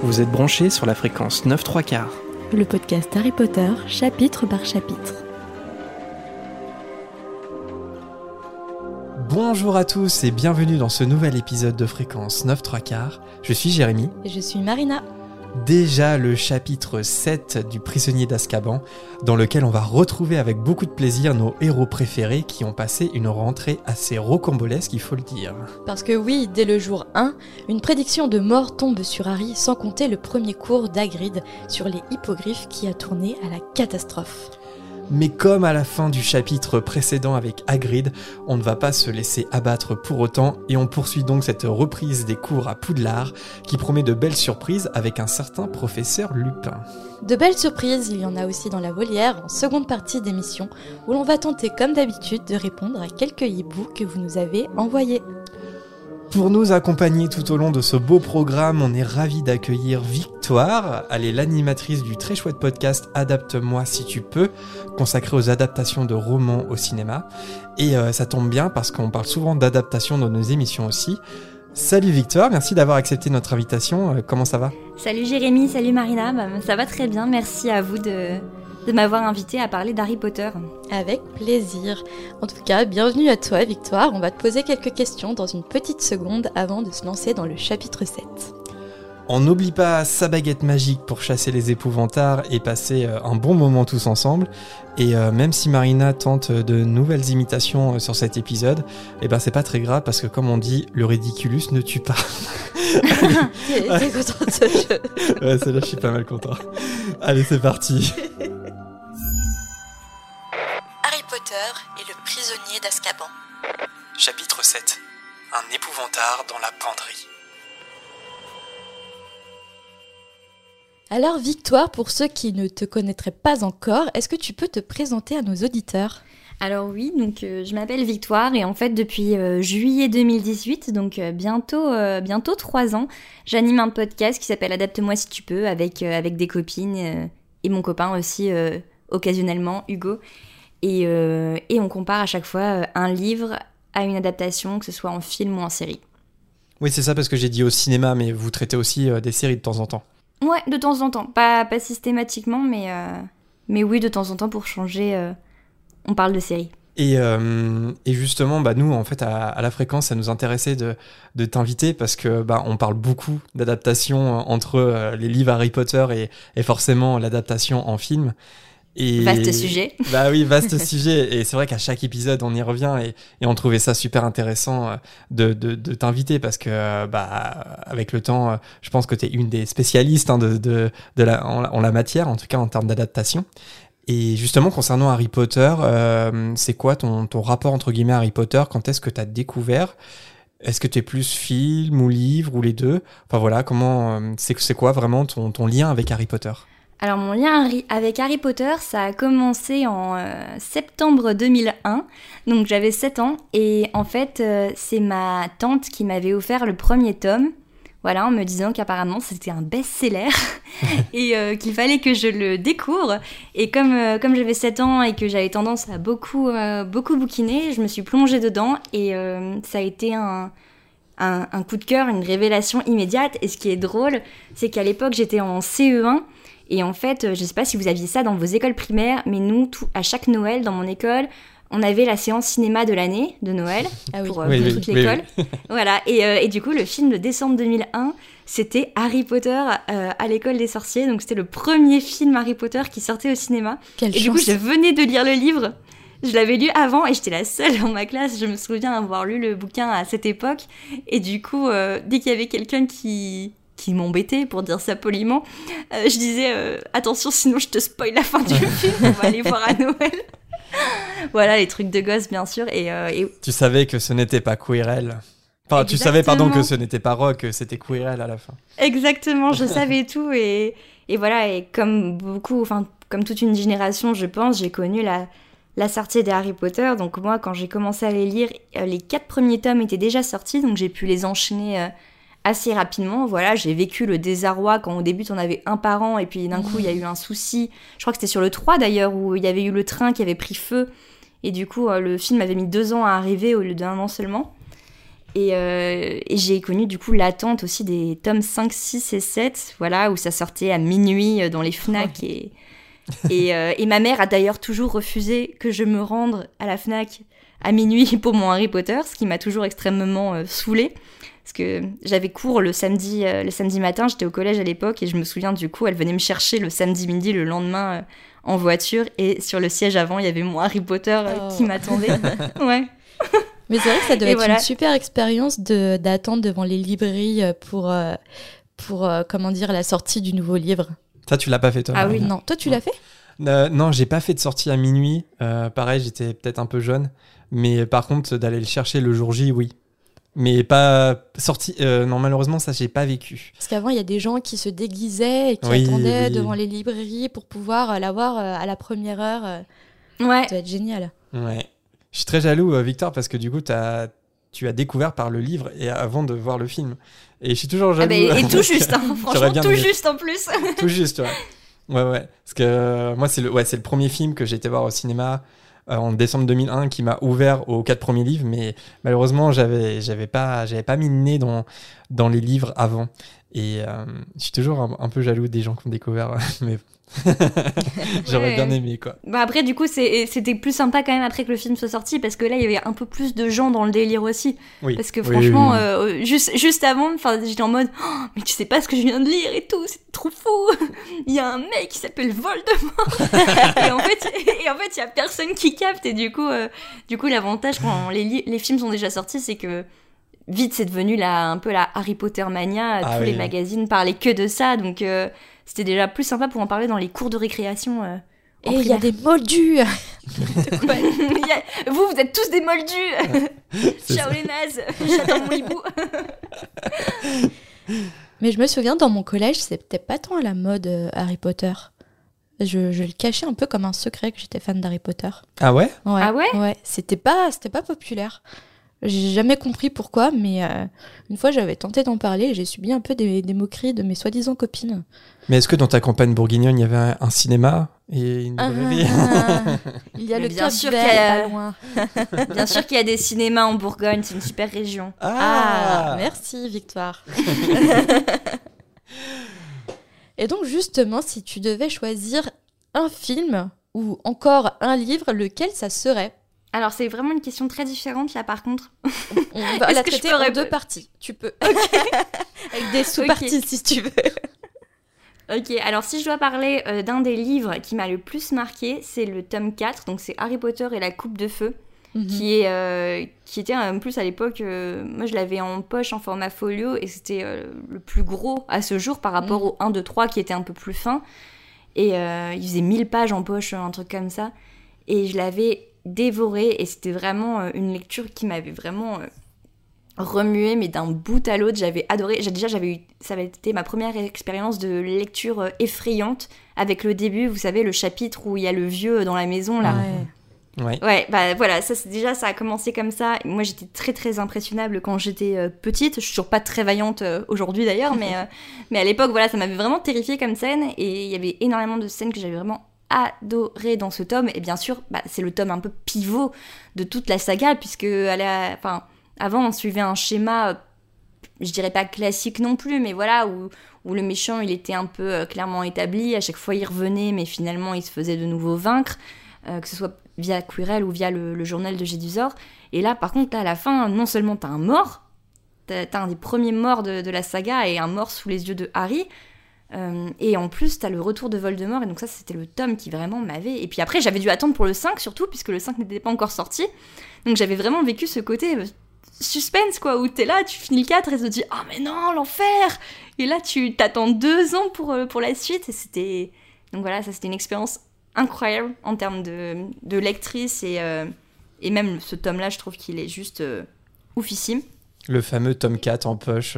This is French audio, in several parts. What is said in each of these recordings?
Vous êtes branchés sur la fréquence 9/3/4. Le podcast Harry Potter, chapitre par chapitre. Bonjour à tous et bienvenue dans ce nouvel épisode de fréquence 9/3/4. Je suis Jérémy. Et je suis Marina. Déjà le chapitre 7 du Prisonnier d'Azkaban, dans lequel on va retrouver avec beaucoup de plaisir nos héros préférés qui ont passé une rentrée assez rocambolesque, il faut le dire. Parce que oui, dès le jour 1, une prédiction de mort tombe sur Harry, sans compter le premier cours d'Hagrid sur les hippogriffes qui a tourné à la catastrophe. Mais comme à la fin du chapitre précédent avec Hagrid, on ne va pas se laisser abattre pour autant et on poursuit donc cette reprise des cours à Poudlard qui promet de belles surprises avec un certain professeur Lupin. De belles surprises, il y en a aussi dans la volière en seconde partie d'émission où l'on va tenter comme d'habitude de répondre à quelques hiboux que vous nous avez envoyés. Pour nous accompagner tout au long de ce beau programme, on est ravis d'accueillir Victoire. Elle est l'animatrice du très chouette podcast Adapte-moi si tu peux, consacré aux adaptations de romans au cinéma. Et ça tombe bien parce qu'on parle souvent d'adaptation dans nos émissions aussi. Salut Victoire, merci d'avoir accepté notre invitation. Comment ça va ? Salut Jérémy, salut Marina, ça va très bien, merci à vous de m'avoir invité à parler d'Harry Potter. Avec plaisir. En tout cas, bienvenue à toi Victoire. On va te poser quelques questions dans une petite seconde avant de se lancer dans le chapitre 7. On n'oublie pas sa baguette magique pour chasser les épouvantards et passer un bon moment tous ensemble. Et même si Marina tente de nouvelles imitations sur cet épisode, c'est pas très grave parce que comme on dit, le ridiculus ne tue pas. T'es content de ce jeu ? Ouais, celle-là je suis pas mal content. Allez, c'est parti. Harry Potter et le prisonnier d'Azkaban. Chapitre 7. Un épouvantard dans la penderie. Alors Victoire, pour ceux qui ne te connaîtraient pas encore, est-ce que tu peux te présenter à nos auditeurs ? Alors oui, donc je m'appelle Victoire et en fait depuis juillet 2018, donc bientôt 3 ans, j'anime un podcast qui s'appelle Adapte-moi si tu peux avec des copines et mon copain aussi occasionnellement, Hugo. Et on compare à chaque fois un livre à une adaptation, que ce soit en film ou en série. Oui, c'est ça parce que j'ai dit au cinéma, mais vous traitez aussi des séries de temps en temps. Ouais, de temps en temps. Pas systématiquement, mais oui, de temps en temps, pour changer, on parle de séries. Et justement, nous, en fait, à la fréquence, ça nous intéressait de t'inviter parce que on parle beaucoup d'adaptation entre les livres Harry Potter et forcément l'adaptation en film. Et vaste sujet. Oui, vaste sujet. Et c'est vrai qu'à chaque épisode, on y revient et on trouvait ça super intéressant de t'inviter parce que, avec le temps, je pense que tu es une des spécialistes en la matière, en tout cas en termes d'adaptation. Et justement, concernant Harry Potter, c'est quoi ton rapport entre guillemets à Harry Potter ? Quand est-ce que tu as découvert ? Est-ce que tu es plus film ou livre ou les deux ? Enfin voilà, c'est quoi vraiment ton lien avec Harry Potter ? Alors mon lien avec Harry Potter, ça a commencé en septembre 2001, donc j'avais 7 ans, et en fait c'est ma tante qui m'avait offert le premier tome, voilà, en me disant qu'apparemment c'était un best-seller et qu'il fallait que je le découvre, et comme j'avais 7 ans et que j'avais tendance à beaucoup bouquiner, je me suis plongée dedans, et ça a été un coup de cœur, une révélation immédiate, et ce qui est drôle, c'est qu'à l'époque j'étais en CE1, et en fait, je sais pas si vous aviez ça dans vos écoles primaires, mais nous, à chaque Noël, dans mon école, on avait la séance cinéma de l'année, de Noël, pour toute l'école. Oui. Voilà, et du coup, le film de décembre 2001, c'était Harry Potter à l'école des sorciers, donc c'était le premier film Harry Potter qui sortait au cinéma. Quelle chance. Du coup, je venais de lire le livre, je l'avais lu avant, et j'étais la seule dans ma classe, je me souviens avoir lu le bouquin à cette époque, et du coup, dès qu'il y avait quelqu'un qui m'embêtait, pour dire ça poliment, je disais attention, sinon je te spoil la fin du film, on va aller voir à Noël. Voilà, les trucs de gosse, bien sûr. Et tu savais que ce n'était pas Quirrell. Enfin, tu savais, que ce n'était pas Rogue, que c'était Quirrell à la fin. Exactement, je savais tout, et voilà, et comme toute une génération, je pense, j'ai connu la sortie des Harry Potter. Donc moi, quand j'ai commencé à les lire, les 4 premiers tomes étaient déjà sortis, donc j'ai pu les enchaîner assez rapidement. Voilà, j'ai vécu le désarroi quand au début on avait un par an et puis d'un coup il y a eu un souci, je crois que c'était sur le 3 d'ailleurs, où il y avait eu le train qui avait pris feu et du coup le film avait mis 2 ans à arriver au lieu d'1 an seulement. Et j'ai connu du coup l'attente aussi des tomes 5, 6 et 7, voilà, où ça sortait à minuit dans les Fnac. Et ma mère a d'ailleurs toujours refusé que je me rende à la Fnac à minuit pour mon Harry Potter, ce qui m'a toujours extrêmement saoulée. Parce que j'avais cours le samedi matin, j'étais au collège à l'époque, et je me souviens du coup, elle venait me chercher le samedi midi, le lendemain, en voiture, et sur le siège avant, il y avait mon Harry Potter qui m'attendait. Ouais. Mais c'est vrai que ça doit être une super expérience d'attendre devant les librairies pour comment dire, la sortie du nouveau livre. Ça, tu l'as pas fait, toi? Ah oui, non. Toi, tu l'as fait? Non, j'ai pas fait de sortie à minuit. Pareil, j'étais peut-être un peu jeune. Mais par contre, d'aller le chercher le jour J, oui. Mais pas sorti. Non, malheureusement, ça, j'ai pas vécu. Parce qu'avant, il y a des gens qui se déguisaient et qui attendaient devant les librairies pour pouvoir l'avoir à la première heure. Ouais. Ça doit être génial. Ouais. Je suis très jaloux, Victor, parce que du coup, tu as découvert par le livre et avant de voir le film. Et je suis toujours jaloux. Et tout juste, hein, franchement, tout juste en plus. Tout juste, ouais. Ouais. Parce que moi, c'est le premier film que j'ai été voir au cinéma en décembre 2001 qui m'a ouvert aux 4 premiers livres, mais malheureusement, j'avais pas mis le nez dans les livres avant. Et je suis toujours un peu jaloux des gens qui ont découvert, mais j'aurais bien aimé, quoi. Bah après, du coup, c'était plus sympa quand même après que le film soit sorti, parce que là, il y avait un peu plus de gens dans le délire aussi. Oui. Parce que franchement, juste avant, j'étais en mode oh, mais tu sais pas ce que je viens de lire et tout, c'est trop fou. Il y a un mec qui s'appelle Voldemort. et en fait, il y a personne qui capte. Et du coup, l'avantage quand les films sont déjà sortis, c'est que vite, c'est devenu un peu la Harry Potter mania. Tous les magazines parlaient que de ça, donc c'était déjà plus sympa pour en parler dans les cours de récréation. Et il y a des moldus. Vous êtes tous des moldus. Ciao les nazes. J'attends mon hibou. Mais je me souviens, dans mon collège, c'était pas tant à la mode Harry Potter. Je le cachais un peu comme un secret que j'étais fan d'Harry Potter. Ah ouais? Ouais. C'était pas populaire. J'ai jamais compris pourquoi, mais une fois j'avais tenté d'en parler et j'ai subi un peu des moqueries de mes soi-disant copines. Mais est-ce que dans ta campagne bourguignonne, il y avait un cinéma et une librairie? Il y a le bien sûr pas loin. Bien sûr qu'il y a des cinémas en Bourgogne, c'est une super région. Ah merci Victoire. Et donc justement, si tu devais choisir un film ou encore un livre, lequel ça serait? Alors, c'est vraiment une question très différente, là, par contre. On va la traiter en 2 parties. Tu peux. Avec des sous-parties, si tu veux. Ok, alors si je dois parler d'un des livres qui m'a le plus marqué, c'est le tome 4, donc c'est Harry Potter et la Coupe de Feu, qui était en plus à l'époque, moi je l'avais en poche en format folio, et c'était le plus gros à ce jour par rapport au 1, 2, 3 qui était un peu plus fin. Et il faisait 1000 pages en poche, un truc comme ça. Et je l'avais dévoré, et c'était vraiment une lecture qui m'avait vraiment remué, mais d'un bout à l'autre. J'avais adoré. Ça avait été ma première expérience de lecture effrayante, avec le début, vous savez, le chapitre où il y a le vieux dans la maison là. Ouais, bah voilà, ça a commencé comme ça. Moi j'étais très très impressionnable quand j'étais petite. Je suis toujours pas très vaillante aujourd'hui d'ailleurs, mais à l'époque voilà, ça m'avait vraiment terrifiée comme scène, et il y avait énormément de scènes que j'avais vraiment adoré dans ce tome. Et bien sûr, c'est le tome un peu pivot de toute la saga, puisque avant on suivait un schéma, je dirais pas classique non plus, mais voilà, où le méchant il était un peu clairement établi, à chaque fois il revenait, mais finalement il se faisait de nouveau vaincre, que ce soit via Quirrell ou via le journal de Jedusor. Et là par contre, à la fin, non seulement t'as un mort, t'as un des premiers morts de la saga, et un mort sous les yeux de Harry, et en plus t'as le retour de Voldemort, et donc ça c'était le tome qui vraiment m'avait... Et puis après j'avais dû attendre pour le 5 surtout, puisque le 5 n'était pas encore sorti, donc j'avais vraiment vécu ce côté suspense quoi, où t'es là, tu finis le 4 et tu te dis oh mais non, l'enfer, et là tu t'attends 2 ans pour la suite, et c'était... Donc voilà, ça c'était une expérience incroyable en termes de lectrice, et même ce tome là je trouve qu'il est juste oufissime. Le fameux tome 4 en poche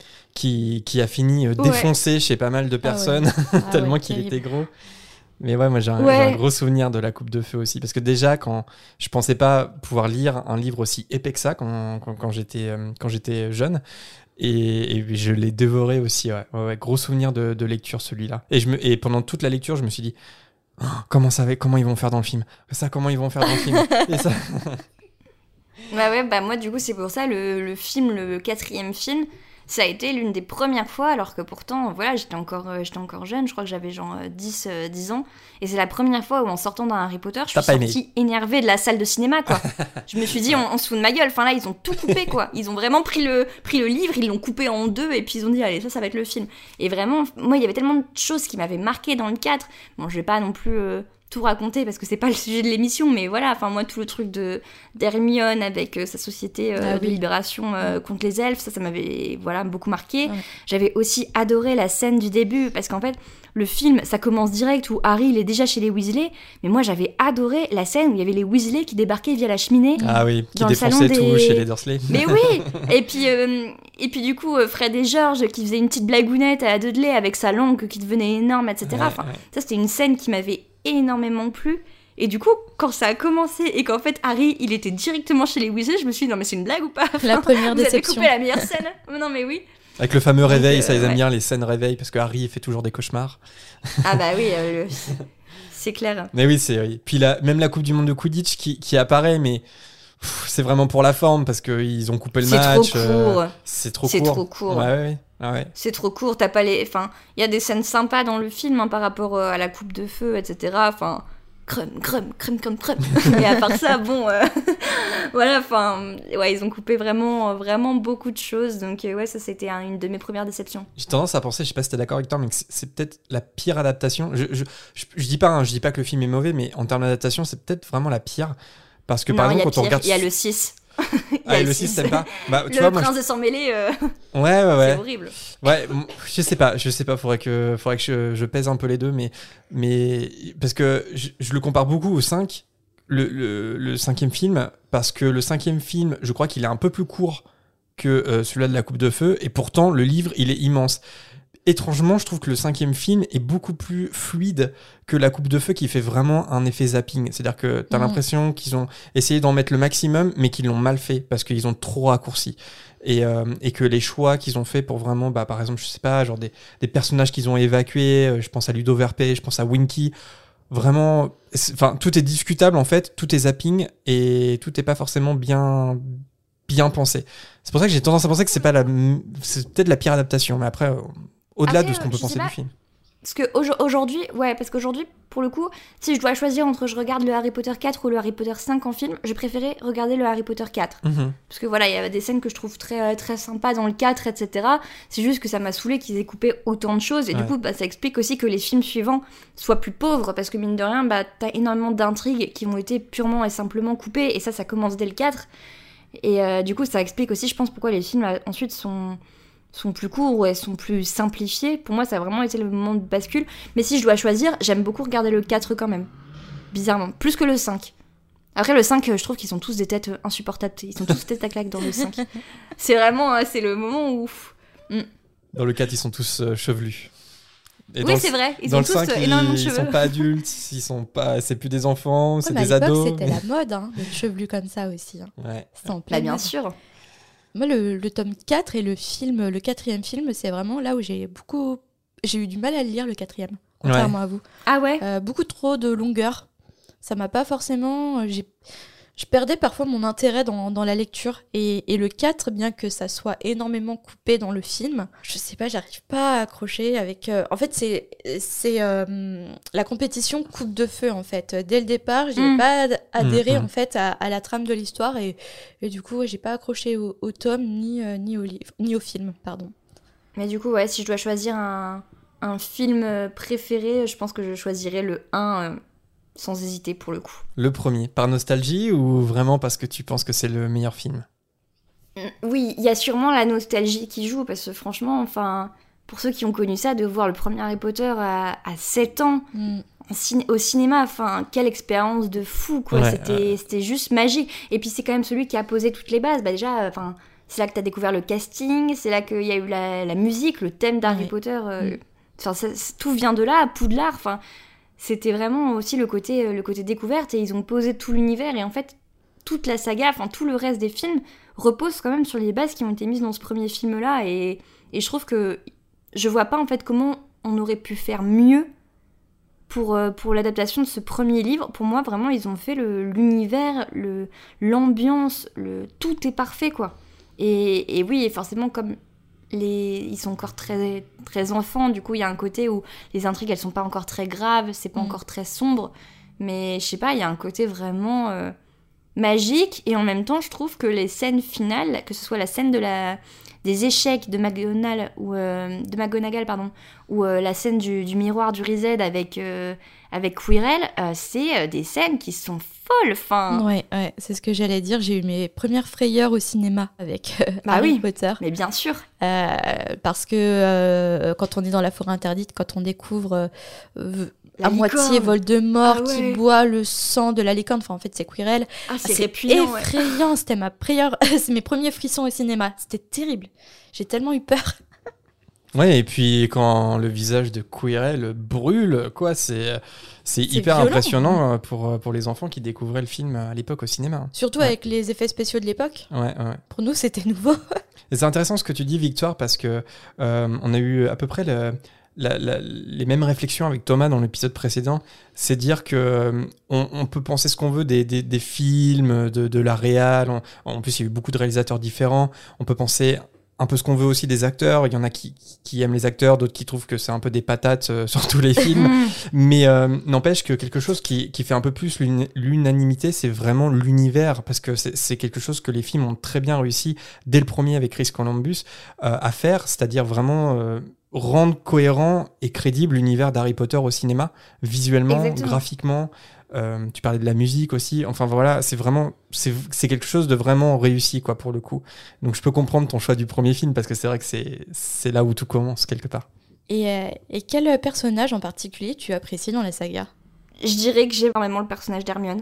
qui a fini défoncé chez pas mal de personnes, tellement qu'il était gros. Mais ouais, moi j'ai un gros souvenir de la Coupe de Feu aussi, parce que déjà quand je pensais pas pouvoir lire un livre aussi épais que ça quand j'étais jeune, et je l'ai dévoré aussi. Ouais, gros souvenir de lecture celui-là. Et pendant toute la lecture, je me suis dit comment ils vont faire dans le film. Comment ils vont faire dans le film. Et ça... Ouais, bah moi du coup c'est pour ça le film, le 4e film, ça a été l'une des premières fois, alors que pourtant voilà j'étais encore jeune, je crois que j'avais genre 10 ans, et c'est la première fois où en sortant d'un Harry Potter, je suis sortie énervée de la salle de cinéma quoi. Je me suis dit on se fout de ma gueule, enfin là ils ont tout coupé quoi, ils ont vraiment pris le livre, ils l'ont coupé en 2 et puis ils ont dit allez ça va être le film. Et vraiment moi il y avait tellement de choses qui m'avaient marqué dans le 4, bon je vais pas non plus... tout raconter parce que c'est pas le sujet de l'émission, mais voilà, enfin moi tout le truc d'Hermione avec sa société de libération contre les elfes, ça m'avait voilà beaucoup marqué. J'avais aussi adoré la scène du début parce qu'en fait le film ça commence direct où Harry il est déjà chez les Weasley, mais moi j'avais adoré la scène où il y avait les Weasley qui débarquaient via la cheminée qui défonçaient tout chez les Dursley. Mais oui et puis du coup Fred et George qui faisaient une petite blagounette à Dudley avec sa langue qui devenait énorme, etc. Ça c'était une scène qui m'avait énormément plu, et du coup quand ça a commencé et qu'en fait Harry il était directement chez les Weasley, je me suis dit non mais c'est une blague ou pas, la première déception. Vous avez coupé la meilleure scène. Non mais oui, avec le fameux réveil, ça ils aiment bien les scènes réveil parce que Harry fait toujours des cauchemars. Ah bah oui c'est clair. Mais oui puis même la Coupe du Monde de Quidditch qui apparaît, mais c'est vraiment pour la forme parce qu'ils ont coupé le match. C'est trop court. Ouais. Ah ouais. C'est trop court, t'as pas les... Enfin, il y a des scènes sympas dans le film par rapport à la coupe de feu, etc. Enfin, crème. Mais à part ça, bon... voilà, enfin... Ouais, ils ont coupé vraiment beaucoup de choses. Donc ouais, ça c'était une de mes premières déceptions. J'ai tendance à penser, je sais pas si t'es d'accord avec toi, mais que c'est peut-être la pire adaptation. Je dis pas que le film est mauvais, mais en termes d'adaptation, c'est peut-être vraiment la pire. Parce que par exemple, quand on regarde... Il y a le 6. Le 6 t'aimes pas le prince de sang mêlé ouais c'est horrible. Ouais, je sais pas, faudrait que je pèse un peu les deux, mais parce que je le compare beaucoup au 5, le 5e film, parce que le 5e film je crois qu'il est un peu plus court que celui-là de la Coupe de Feu, et pourtant le livre il est immense. Étrangement, je trouve que le 5e film est beaucoup plus fluide que la Coupe de Feu, qui fait vraiment un effet zapping. C'est-à-dire que t'as l'impression qu'ils ont essayé d'en mettre le maximum, mais qu'ils l'ont mal fait, parce qu'ils ont trop raccourci. Et que les choix qu'ils ont fait pour vraiment, par exemple, je sais pas, genre des personnages qu'ils ont évacués, je pense à Ludo Verpé, je pense à Winky, vraiment, tout est discutable en fait, tout est zapping, et tout est pas forcément bien pensé. C'est pour ça que j'ai tendance à penser que c'est peut-être la pire adaptation, mais après... Au-delà de ce qu'on peut penser du film. Parce qu'aujourd'hui, pour le coup, si je dois choisir entre je regarde le Harry Potter 4 ou le Harry Potter 5 en film, je préférais regarder le Harry Potter 4. Parce que voilà, il y avait des scènes que je trouve très, très sympas dans le 4, etc. C'est juste que ça m'a saoulé qu'ils aient coupé autant de choses. Et du coup, ça explique aussi que les films suivants soient plus pauvres. Parce que mine de rien, t'as énormément d'intrigues qui ont été purement et simplement coupées. Et ça commence dès le 4. Et du coup, ça explique aussi, je pense, pourquoi les films ensuite sont plus courts ou elles sont plus simplifiées. Pour moi, ça a vraiment été le moment de bascule. Mais si je dois choisir, j'aime beaucoup regarder le 4 quand même. Bizarrement. Plus que le 5. Après, le 5, je trouve qu'ils ont tous des têtes insupportables. Ils sont tous tête à claque dans le 5. C'est vraiment... c'est le moment où... Dans le 4, ils sont tous chevelus. Et oui, c'est vrai. Ils ont tous énormément de cheveux. Ils sont pas adultes, c'est plus des enfants, c'est des ados. À l'époque, c'était la mode, d'être chevelu comme ça aussi. Ouais. Bien sûr. Moi, le tome 4 et le 4e film, c'est vraiment là où j'ai eu du mal à le lire, le 4e, contrairement à vous. Ah ouais. Beaucoup trop de longueur. Ça m'a pas forcément... Je perdais parfois mon intérêt dans la lecture. Et le 4, bien que ça soit énormément coupé dans le film, je sais pas, j'arrive pas à accrocher avec... En fait, c'est la compétition Coupe de Feu, en fait. Dès le départ, j'ai pas adhéré, en fait, à la trame de l'histoire. Et du coup, j'ai pas accroché au tome, ni au livre, ni au film, pardon. Mais du coup, si je dois choisir un film préféré, je pense que je choisirais le 1... sans hésiter pour le coup. Le premier, par nostalgie ou vraiment parce que tu penses que c'est le meilleur film ? Oui, il y a sûrement la nostalgie qui joue, parce que franchement, pour ceux qui ont connu ça, de voir le premier Harry Potter à 7 ans au cinéma, quelle expérience de fou, quoi. Ouais, c'était juste magique. Et puis c'est quand même celui qui a posé toutes les bases. Déjà, c'est là que t'as découvert le casting, c'est là qu'il y a eu la musique, le thème d'Harry Potter. Tout vient de là, Poudlard, c'était vraiment aussi le côté découverte, et ils ont posé tout l'univers, et en fait toute la saga, tout le reste des films repose quand même sur les bases qui ont été mises dans ce premier film là, et je trouve que je vois pas en fait comment on aurait pu faire mieux pour l'adaptation de ce premier livre. Pour moi, vraiment, ils ont fait l'univers, l'ambiance, tout est parfait, quoi. Et oui, et forcément, comme ils sont encore très, très enfants, du coup, il y a un côté où les intrigues, elles sont pas encore très graves, c'est pas encore très sombre, mais je sais pas, il y a un côté vraiment magique, et en même temps, je trouve que les scènes finales, que ce soit la scène des échecs de McGonagall ou la scène du miroir du Reset avec Quirrell, c'est des scènes qui sont folles. Enfin... Ouais, c'est ce que j'allais dire. J'ai eu mes premières frayeurs au cinéma avec Harry Potter. Mais bien sûr. Parce que quand on est dans la forêt interdite, quand on découvre à moitié Voldemort qui boit le sang de la licorne, enfin en fait c'est Quirrell. C'est répugnant, effrayant. C'était c'est mes premiers frissons au cinéma. C'était terrible. J'ai tellement eu peur. Ouais, et puis quand le visage de Quirrell brûle, quoi, c'est hyper violent, impressionnant pour les enfants qui découvraient le film à l'époque au cinéma. Surtout avec les effets spéciaux de l'époque. Ouais. Pour nous, c'était nouveau. Et c'est intéressant ce que tu dis, Victoire, parce que on a eu à peu près les mêmes réflexions avec Thomas dans l'épisode précédent. C'est dire que on peut penser ce qu'on veut des films, de la réal. En plus, il y a eu beaucoup de réalisateurs différents. On peut penser un peu ce qu'on veut aussi des acteurs. Il y en a qui aiment les acteurs, d'autres qui trouvent que c'est un peu des patates sur tous les films. Mais n'empêche que quelque chose qui fait un peu plus l'unanimité, c'est vraiment l'univers, parce que c'est quelque chose que les films ont très bien réussi dès le premier avec Chris Columbus à faire, c'est-à-dire vraiment rendre cohérent et crédible l'univers d'Harry Potter au cinéma, visuellement, Exactement. graphiquement. Tu parlais de la musique aussi, enfin voilà, c'est quelque chose de vraiment réussi, quoi, pour le coup. Donc je peux comprendre ton choix du premier film, parce que c'est vrai que c'est là où tout commence quelque part. Et quel personnage en particulier tu apprécies dans la saga ? Je dirais que j'aime vraiment le personnage d'Hermione,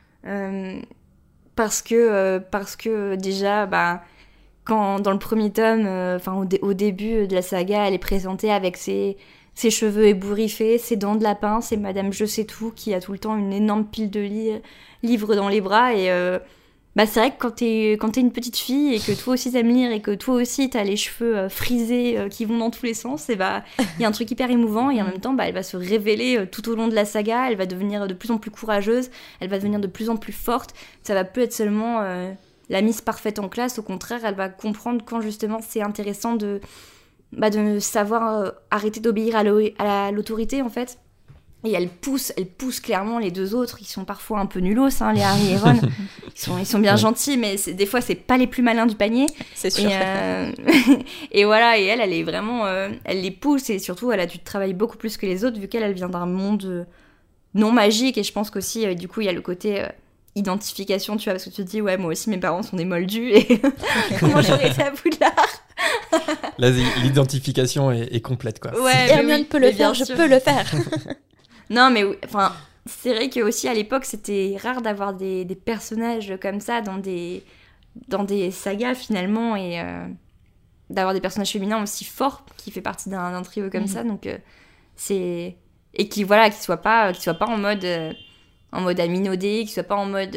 parce que déjà, quand dans le premier tome, au début de la saga, elle est présentée avec ses cheveux ébouriffés, ses dents de lapin, c'est Madame Je sais tout qui a tout le temps une énorme pile de livres dans les bras. Et c'est vrai que quand t'es une petite fille et que toi aussi t'aimes lire et que toi aussi t'as les cheveux frisés qui vont dans tous les sens, et y a un truc hyper émouvant, et en même temps elle va se révéler tout au long de la saga, elle va devenir de plus en plus courageuse, elle va devenir de plus en plus forte. Ça va plus être seulement la mise parfaite en classe, au contraire elle va comprendre quand justement c'est intéressant de savoir arrêter d'obéir à l'autorité, en fait. Et elle pousse clairement les deux autres, ils sont parfois un peu nulos, les Harry et Ron. Ils sont bien gentils, mais des fois c'est pas les plus malins du panier. C'est sûr. Et voilà, et elle est vraiment, elle les pousse, et surtout elle a dû travailler beaucoup plus que les autres, vu qu'elle vient d'un monde non magique, et je pense qu'aussi du coup il y a le côté identification, tu vois, parce que tu te dis, ouais, moi aussi mes parents sont des moldus, et comment j'aurais été à Poudlard. Là, l'identification est complète, quoi. Ouais, Hermione peut le faire, je peux le faire. Non, mais enfin, c'est vrai que aussi à l'époque, c'était rare d'avoir des personnages comme ça dans des sagas finalement, et d'avoir des personnages féminins aussi forts qui fait partie d'un trio comme ça. Donc c'est, et qui soient pas en mode aminaudé, qui soient pas en mode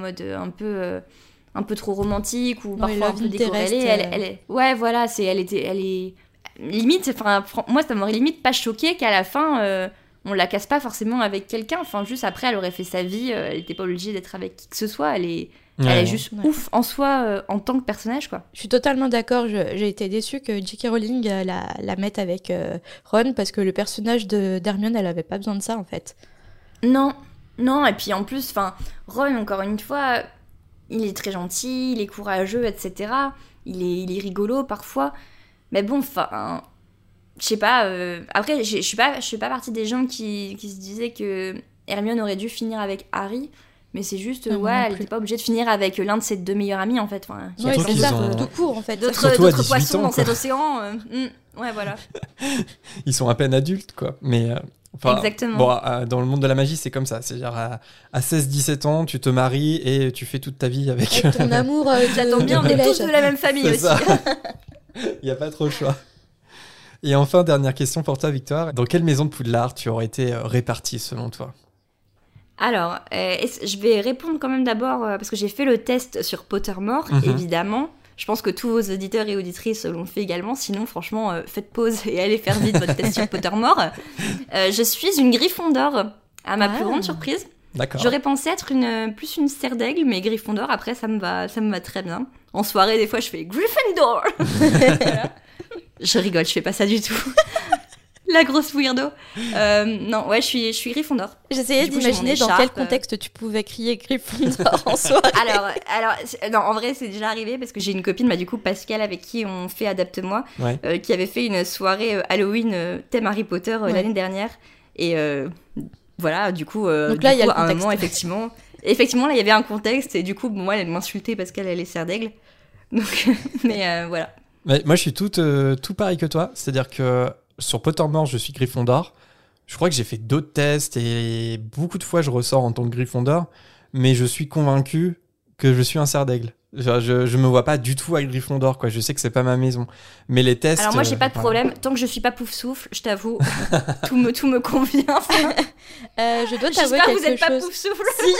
un peu trop romantique, ou parfois un peu décorrélée. Elle est limite, enfin moi ça m'aurait limite pas choqué qu'à la fin on la casse pas forcément avec quelqu'un, enfin juste après elle aurait fait sa vie, elle était pas obligée d'être avec qui que ce soit, elle est juste ouf en soi en tant que personnage, quoi. Je suis totalement d'accord, j'ai été déçue que J.K. Rowling la mette avec Ron, parce que le personnage d'Hermione, elle avait pas besoin de ça en fait. Non, et puis en plus, enfin Ron, encore une fois, il est très gentil, il est courageux, etc. Il est rigolo parfois. Mais bon, enfin, je sais pas. Après, je suis pas partie des gens qui se disaient que Hermione aurait dû finir avec Harry. Mais c'est juste, elle était pas obligée de finir avec l'un de ses deux meilleurs amis, en fait. Enfin, ouais, c'est ça, tout court, en fait. D'autres poissons dans cet océan. Ouais, voilà. Ils sont à peine adultes, quoi. Mais... exactement. Bon, dans le monde de la magie, c'est comme ça. C'est-à-dire, à 16-17 ans, tu te maries et tu fais toute ta vie avec ton amour. Ça tombe bien, on est tous de la même famille aussi. Il n'y a pas trop le choix. Et enfin, dernière question pour toi, Victoire. Dans quelle maison de Poudlard tu aurais été répartie, selon toi ? Alors, je vais répondre quand même d'abord, parce que j'ai fait le test sur Pottermore, évidemment. Je pense que tous vos auditeurs et auditrices l'ont fait également. Sinon, franchement, faites pause et allez faire vite votre test sur Pottermore. Je suis une Gryffondor, à ma plus grande surprise. D'accord. J'aurais pensé être plus une serre d'aigle, mais Gryffondor, après, ça me va très bien. En soirée, des fois, je fais Gryffondor. Voilà. Je rigole, je fais pas ça du tout. La grosse weirdo. Non, ouais, je suis Gryffondor. J'essayais d'imaginer dans quel contexte tu pouvais crier Gryffondor en soirée. Alors, non, en vrai, c'est déjà arrivé parce que j'ai une copine, du coup, Pascal, avec qui on fait Adapte-moi, qui avait fait une soirée Halloween thème Harry Potter l'année dernière. Et voilà, du coup, donc là, il y a le contexte. À un moment, effectivement, là, il y avait un contexte. Et du coup, moi, elle m'insultait parce qu'elle est serre d'aigle. Donc, mais voilà. Mais moi, je suis tout pareil que toi. C'est-à-dire que sur Pottermore, je suis Gryffondor. Je crois que j'ai fait d'autres tests et beaucoup de fois, je ressors en tant que Gryffondor. Mais je suis convaincu que je suis un cerf d'aigle. Je me vois pas du tout à Gryffondor, quoi. Je sais que c'est pas ma maison. Mais les tests... Alors moi, j'ai pas de problème. Tant que je suis pas Poufsouffle, je t'avoue, tout me convient. Je dois t'avouer quelque chose. J'espère que vous êtes pas Poufsouffle. Si.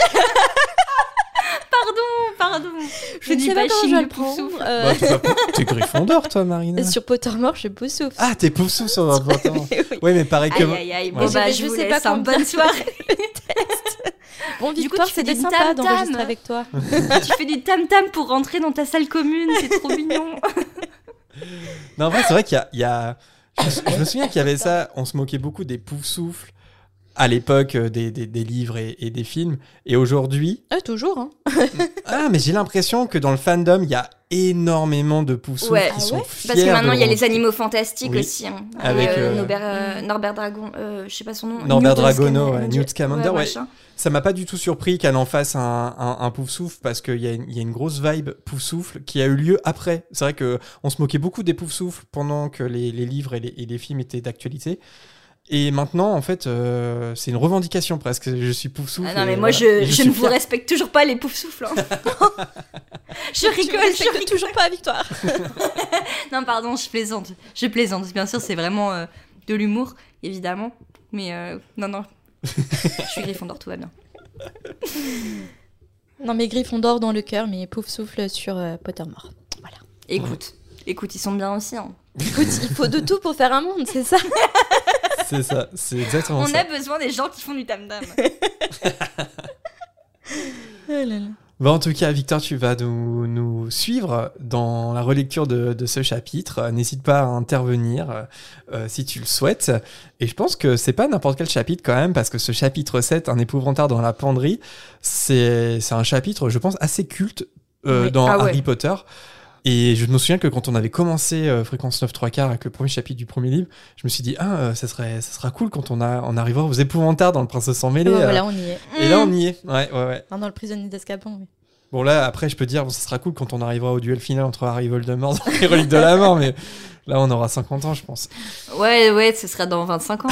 Pardon. Je ne sais pas comment je vais le prendre. T'es Gryffondor, toi, Marina. Sur Pottermore, je suis Poufsouffle. Ah, t'es Poufsouffle sur Pottermore. Oui, mais pareil que moi. Aïe. Bon, je sais pas quand. Bonne soirée. Bon, Victoire, c'était sympa d'enregistrer avec toi. Tu fais du tam-tam pour rentrer dans ta salle commune, c'est trop mignon. Non, en vrai, c'est vrai qu'il y a... Je me souviens qu'il y avait ça, on se moquait beaucoup des Poufsouffles à l'époque des livres et des films. Et aujourd'hui... toujours, hein. Mais j'ai l'impression que dans le fandom, il y a énormément de Poufsouffles qui sont fiers. Parce que maintenant, il y a les animaux fantastiques aussi. Hein. Avec Norbert Dragon, je sais pas son nom. Norbert Dragono, Newt Scamander, ouais. Ça m'a pas du tout surpris qu'elle en fasse un Poufsouffle parce qu'il y a une grosse vibe Poufsouffle qui a eu lieu après. C'est vrai qu'on se moquait beaucoup des Poufsouffles pendant que les livres et les films étaient d'actualité. Et maintenant, en fait, c'est une revendication presque. Je suis Poufsouffle. Ah non, mais moi, je ne vous respecte toujours pas, les Poufsouffles. Hein. Je rigole toujours pas, Victoire. Non, pardon, je plaisante. Bien sûr, c'est vraiment de l'humour, évidemment. Mais non. Je suis Gryffondor, tout va bien. Non, mais Gryffondor dans le cœur, mais Poufsouffle sur Pottermore. Voilà. Écoute, ils sont bien aussi. Hein. Écoute, il faut de tout pour faire un monde, c'est ça. C'est ça, c'est exactement ça. On a besoin des gens qui font du tam-tam. En tout cas, Victor, tu vas nous suivre dans la relecture de ce chapitre. N'hésite pas à intervenir si tu le souhaites. Et je pense que c'est pas n'importe quel chapitre quand même, parce que ce chapitre 7, Un épouvantard dans la penderie, c'est un chapitre, je pense, assez culte dans Harry Potter. Et je me souviens que quand on avait commencé Fréquence 9 3/4 avec le premier chapitre du premier livre, je me suis dit, ça sera cool quand on arrivera aux épouvantards dans le Prince sans mêlée. Voilà, on y est. Et là, on y est. Ouais. Enfin, dans le prisonnier d'Azkaban, oui. Bon, là, après, je peux dire, ça sera cool quand on arrivera au duel final entre Harry et Voldemort dans les reliques de la mort, mais là, on aura 50 ans, je pense. Ouais, ce sera dans 25 ans.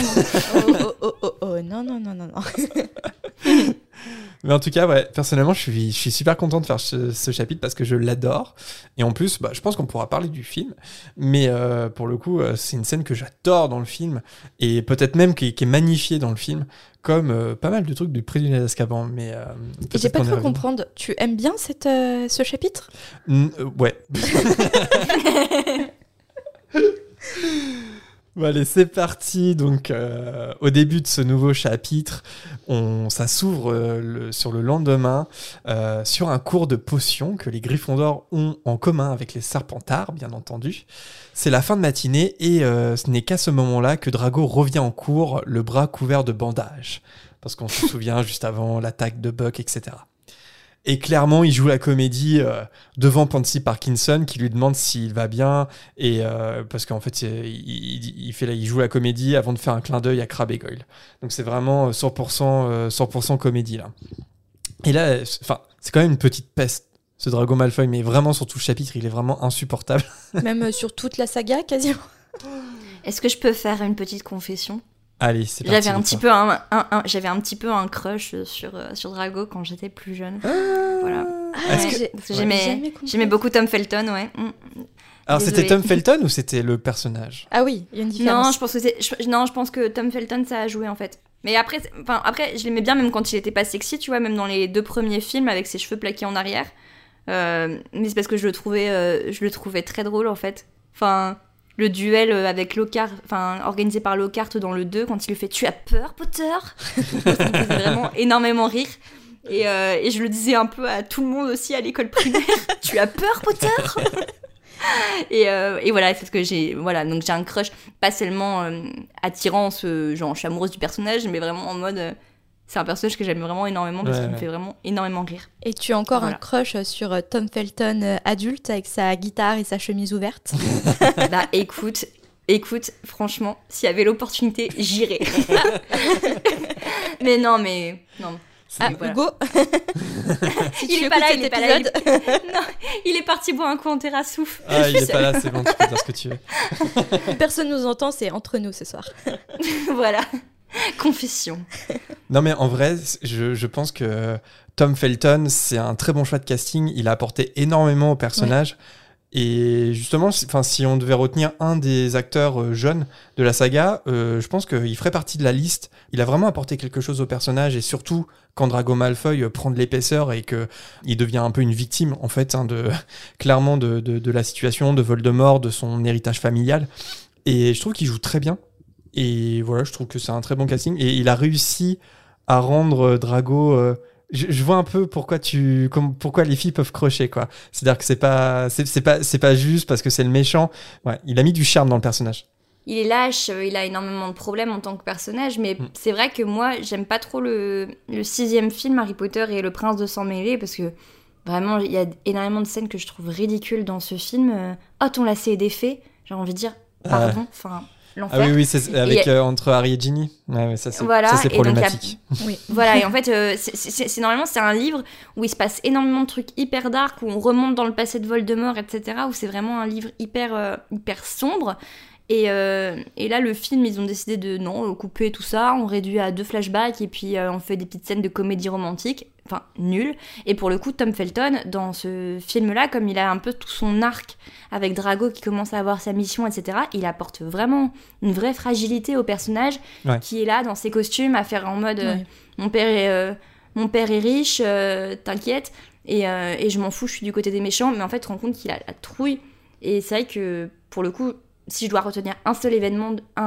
Non. Mais en tout cas, personnellement, je suis super content de faire ce chapitre parce que je l'adore. Et en plus, je pense qu'on pourra parler du film. Mais pour le coup, c'est une scène que j'adore dans le film. Et peut-être même qui est magnifiée dans le film. Comme pas mal de trucs du prisonnier d'Azkaban. Mais j'ai pas trop comprendre. Tu aimes bien ce chapitre ? Ouais. Bon, allez, c'est parti. Donc, au début de ce nouveau chapitre, ça s'ouvre sur le lendemain sur un cours de potions que les Gryffondors ont en commun avec les Serpentards, bien entendu. C'est la fin de matinée et ce n'est qu'à ce moment-là que Drago revient en cours, le bras couvert de bandages. Parce qu'on se souvient juste avant l'attaque de Buck, etc. Et clairement, il joue la comédie devant Pansy Parkinson qui lui demande s'il va bien. Et parce qu'en fait, il joue la comédie avant de faire un clin d'œil à Crabbe et Goyle. Donc c'est vraiment 100% comédie là. Et là, c'est quand même une petite peste, ce Drago Malfoy, mais vraiment sur tout le chapitre, il est vraiment insupportable. Même sur toute la saga, quasiment. Est-ce que je peux faire une petite confession ? Allez, c'est parti. J'avais un petit peu un crush sur Drago quand j'étais plus jeune. Voilà. J'aimais beaucoup Tom Felton, ouais. Alors c'était Tom Felton ou c'était le personnage ? Ah oui, il y a une différence. Non, je pense que Tom Felton ça a joué en fait. Mais après je l'aimais bien même quand il était pas sexy, tu vois, même dans les 2 premiers films avec ses cheveux plaqués en arrière. mais c'est parce que je le trouvais très drôle en fait. Enfin, le duel avec Lockhart, organisé par Lockhart dans le 2, quand il lui fait « Tu as peur, Potter ?» Ça me faisait vraiment énormément rire. Et je le disais un peu à tout le monde aussi à l'école primaire « Tu as peur, Potter ?» et voilà, c'est parce que j'ai un crush, pas seulement attirant, genre je suis amoureuse du personnage, mais vraiment en mode... c'est un personnage que j'aime vraiment énormément parce qu'il me fait vraiment énormément rire. Et tu as encore un crush sur Tom Felton adulte avec sa guitare et sa chemise ouverte? Bah écoute, franchement, s'il y avait l'opportunité, j'irais. mais non. Voilà. Hugo si il est pas là, non, il est parti boire un coup en terrasse souffle. Ah, il est pas là, c'est bon, tu peux dire ce que tu veux. Personne nous entend, c'est entre nous ce soir. Voilà. Confession. Non mais en vrai, je pense que Tom Felton, c'est un très bon choix de casting. Il a apporté énormément au personnage. Ouais. Et justement, si on devait retenir un des acteurs jeunes de la saga, je pense qu'il ferait partie de la liste. Il a vraiment apporté quelque chose au personnage, et surtout quand Drago Malfoy prend de l'épaisseur et qu'il devient un peu une victime, en fait, clairement de la situation de Voldemort, de son héritage familial. Et je trouve qu'il joue très bien. Et voilà, je trouve que c'est un très bon casting. Et il a réussi à rendre Drago... Je vois un peu pourquoi les filles peuvent crocher, quoi. C'est-à-dire que c'est pas juste parce que c'est le méchant. Ouais, il a mis du charme dans le personnage. Il est lâche, il a énormément de problèmes en tant que personnage, mais c'est vrai que moi, j'aime pas trop le 6e film, Harry Potter et le Prince de Sang Mêlé, parce que vraiment, il y a énormément de scènes que je trouve ridicules dans ce film. Oh, ton lacet est défait. J'ai envie de dire, pardon, l'enfer. Ah oui, c'est avec entre Harry et Ginny. Ouais, ça c'est problématique. Oui. Voilà, et en fait, normalement, c'est un livre où il se passe énormément de trucs hyper dark, où on remonte dans le passé de Voldemort, etc., où c'est vraiment un livre hyper sombre. Et là, le film, ils ont décidé de couper tout ça, on réduit à 2 flashbacks, et puis on fait des petites scènes de comédie romantique. Enfin, nul. Et pour le coup, Tom Felton, dans ce film-là, comme il a un peu tout son arc avec Drago qui commence à avoir sa mission, etc., il apporte vraiment une vraie fragilité au personnage qui est là dans ses costumes à faire en mode mon père est riche, t'inquiète, et je m'en fous, je suis du côté des méchants, mais en fait, tu te rends compte qu'il a la trouille. Et c'est vrai que pour le coup, si je dois retenir un seul élément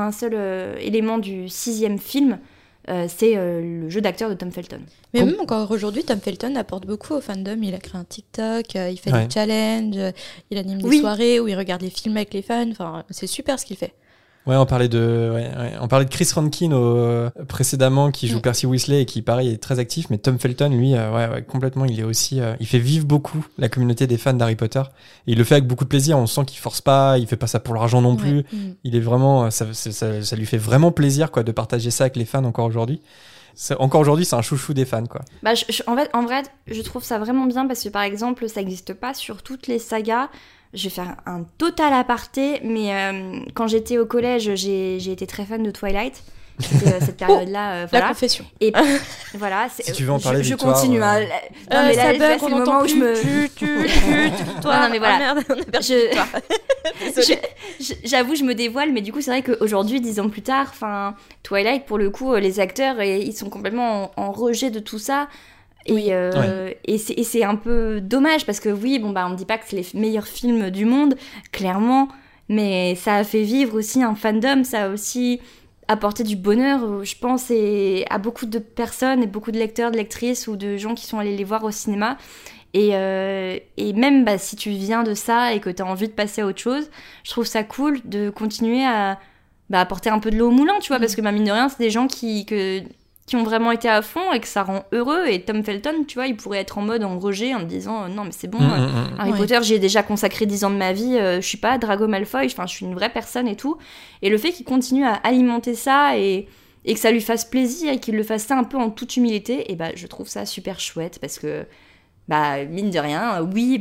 du 6e film, c'est le jeu d'acteur de Tom Felton. Mais même encore aujourd'hui, Tom Felton apporte beaucoup au fandom. Il a créé un TikTok, il fait des challenges, il anime des soirées où il regarde les films avec les fans. Enfin, c'est super ce qu'il fait. Ouais, on parlait de Chris Rankin précédemment, qui joue Percy Weasley et qui, pareil, est très actif. Mais Tom Felton, lui, complètement, il est aussi... il fait vivre beaucoup la communauté des fans d'Harry Potter. Et il le fait avec beaucoup de plaisir. On sent qu'il force pas, il fait pas ça pour l'argent non plus. Il est vraiment... Ça lui fait vraiment plaisir, quoi, de partager ça avec les fans encore aujourd'hui. Encore aujourd'hui, c'est un chouchou des fans, quoi. Bah, en vrai, je trouve ça vraiment bien parce que, par exemple, ça n'existe pas sur toutes les sagas. Je vais faire un total aparté, mais quand j'étais au collège, j'ai été très fan de Twilight. C'était cette période-là. La confession. Et voilà, si tu veux en parler, je continue. Non, mais là, c'est le moment où je me... Non, mais voilà. Merde, on a perdu j'avoue, je me dévoile, mais du coup, c'est vrai qu'aujourd'hui, 10 ans plus tard, Twilight, pour le coup, les acteurs, ils sont complètement en rejet de tout ça. Et c'est un peu dommage parce que on ne dit pas que c'est les meilleurs films du monde, clairement, mais ça a fait vivre aussi un fandom, ça a aussi apporté du bonheur, je pense, à beaucoup de personnes et beaucoup de lecteurs, de lectrices ou de gens qui sont allés les voir au cinéma. Et même si tu viens de ça et que tu as envie de passer à autre chose, je trouve ça cool de continuer à apporter un peu de l'eau au moulin, tu vois, parce que mine de rien, c'est des gens qui ont vraiment été à fond et que ça rend heureux. Et Tom Felton, tu vois, il pourrait être en mode en rejet en disant non mais c'est bon, Harry Potter, j'y ai déjà consacré 10 ans de ma vie, je suis pas Drago Malfoy, je suis une vraie personne et tout. Et le fait qu'il continue à alimenter ça et que ça lui fasse plaisir et qu'il le fasse ça un peu en toute humilité, et je trouve ça super chouette parce que mine de rien,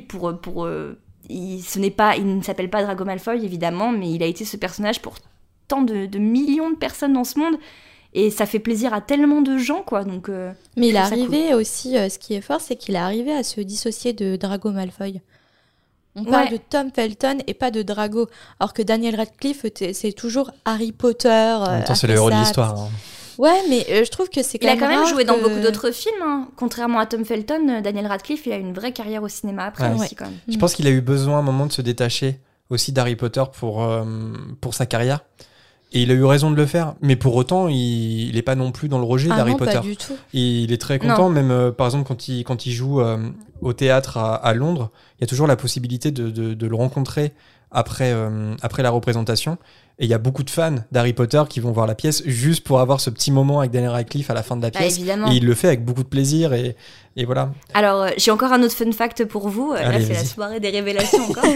il ne s'appelle pas Drago Malfoy évidemment, mais il a été ce personnage pour tant de millions de personnes dans ce monde. Et ça fait plaisir à tellement de gens, quoi. Donc, mais il est arrivé aussi, ce qui est fort, c'est qu'il est arrivé à se dissocier de Drago Malfoy. On parle de Tom Felton et pas de Drago. Alors que Daniel Radcliffe, c'est toujours Harry Potter. En même temps, c'est le héros de l'histoire. Hein. Ouais, mais je trouve que c'est Il a quand même rare joué dans que- beaucoup d'autres films. Hein. Contrairement à Tom Felton, Daniel Radcliffe, il a une vraie carrière au cinéma après Ouais. aussi quand même. Je pense qu'il a eu besoin à un moment de se détacher aussi d'Harry Potter pour sa carrière. Et il a eu raison de le faire. Mais pour autant, il n'est pas non plus dans le rejet Ah d'Harry non, Potter. pas du tout. Il est très content, même par exemple quand il joue au théâtre à Londres, il y a toujours la possibilité de le rencontrer après la représentation. Et il y a beaucoup de fans d'Harry Potter qui vont voir la pièce juste pour avoir ce petit moment avec Daniel Radcliffe à la fin de la pièce. Évidemment. Et il le fait avec beaucoup de plaisir et voilà. Alors, j'ai encore un autre fun fact pour vous. Là, Allez, c'est la vas-y. soirée des révélations encore.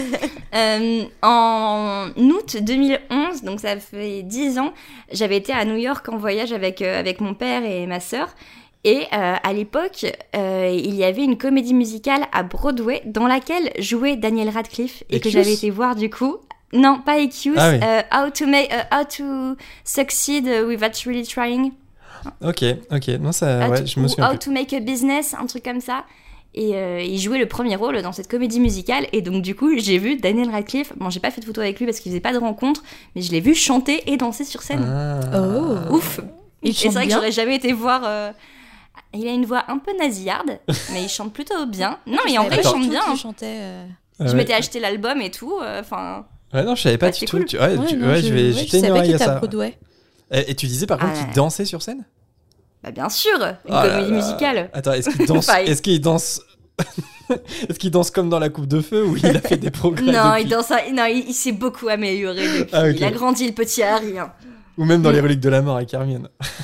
En août 2011, donc ça fait 10 ans, j'avais été à New York en voyage avec mon père et ma sœur. Et à l'époque, il y avait une comédie musicale à Broadway dans laquelle jouait Daniel Radcliffe et que Equus j'avais été voir du coup. Non, pas Equus. Ah oui. How to succeed without really trying. Ok. Non, ça, How ouais, to- je me ou souviens How plus. to make a business, un truc comme ça. Et il jouait le premier rôle dans cette comédie musicale. Et donc, du coup, j'ai vu Daniel Radcliffe. Bon, j'ai pas fait de photo avec lui parce qu'il faisait pas de rencontre, mais je l'ai vu chanter et danser sur scène. Ah. Oh. Ouf! Il Et c'est chante vrai que bien. j'aurais jamais été voir. Il a une voix un peu nasillarde, mais il chante plutôt bien. Non, mais en vrai, il Pas chante du tout bien. qu'il Hein. chantait. Ah Je ouais. m'étais acheté l'album et tout. Enfin. Ouais, non, je savais pas Bah, du c'est tout. cool. Ouais, non, je vais ouais, jeter je une savais oreille qu'il à était à ça. Broadway. Et tu disais par contre Ah. qu'il dansait sur scène? Bah, bien sûr, une Oh là comédie là. musicale. Attends, est-ce qu'il danse Enfin, Est-ce qu'il danse Est-ce qu'il danse comme dans la coupe de feu ou il a fait des progrès Non, depuis il danse. Non, il s'est beaucoup amélioré depuis. Ah, ok. Il a grandi, le petit Harry. Hein. Ou même dans les reliques de la mort avec Hermione.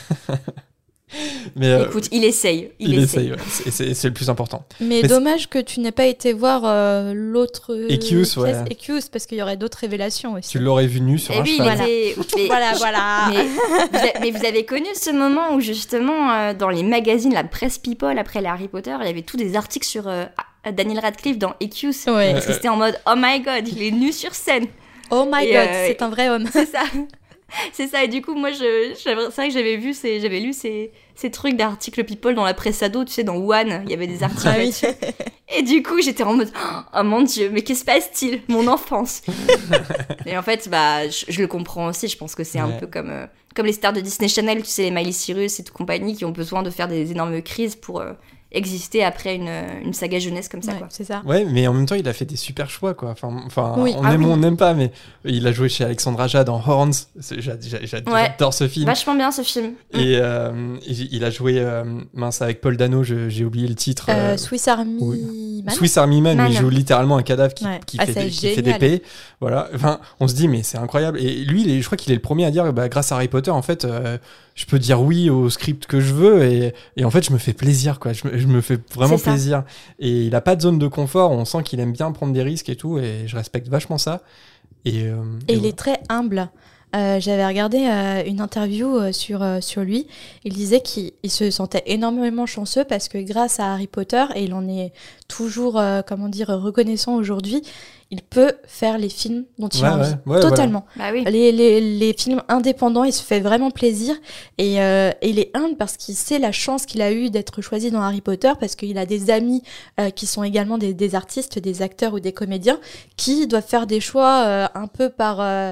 Mais Écoute, il essaye. il essaye, ouais. C'est le plus important. Mais Mais dommage que tu n'aies pas été voir l'autre Equus, pièce, ouais. Equus, parce qu'il y aurait d'autres révélations aussi. Tu l'aurais vu nu sur Et un oui, cheval. Voilà. Mais vous avez connu ce moment où justement dans les magazines, la presse People après les Harry Potter, il y avait tous des articles sur Daniel Radcliffe dans Equus. Ouais. Parce que c'était en mode oh my god, il est nu sur scène. Oh my Et, god, c'est un vrai homme. C'est ça. C'est ça. Et du coup, moi, c'est vrai que j'avais lu ces trucs d'articles People dans la presse ado, tu sais, dans One, il y avait des articles Ah oui. là-dessus. Et du coup, j'étais en mode oh mon dieu, mais qu'est-ce qui se passe-t-il, mon enfance. Et en fait, bah, je le comprends aussi. Je pense que c'est un Ouais. peu comme les stars de Disney Channel, tu sais, les Miley Cyrus et toute compagnie qui ont besoin de faire des énormes crises pour exister après une saga jeunesse comme ça, Ouais, quoi. c'est ça. Ouais, mais en même temps, il a fait des super choix, quoi. Enfin, Oui. on Ah aime oui. ou on n'aime pas, mais il a joué chez Alexandre Aja dans Horns. J'adore ce film. Vachement bien ce film. Et il a joué mince avec Paul Dano, j'ai oublié le titre. Swiss Army Man. Swiss Army Man, où il Man. joue littéralement un cadavre qui, Ouais. qui Ah, fait, c'est qui fait des génial. paix. Voilà. Enfin, on se dit, mais c'est incroyable. Et lui, je crois qu'il est le premier à dire, bah, grâce à Harry Potter, en fait, je peux dire oui au script que je veux. Et en fait, je me fais plaisir, quoi. Je me fais vraiment C'est ça. plaisir. Et il a pas de zone de confort. On sent qu'il aime bien prendre des risques et tout. Et je respecte vachement ça. Et Et il voilà. est très humble. J'avais regardé une interview sur lui. Il disait qu'il se sentait énormément chanceux parce que grâce à Harry Potter, et il en est toujours reconnaissant aujourd'hui, il peut faire les films dont il Ouais, a envie. ouais, Totalement. Bah oui. Les films indépendants, il se fait vraiment plaisir. Et il est humble parce qu'il sait la chance qu'il a eue d'être choisi dans Harry Potter, parce qu'il a des amis qui sont également des artistes, des acteurs ou des comédiens, qui doivent faire des choix un peu par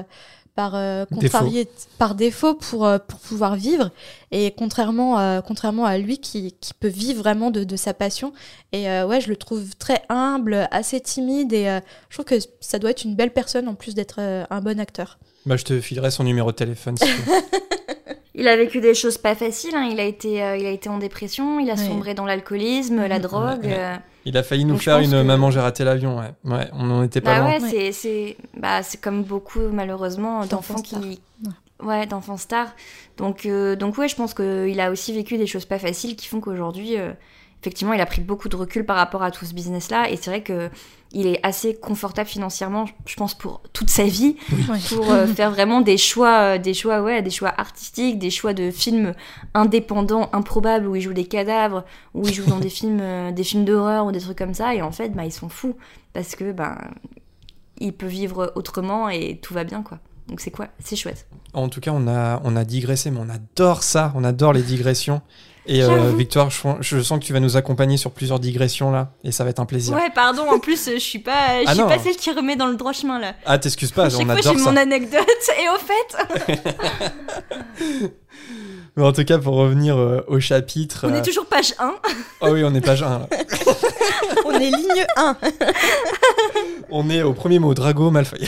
défaut pour pouvoir vivre. Et contrairement à lui qui peut vivre vraiment de sa passion. Et ouais, je le trouve très humble, assez timide, et je trouve que ça doit être une belle personne en plus d'être un bon acteur. Bah, je te filerai son numéro de téléphone si tu veux. Il a vécu des choses pas faciles, hein. Il a été en dépression, il a Ouais. sombré dans l'alcoolisme, la drogue. Ouais. Il a failli nous Donc, je faire pense une que- Maman, j'ai raté l'avion. Ouais, on n'en était pas Bah loin. ouais, c'est comme beaucoup malheureusement d'enfants D'enfants qui d'enfants stars. Donc ouais, je pense qu'il a aussi vécu des choses pas faciles qui font qu'aujourd'hui effectivement, il a pris beaucoup de recul par rapport à tout ce business là, et c'est vrai que il est assez confortable financièrement, je pense, pour toute sa vie, Ouais. pour faire vraiment des choix artistiques, des choix de films indépendants, improbables, où il joue des cadavres, où il joue dans des films d'horreur ou des trucs comme ça, et en fait, bah, ils sont fous, parce que il peut vivre autrement et tout va bien, quoi. Donc c'est chouette. En tout cas, on a digressé, mais on adore ça. On adore les digressions. Et J'avoue. Victoire, je sens que tu vas nous accompagner sur plusieurs digressions là, et ça va être un plaisir. Ouais, pardon, en plus, je suis pas non. celle qui remet dans le droit chemin, là. Ah, t'excuses pas, Chaque on fois, adore j'ai ça. mon anecdote, et au fait... Mais en tout cas, pour revenir au chapitre... On est toujours page 1. Ah oui, on est page 1, là. On est ligne 1. On est au premier mot, Drago Malfoy.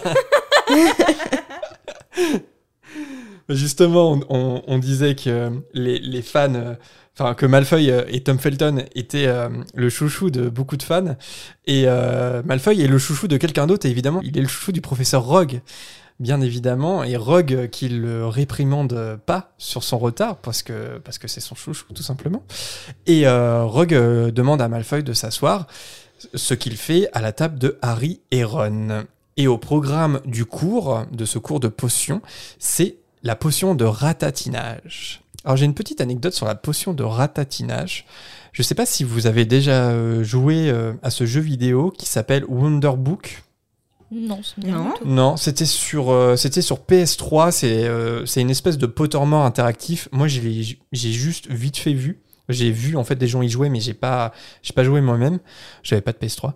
Justement, on disait que les fans... que Malfoy et Tom Felton étaient le chouchou de beaucoup de fans. Et Malfoy est le chouchou de quelqu'un d'autre, et évidemment, il est le chouchou du professeur Rogue. Bien évidemment, et Rogue qui le réprimande pas sur son retard, parce que c'est son chouchou, tout simplement. Et Rogue demande à Malfoy de s'asseoir, ce qu'il fait à la table de Harry et Ron. Et au programme du cours, de ce cours de potions, c'est la potion de ratatinage. Alors j'ai une petite anecdote sur la potion de ratatinage. Je sais pas si vous avez déjà joué à ce jeu vidéo qui s'appelle Wonder Book. Non, c'est bien. Non. Du tout. Non, c'était sur PS3. C'est une espèce de Pottermore interactif. Moi, j'ai juste vite fait vu. J'ai vu en fait des gens y jouer, mais j'ai pas joué moi-même. J'avais pas de PS3.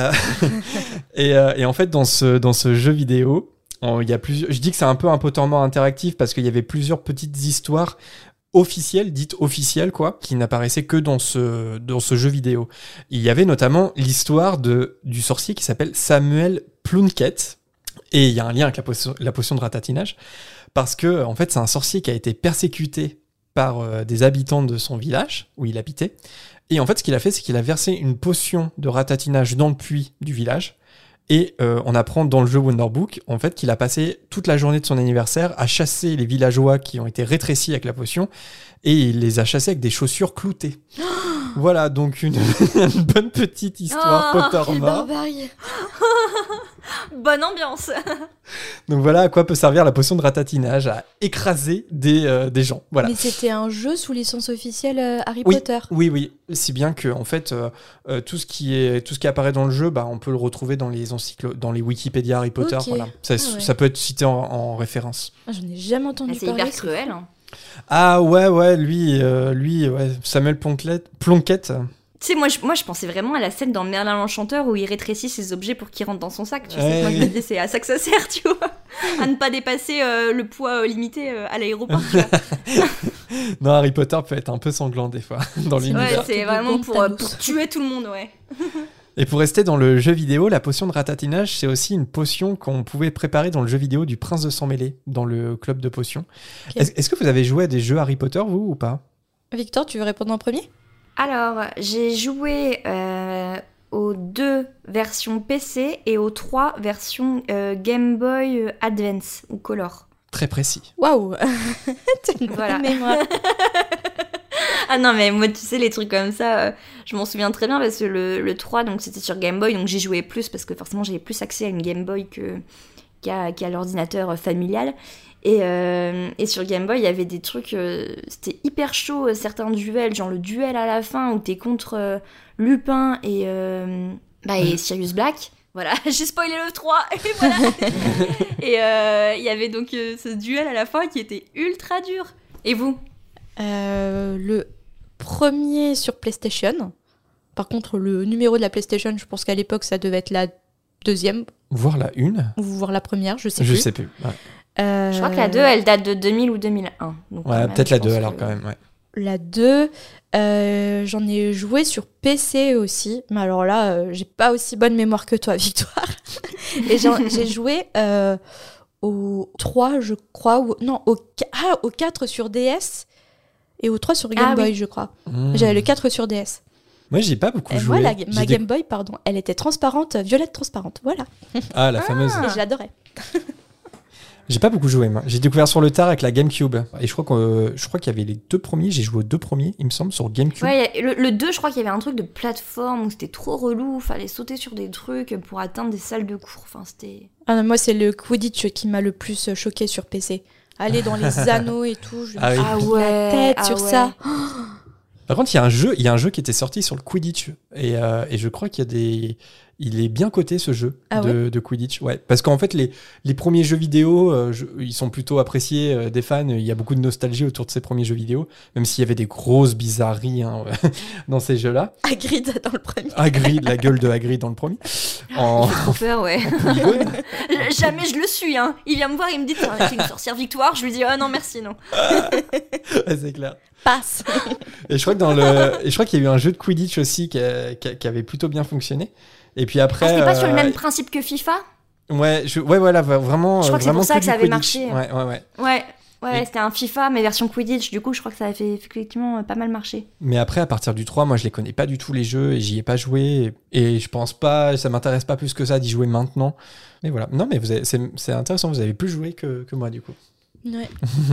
Et en fait, dans ce jeu vidéo, il y a plusieurs. Je dis que c'est un peu un Pottermore interactif parce qu'il y avait plusieurs petites histoires dites officielles, quoi, qui n'apparaissaient que dans ce jeu vidéo. Il y avait notamment l'histoire du sorcier qui s'appelle Samuel Plunkett, et il y a un lien avec la potion de ratatinage, parce que, en fait, c'est un sorcier qui a été persécuté par des habitants de son village, où il habitait, et en fait, ce qu'il a fait, c'est qu'il a versé une potion de ratatinage dans le puits du village, et on apprend dans le jeu Wonder Book, en fait, qu'il a passé toute la journée de son anniversaire à chasser les villageois qui ont été rétrécis avec la potion, et il les a chassés avec des chaussures cloutées. Voilà, donc une bonne petite histoire Oh, Quelle Pottermore. barbarie. Bonne ambiance. Donc voilà à quoi peut servir la potion de ratatinage, à écraser des gens. Voilà. Mais c'était un jeu sous licence officielle Harry Oui. Potter. Oui, si bien que en fait tout ce qui apparaît dans le jeu, on peut le retrouver dans les Wikipédia Harry Potter. Ok. Voilà. Ah ouais. Ça peut être cité en référence. Ah, j'en ai jamais entendu C'est parler. hyper cruel. Hein. Ah ouais, lui, Samuel Plunkett. Tu sais, moi je pensais vraiment à la scène dans Merlin l'Enchanteur où il rétrécit ses objets pour qu'ils rentrent dans son sac. Tu sais, Ouais. moi je me disais, c'est à ça que ça sert, tu vois. À ne pas dépasser le poids limité à l'aéroport, tu vois. Non, Harry Potter peut être un peu sanglant des fois dans Ouais, l'univers. c'est Des vraiment bombes pour Thanos. tuer tout le monde, ouais. Et pour rester dans le jeu vidéo, la potion de ratatinage, c'est aussi une potion qu'on pouvait préparer dans le jeu vidéo du Prince de Sang Mêlé, dans le club de potions. Ok. Est-ce que vous avez joué à des jeux Harry Potter, vous, ou pas? Victor, tu veux répondre en premier? Alors, j'ai joué aux 2 versions PC et aux 3 versions Game Boy Advance ou Color. Très précis. Waouh. T'as une Voilà. bonne mémoire. Ah non, mais moi, tu sais, les trucs comme ça, je m'en souviens très bien parce que le 3, donc c'était sur Game Boy, donc j'y jouais plus parce que forcément j'avais plus accès à une Game Boy qu'à l'ordinateur familial. Et sur Game Boy, il y avait des trucs, c'était hyper chaud, certains duels, genre le duel à la fin où t'es contre Lupin et Sirius Black. Voilà, j'ai spoilé le 3, et voilà. Et il y avait donc ce duel à la fin qui était ultra dur. Et vous? Le premier sur PlayStation. Par contre, le numéro de la PlayStation, je pense qu'à l'époque, ça devait être la deuxième, Voir la une? ou voire la première, je sais Je plus. sais plus. Ouais, Je crois que la 2, elle date de 2000 ou 2001. Donc quand même, peut-être je la 2 pense alors que- quand même. Ouais. La 2, j'en ai joué sur PC aussi. Mais alors là, j'ai pas aussi bonne mémoire que toi, Victoire. Et j'ai joué au 3, je crois. Au 4 sur DS. Et au 3 sur Game Ah oui. Boy, je crois. Mmh. J'avais le 4 sur DS. Moi, j'ai pas beaucoup Et joué. moi, J'ai ma des- Game Boy, pardon, elle était transparente, violette transparente. Voilà. Ah, la fameuse. Et je l'adorais. J'ai pas beaucoup joué, moi. J'ai découvert sur le tard avec la GameCube. Et je crois qu'il y avait les 2 premiers. J'ai joué aux 2 premiers, il me semble, sur GameCube. Ouais, le 2, je crois qu'il y avait un truc de plateforme où c'était trop relou, fallait sauter sur des trucs pour atteindre des salles de cours. Enfin, c'était. Ah, non, moi, c'est le Quidditch qui m'a le plus choqué sur PC. Aller dans les anneaux et tout, je me Ah oui. suis pris la tête sur ça. Par contre, il y a un jeu qui était sorti sur le Quidditch. Et je crois il est bien coté ce jeu de Quidditch. Ouais, parce qu'en fait, les premiers jeux vidéo, ils sont plutôt appréciés des fans. Il y a beaucoup de nostalgie autour de ces premiers jeux vidéo, même s'il y avait des grosses bizarreries dans ces jeux-là. Hagrid dans le premier. Hagrid, la gueule de Hagrid dans le premier. J'ai trop peur, ouais. Polygone. Jamais je le suis, hein. Il vient me voir, il me dit t'es une sorcière victoire. Je lui dis non merci, non. Ouais, c'est clair. Passe. Et je crois qu'il y a eu un jeu de Quidditch aussi qui avait plutôt bien fonctionné. Et puis après. C'était pas sur le même principe que FIFA? Ouais, voilà, vraiment. Je crois que c'est pour ça que ça avait marché. Ouais, c'était un FIFA, mais version Quidditch. Du coup, je crois que ça avait effectivement pas mal marché. Mais après, à partir du 3, moi, je les connais pas du tout les jeux et j'y ai pas joué. Et je pense pas, ça m'intéresse pas plus que ça d'y jouer maintenant. Mais voilà. Non, mais c'est intéressant, vous avez plus joué que moi, du coup. Ouais.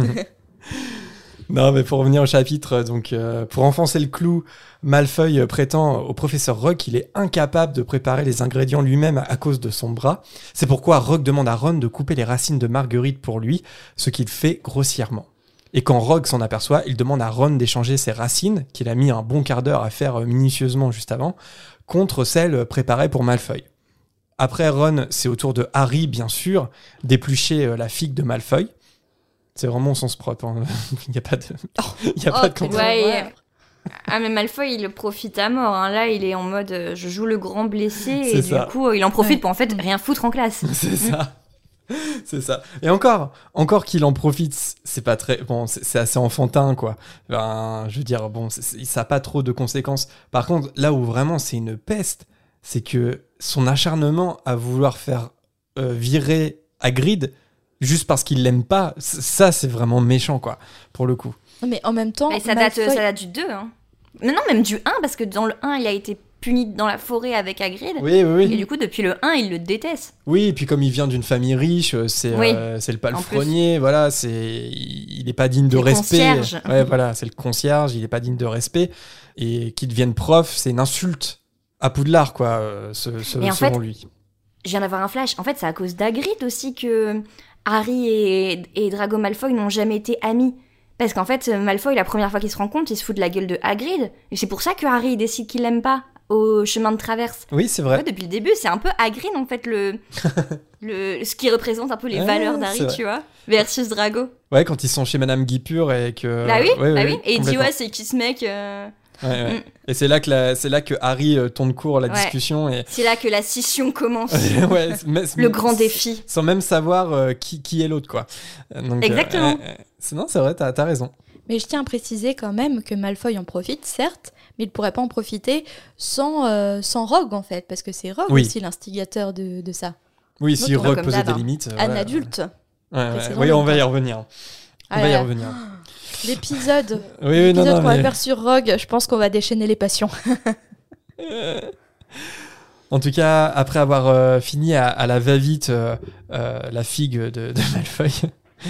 Non, mais pour revenir au chapitre, donc pour enfoncer le clou, Malfoy prétend au professeur Rogue qu'il est incapable de préparer les ingrédients lui-même à cause de son bras. C'est pourquoi Rogue demande à Ron de couper les racines de Marguerite pour lui, ce qu'il fait grossièrement. Et quand Rogue s'en aperçoit, il demande à Ron d'échanger ses racines, qu'il a mis un bon quart d'heure à faire minutieusement juste avant, contre celles préparées pour Malfoy. Après Ron, c'est au tour de Harry, bien sûr, d'éplucher la figue de Malfoy. C'est vraiment au sens propre. Hein. Il n'y a pas de, pas de contraire. Ouais. Ah, mais Malfoy, il profite à mort. Hein. Là, il est en mode je joue le grand blessé et du coup, il en profite pour en fait rien foutre en classe. C'est ça. C'est ça. Et encore qu'il en profite, c'est pas très bon, c'est assez enfantin quoi. Ben, je veux dire bon, ça n'a pas trop de conséquences. Par contre, là où vraiment c'est une peste, c'est que son acharnement à vouloir faire virer Hagrid juste parce qu'il l'aime pas, ça c'est vraiment méchant quoi, pour le coup. Mais en même temps, et ça date du 2 hein. Mais non, même du 1 parce que dans le 1, il a été puni dans la forêt avec Hagrid. Oui. Et du coup, depuis le 1, il le déteste. Oui, et puis comme il vient d'une famille riche, c'est le palefrenier, voilà, il est pas digne de respect. Concierge. Ouais, voilà, c'est le concierge, il est pas digne de respect. Et qu'il devienne prof, c'est une insulte à Poudlard, quoi, selon lui. Je viens d'avoir un flash. En fait, c'est à cause d'Hagrid aussi que Harry et Drago Malfoy n'ont jamais été amis. Parce qu'en fait, Malfoy, la première fois qu'il se rend compte, il se fout de la gueule de Hagrid. Et c'est pour ça que Harry décide qu'il l'aime pas au chemin de traverse. Oui, c'est vrai. Ouais, depuis le début, c'est un peu Hagrid, en fait, ce qui représente un peu les valeurs d'Harry, tu vois, versus Drago. Ouais, quand ils sont chez Madame Guipure et que... Bah oui. Et il dit, ouais, c'est qui ce mec Ouais. Et c'est là que Harry tourne court la discussion. Et... C'est là que la scission commence. Ouais, le grand défi. Sans même savoir qui est l'autre, quoi. Donc, exactement. Non, c'est vrai, t'as raison. Mais je tiens à préciser quand même que Malfoy en profite, certes, mais il pourrait pas en profiter sans Rogue, en fait, parce que c'est Rogue aussi l'instigateur de ça. Oui, si Rogue posait des limites. Un adulte. Oui, on va y revenir. L'épisode qu'on va faire sur Rogue, je pense qu'on va déchaîner les passions. En tout cas, après avoir fini à la va-vite la figue de Malfoy,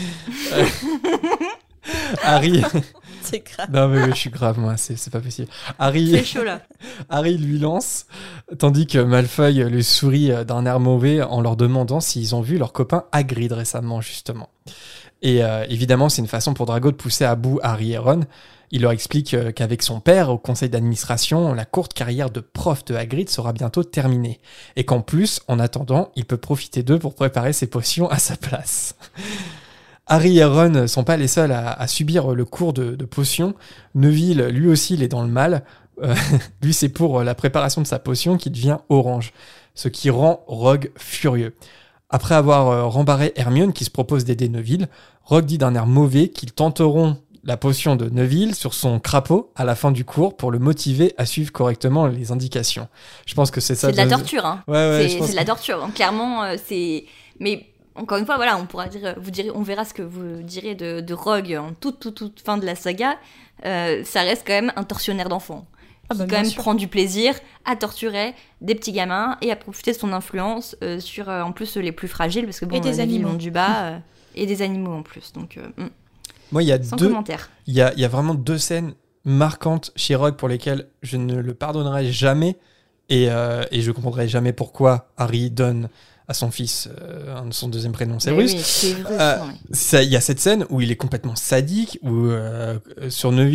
Harry... C'est grave. Non mais je suis grave moi, c'est pas possible. C'est chaud là. Harry lui lance, tandis que Malfoy lui sourit d'un air mauvais en leur demandant s'ils ont vu leur copain Hagrid récemment justement. Et évidemment, c'est une façon pour Drago de pousser à bout Harry et Ron. Il leur explique qu'avec son père au conseil d'administration, la courte carrière de prof de Hagrid sera bientôt terminée. Et qu'en plus, en attendant, il peut profiter d'eux pour préparer ses potions à sa place. Harry et Ron ne sont pas les seuls à subir le cours de potions. Neville, lui aussi, il est dans le mal. Lui, c'est pour la préparation de sa potion qui devient orange, ce qui rend Rogue furieux. Après avoir rembarré Hermione qui se propose d'aider Neville, Rogue dit d'un air mauvais qu'ils tenteront la potion de Neville sur son crapaud à la fin du cours pour le motiver à suivre correctement les indications. Je pense que c'est ça. C'est de la torture, hein. Ouais, c'est de la torture. Hein. Clairement, c'est... Mais encore une fois, voilà, on pourra dire... on verra ce que vous direz de Rogue en toute fin de la saga. Ça reste quand même un tortionnaire d'enfants. Qui quand même prend du plaisir à torturer des petits gamins et à profiter de son influence sur en plus les plus fragiles parce que bon, les animaux ont du bas et des animaux en plus donc moi il y a sans commentaire. Il y a vraiment 2 scènes marquantes chez Rogue pour lesquelles je ne le pardonnerai jamais et je comprendrai jamais pourquoi Harry donne à son fils son deuxième prénom Severus. Oui, c'est vrai. Il y a cette scène où il est complètement sadique où sur Neville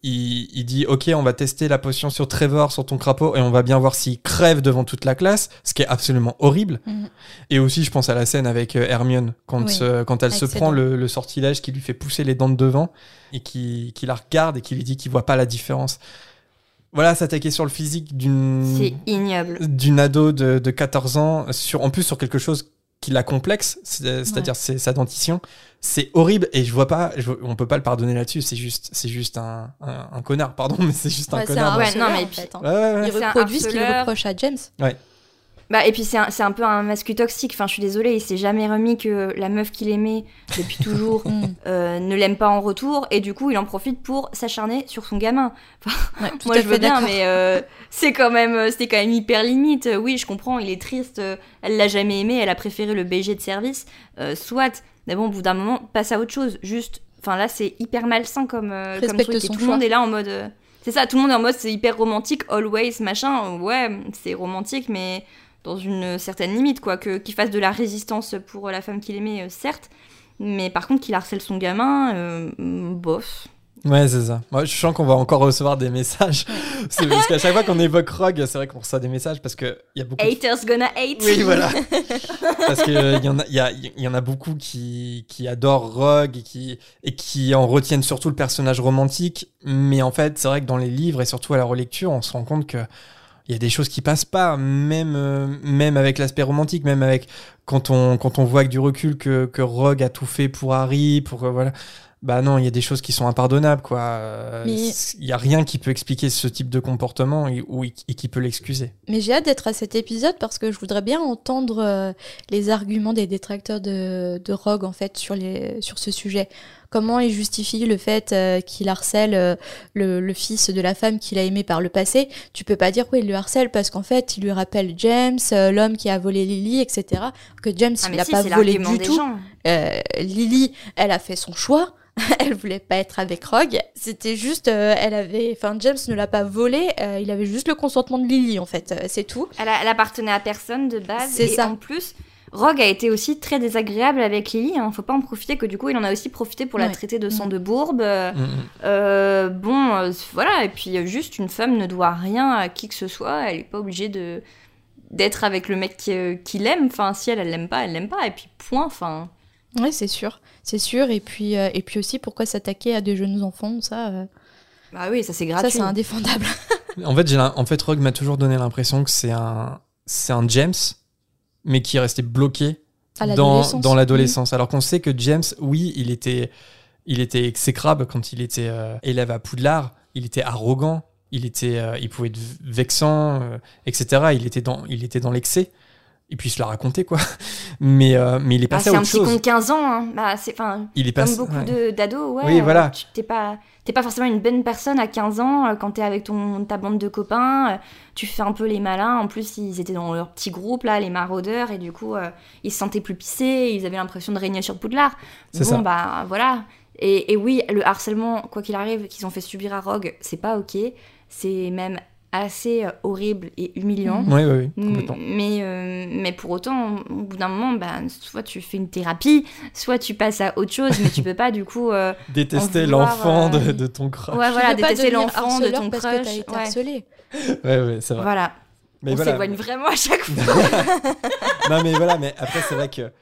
il dit ok, on va tester la potion sur Trevor, sur ton crapaud, et on va bien voir s'il crève devant toute la classe, ce qui est absolument horrible. Et aussi, je pense à la scène avec Hermione, quand elle se prend le sortilège qui lui fait pousser les dents de devant, et qui la regarde et qui lui dit qu'il voit pas la différence. Voilà, s'attaquer sur le physique c'est ignoble. D'une ado de 14 ans, en plus sur quelque chose qui la complexe, c'est-à-dire sa dentition. C'est horrible et on peut pas le pardonner là-dessus. C'est juste un connard, pardon, mais c'est juste un connard. Il reproduit ce qu'il reproche à James. Ouais. Bah, et puis c'est un peu un masque toxique. Enfin, je suis désolée, il s'est jamais remis que la meuf qu'il aimait depuis toujours ne l'aime pas en retour, et du coup il en profite pour s'acharner sur son gamin. Enfin, moi je veux bien, mais c'était quand même hyper limite. Oui, je comprends, il est triste, elle l'a jamais aimé, elle a préféré le BG de service, soit. Mais bon, au bout d'un moment, passe à autre chose. Juste, enfin là c'est hyper malsain comme truc, et tout le monde est là en mode. C'est ça, tout le monde est en mode c'est hyper romantique, always machin. Ouais, c'est romantique, mais dans une certaine limite, quoi, qu'il fasse de la résistance pour la femme qu'il aimait, certes, mais par contre qu'il harcèle son gamin, bof. Ouais, c'est ça. Moi, je sens qu'on va encore recevoir des messages. C'est parce qu'à chaque fois qu'on évoque Rogue, c'est vrai qu'on reçoit des messages parce qu'il y a beaucoup Haters gonna hate. Oui, voilà. Parce qu'il y en a beaucoup qui adorent Rogue et qui en retiennent surtout le personnage romantique. Mais en fait, c'est vrai que dans les livres et surtout à la relecture, on se rend compte que il y a des choses qui passent pas, même avec l'aspect romantique, même avec quand on voit avec du recul que Rogue a tout fait pour Harry, voilà. Bah non, il y a des choses qui sont impardonnables, quoi. Il y a rien qui peut expliquer ce type de comportement et qui peut l'excuser. Mais j'ai hâte d'être à cet épisode parce que je voudrais bien entendre les arguments des détracteurs de Rogue, en fait, sur ce sujet. Comment il justifie le fait qu'il harcèle le fils de la femme qu'il a aimé par le passé. Tu peux pas dire il le harcèle parce qu'en fait il lui rappelle James, l'homme qui a volé Lily, etc. Que James il l'a pas volé du tout. Lily, elle a fait son choix. Elle voulait pas être avec Rogue. C'était juste, James ne l'a pas volé. Il avait juste le consentement de Lily, en fait. C'est tout. Elle appartenait à personne de base. C'est ça. En plus, Rogue a été aussi très désagréable avec Lily. Faut pas en profiter que du coup, il en a aussi profité pour la traiter de sang de bourbe. Voilà. Et puis, juste, une femme ne doit rien à qui que ce soit. Elle est pas obligée d'être avec le mec qu'il aime. Enfin, si elle l'aime pas, elle l'aime pas. Et puis, point. Enfin. Ouais, c'est sûr. Et puis aussi, pourquoi s'attaquer à des jeunes enfants, ça... Bah oui, ça c'est gratuit. Ça, c'est indéfendable. En fait, Rogue m'a toujours donné l'impression que c'est un James, mais qui est resté bloqué dans l'adolescence. Alors qu'on sait que James, oui, il était exécrable quand il était élève à Poudlard, il était arrogant, il pouvait être vexant, etc. Il était dans l'excès. Et puis, je l'ai raconté, quoi. Mais il est passé à autre chose. C'est un petit con de 15 ans. Hein. Bah, comme beaucoup d'ados. Ouais, oui, voilà. T'es pas forcément une bonne personne à 15 ans quand t'es avec ta bande de copains. Tu fais un peu les malins. En plus, ils étaient dans leur petit groupe, là, les maraudeurs. Et du coup, ils se sentaient plus pissés. Ils avaient l'impression de régner sur Poudlard. Bah, voilà. Et oui, le harcèlement, quoi qu'il arrive, qu'ils ont fait subir à Rogue, c'est pas OK. C'est même assez horrible et humiliant. Oui, complètement. Mais pour autant, au bout d'un moment, soit tu fais une thérapie, soit tu passes à autre chose, mais tu peux pas du coup détester l'enfant de ton crush. Ouais, voilà, détester l'enfant de ton crush. Parce que t'as été harcelé. Ouais, c'est vrai. Voilà. Mais on s'éloigne vraiment à chaque fois. Non, mais voilà, mais après, c'est vrai que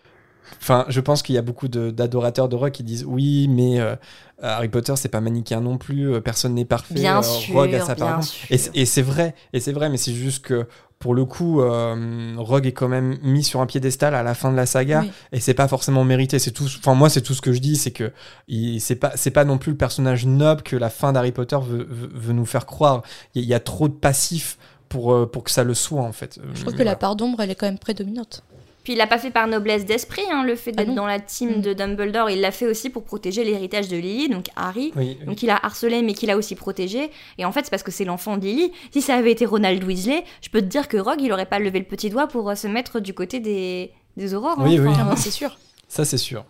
je pense qu'il y a beaucoup d'adorateurs de Rogue qui disent oui, mais Harry Potter, c'est pas manichéen non plus, personne n'est parfait. Bien sûr, Rogue a sa part. Et c'est vrai, mais c'est juste que pour le coup, Rogue est quand même mis sur un piédestal à la fin de la saga, et c'est pas forcément mérité. C'est tout. Enfin, moi, c'est tout ce que je dis, c'est que c'est pas non plus le personnage noble que la fin d'Harry Potter veut nous faire croire. Il y a trop de passifs pour que ça le soit, en fait. Je trouve que la part d'ombre, elle est quand même prédominante. Puis il l'a pas fait par noblesse d'esprit, le fait d'être dans la team de Dumbledore. Il l'a fait aussi pour protéger l'héritage de Lily, donc Harry. Oui. Donc il a harcelé, mais qu'il a aussi protégé. Et en fait, c'est parce que c'est l'enfant de Lily. Si ça avait été Ronald Weasley, je peux te dire que Rogue, il aurait pas levé le petit doigt pour se mettre du côté des aurores. Oui, c'est sûr. Ça, c'est sûr.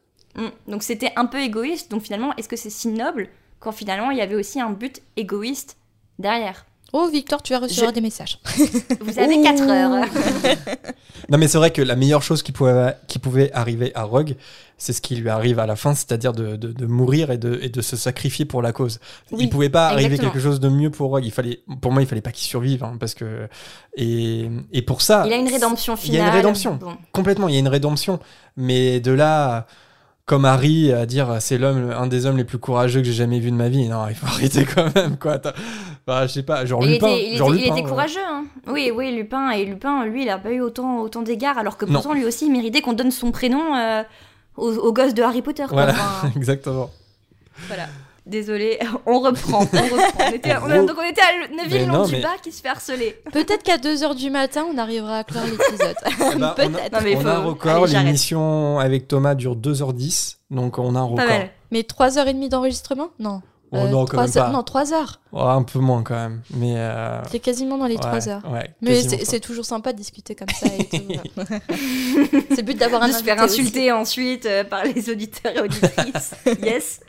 Donc c'était un peu égoïste. Donc finalement, est-ce que c'est si noble quand finalement il y avait aussi un but égoïste derrière ? Oh, Victor, tu vas recevoir des messages. Vous avez 4 heures. Non, mais c'est vrai que la meilleure chose qui pouvait arriver à Rogue, c'est ce qui lui arrive à la fin, c'est-à-dire de mourir et de se sacrifier pour la cause. Oui, Il pouvait pas arriver exactement. quelque chose de mieux pour Rogue. Pour moi, il fallait pas qu'il survive, hein, parce que et pour ça. Il a une rédemption Il finale. y a une rédemption. Bon. Complètement, il y a une rédemption. Mais de là, comme Harry, à dire c'est un des hommes les plus courageux que j'ai jamais vu de ma vie. Non, il faut arrêter quand même, quoi. Bah, je sais pas, genre Il Lupin. était courageux, hein. Oui, Lupin. Et Lupin, lui, il a pas eu autant d'égards, alors que pourtant, lui aussi, il méritait qu'on donne son prénom aux gosses de Harry Potter. Quoi. Voilà, Enfin, exactement. voilà. Désolé, on reprend. On était à Neville Londubat qui se fait harceler. Peut-être qu'à 2h du matin, on arrivera à clore l'épisode. Eh ben, Peut-être. Non, mais on a un record, Allez, j'arrête. l'émission avec Thomas dure 2h10, donc on a un Pas record. mal. Mais 3h30 d'enregistrement? Non. Oh non, quand même pas. Non, 3 heures. Oh, un peu moins quand même, mais... C'est quasiment dans les ouais, 3 heures. ouais, Mais quasiment c'est toujours sympa de discuter comme ça et tout. C'est le but d'avoir un De se faire invité insulter ensuite par les auditeurs et auditrices. Yes.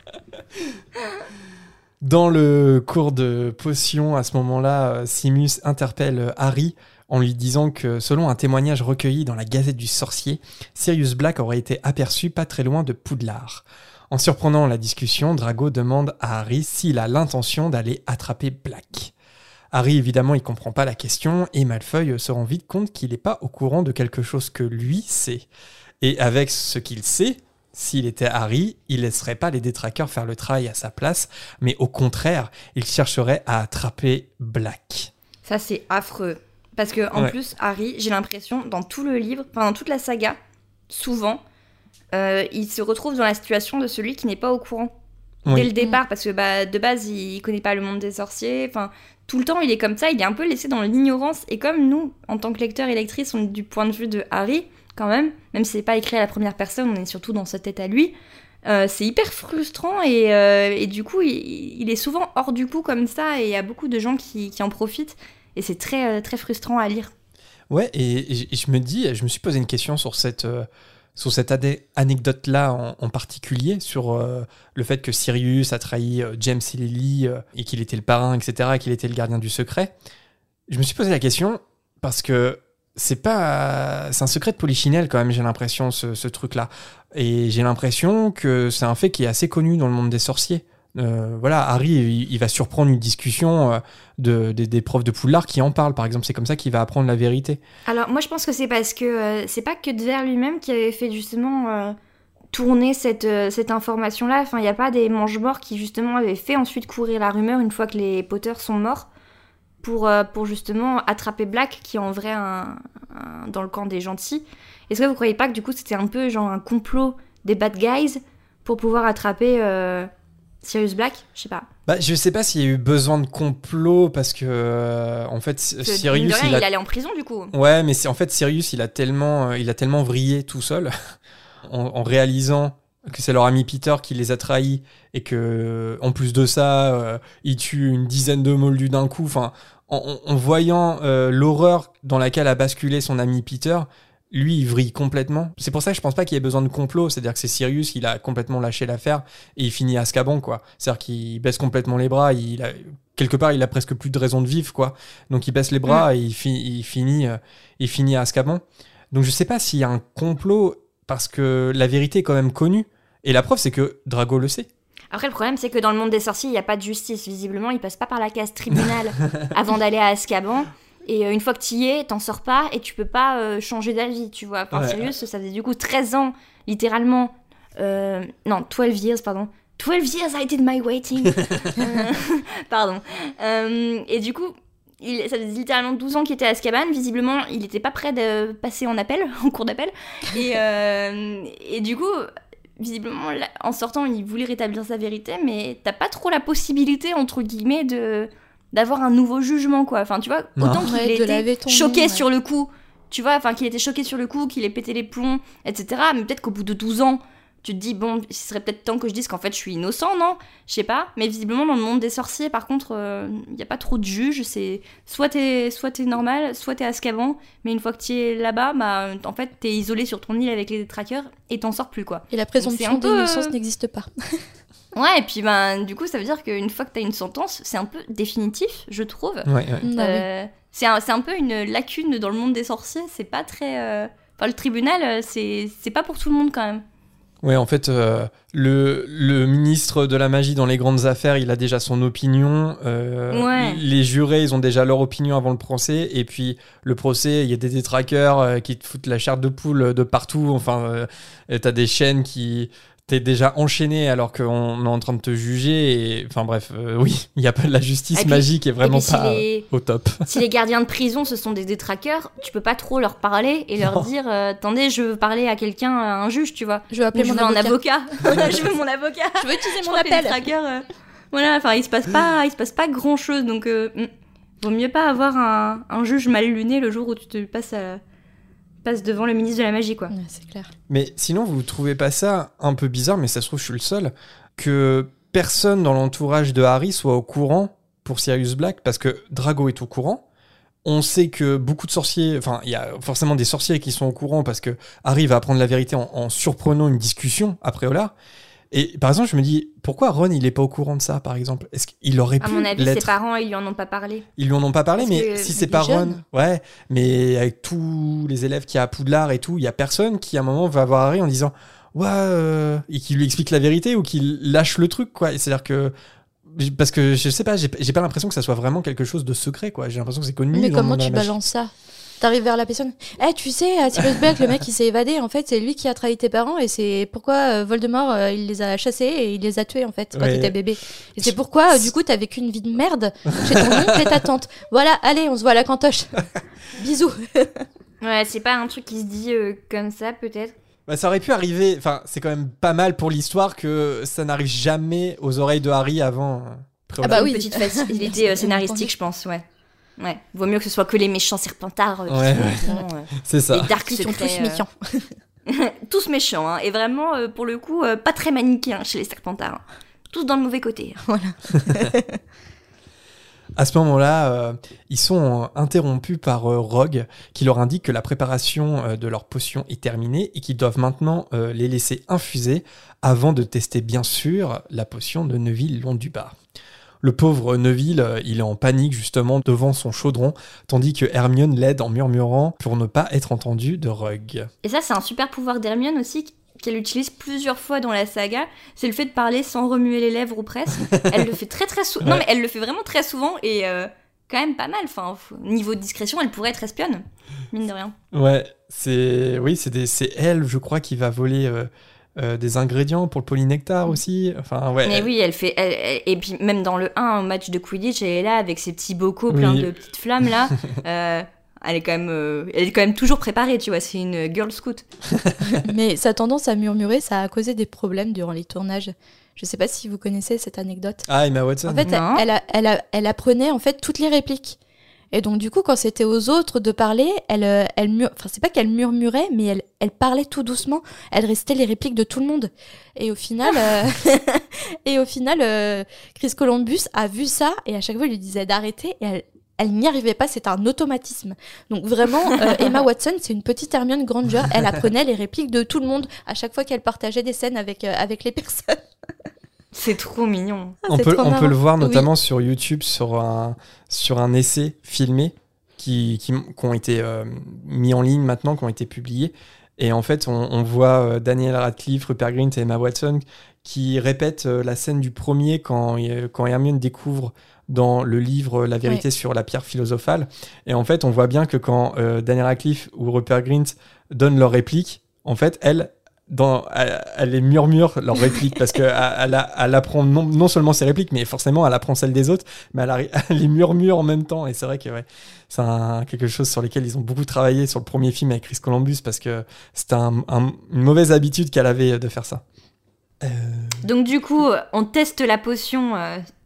Dans le cours de potion, à ce moment-là, Simus interpelle Harry en lui disant que, selon un témoignage recueilli dans la Gazette du Sorcier, Sirius Black aurait été aperçu pas très loin de Poudlard. En surprenant la discussion, Drago demande à Harry s'il a l'intention d'aller attraper Black. Harry, évidemment, il comprend pas la question et Malfoy se rend vite compte qu'il n'est pas au courant de quelque chose que lui sait. Et avec ce qu'il sait, s'il était Harry, il laisserait pas les détraqueurs faire le travail à sa place, mais au contraire, il chercherait à attraper Black. Ça, c'est affreux. Parce que en plus, Harry, j'ai l'impression, dans tout le livre, enfin dans toute la saga, souvent, il se retrouve dans la situation de celui qui n'est pas au courant. Oui. Dès le départ, parce que de base, il connaît pas le monde des sorciers. Enfin, tout le temps, il est comme ça, il est un peu laissé dans l'ignorance. Et comme nous, en tant que lecteurs et lectrices, on est du point de vue de Harry, quand même si c'est pas écrit à la première personne, on est surtout dans sa tête à lui. C'est hyper frustrant et du coup, il est souvent hors du coup comme ça et il y a beaucoup de gens qui en profitent. Et c'est très, très frustrant à lire. Ouais, et je me suis posé une question sur cette anecdote-là en particulier, sur le fait que Sirius a trahi James et Lily et qu'il était le parrain, etc., et qu'il était le gardien du secret. Je me suis posé la question parce que c'est un secret de polichinelle quand même, j'ai l'impression, ce truc-là. Et j'ai l'impression que c'est un fait qui est assez connu dans le monde des sorciers. Voilà, Harry, il va surprendre une discussion des profs de Poudlard qui en parlent, par exemple. C'est comme ça qu'il va apprendre la vérité. Alors, moi, je pense que c'est parce que c'est pas que Dver lui-même qui avait fait justement tourner cette information-là. Enfin, il n'y a pas des mange-morts qui justement avaient fait ensuite courir la rumeur une fois que les Potter sont morts pour justement attraper Black, qui est en vrai dans le camp des gentils. Est-ce que vous croyez pas que du coup c'était un peu genre un complot des bad guys pour pouvoir attraper Sirius Black? Je sais pas. Bah, je sais pas s'il y a eu besoin de complot parce que en fait Sirius il allait en prison du coup. Ouais, mais en fait Sirius il a tellement vrillé tout seul en réalisant que c'est leur ami Peter qui les a trahis et que en plus de ça il tue une dizaine de moldus d'un coup. Enfin, en voyant l'horreur dans laquelle a basculé son ami Peter, lui, il vrille complètement. C'est pour ça que je pense pas qu'il y ait besoin de complot. C'est-à-dire que c'est Sirius, il a complètement lâché l'affaire et il finit à Azkaban, quoi. C'est-à-dire qu'il baisse complètement les bras. Quelque part, il a presque plus de raison de vivre, quoi. Donc il baisse les bras et il finit à Azkaban. Donc je sais pas s'il y a un complot parce que la vérité est quand même connue. Et la preuve, c'est que Drago le sait. Après, le problème, c'est que dans le monde des sorciers, il n'y a pas de justice. Visiblement, il passe pas par la case tribunal avant d'aller à Azkaban. Et une fois que tu y es, t'en sors pas et tu peux pas changer d'avis, tu vois. Enfin, Sirius, ça faisait du coup 13 ans, littéralement. Non, 12 years, pardon. 12 years I did my waiting. Pardon. Et du coup, ça faisait littéralement 12 ans qu'il était à Azkaban. Visiblement, il était pas prêt de passer en cours d'appel. Et du coup, visiblement, en sortant, il voulait rétablir sa vérité, mais t'as pas trop la possibilité, entre guillemets, d'avoir un nouveau jugement, quoi. Enfin, tu vois, autant qu'il ait été choqué sur le coup, tu vois, enfin, qu'il était choqué sur le coup, qu'il ait pété les plombs, etc. Mais peut-être qu'au bout de 12 ans, tu te dis, bon, ce serait peut-être temps que je dise qu'en fait, je suis innocent, non ? Je sais pas. Mais visiblement, dans le monde des sorciers, par contre, il n'y a pas trop de juges. C'est soit t'es normal, soit t'es Azkaban. Mais une fois que t'es là-bas, bah, en fait, t'es isolé sur ton île avec les détraqueurs et t'en sors plus, quoi. Et la présomption d'innocence n'existe pas. Ouais, et puis ben, du coup, ça veut dire qu'une fois que t'as une sentence, c'est un peu définitif, je trouve. Ouais. Oui. C'est un peu une lacune dans le monde des sorciers. C'est pas très... Enfin, le tribunal, c'est pas pour tout le monde, quand même. Ouais, en fait, le ministre de la magie dans les grandes affaires, il a déjà son opinion. Ouais. Les jurés, ils ont déjà leur opinion avant le procès. Et puis, le procès, il y a des détraqueurs qui te foutent la chair de poule de partout. Enfin, t'as des chaînes qui... T'es déjà enchaîné alors qu'on est en train de te juger. Et... Enfin bref, oui, il y a pas de la justice magique est vraiment pas au top. Si les gardiens de prison, ce sont des détraqueurs, tu peux pas trop leur parler et leur dire attendez, je veux parler à quelqu'un, à un juge, tu vois. Je veux appeler mon avocat. Je veux mon avocat. Je veux utiliser mon Les appel. détraqueurs, voilà, enfin, il se passe pas grand-chose. Donc, vaut mieux pas avoir un juge mal luné le jour où tu te passes devant le ministre de la magie, quoi. Ouais, c'est clair. Mais sinon, vous trouvez pas ça un peu bizarre, mais ça se trouve, je suis le seul, que personne dans l'entourage de Harry soit au courant pour Sirius Black, parce que Drago est au courant. On sait que beaucoup de sorciers, enfin, il y a forcément des sorciers qui sont au courant parce que Harry va apprendre la vérité en surprenant une discussion après Poudlard. Et par exemple, je me dis, pourquoi Ron, il est pas au courant de ça, par exemple ? Est-ce qu'il aurait pu À mon avis, l'être ? ses parents, ils lui en ont pas parlé. Ils lui en ont pas parlé, Parce mais que si c'est il pas est Ron, jeune. ouais, mais avec tous les élèves qu'il y a à Poudlard et tout, il y a personne qui, à un moment, va voir Harry en disant, ouais, et qui lui explique la vérité ou qui lâche le truc, quoi. C'est-à-dire que, parce que je sais pas, j'ai pas l'impression que ça soit vraiment quelque chose de secret, quoi. J'ai l'impression que c'est connu. Mais dans le comment monde de tu la magie. balances ça ? T'arrives vers la personne. Tu sais, Sirius Black, le mec, il s'est évadé. En fait, c'est lui qui a trahi tes parents et c'est pourquoi Voldemort, il les a chassés et il les a tués, en fait, quand t'étais bébé. Et c'est pourquoi, du coup, t'as vécu une vie de merde chez ton oncle et ta tante. Voilà, allez, on se voit à la cantoche. Bisous. Ouais, c'est pas un truc qui se dit comme ça, peut-être. Bah, ça aurait pu arriver, enfin, c'est quand même pas mal pour l'histoire que ça n'arrive jamais aux oreilles de Harry avant. Ah bah oui. Une petite facilité scénaristique, je pense, ouais. Ouais, vaut mieux que ce soit que les méchants serpentards. C'est ça. Les dark Qui sont secrets, tous méchants. tous méchants, hein. Et vraiment, pour le coup, pas très manichéens chez les serpentards. Hein. Tous dans le mauvais côté. Voilà. À ce moment-là, ils sont interrompus par Rogue, qui leur indique que la préparation de leur potion est terminée et qu'ils doivent maintenant les laisser infuser avant de tester, bien sûr, la potion de Neville Londubat. Le pauvre Neville, il est en panique justement devant son chaudron, tandis que Hermione l'aide en murmurant pour ne pas être entendu de Rogue. Et ça, c'est un super pouvoir d'Hermione aussi, qu'elle utilise plusieurs fois dans la saga. C'est le fait de parler sans remuer les lèvres ou presque. Elle le fait très souvent. Non, mais elle le fait vraiment très souvent et quand même pas mal. Enfin, niveau de discrétion, elle pourrait être espionne, mine de rien. Ouais, c'est elle, je crois, qui va voler des ingrédients pour le polynectar aussi. Enfin, ouais. Mais oui, elle fait. Et puis même dans le 1, au match de Quidditch, elle est là avec ses petits bocaux pleins de petites flammes là. Elle est quand même toujours préparée, tu vois. C'est une girl scout. Mais sa tendance à murmurer, ça a causé des problèmes durant les tournages. Je sais pas si vous connaissez cette anecdote. Ah, Emma Watson. En fait, Non. elle apprenait en fait toutes les répliques. Et donc du coup, quand c'était aux autres de parler, enfin c'est pas qu'elle murmurait, mais elle parlait tout doucement. Elle restait les répliques de tout le monde. Et au final, Chris Columbus a vu ça et à chaque fois il lui disait d'arrêter et elle n'y arrivait pas, c'était un automatisme. Donc vraiment, Emma Watson, c'est une petite Hermione Granger. Elle apprenait les répliques de tout le monde à chaque fois qu'elle partageait des scènes avec les personnes. C'est trop mignon. On peut le voir notamment sur YouTube, sur un essai filmé qui ont été mis en ligne maintenant, qui ont été publiés. Et en fait, on voit Daniel Radcliffe, Rupert Grint et Emma Watson qui répètent la scène du premier quand Hermione découvre dans le livre La vérité sur la pierre philosophale. Et en fait, on voit bien que quand Daniel Radcliffe ou Rupert Grint donnent leur réplique, en fait, elle les murmure leurs répliques parce qu'elle apprend non seulement ses répliques, mais forcément elle apprend celles des autres, mais elle les murmure en même temps. Et c'est vrai que c'est quelque chose sur lequel ils ont beaucoup travaillé sur le premier film avec Chris Columbus parce que c'était une mauvaise habitude qu'elle avait de faire ça. Donc du coup, on teste la potion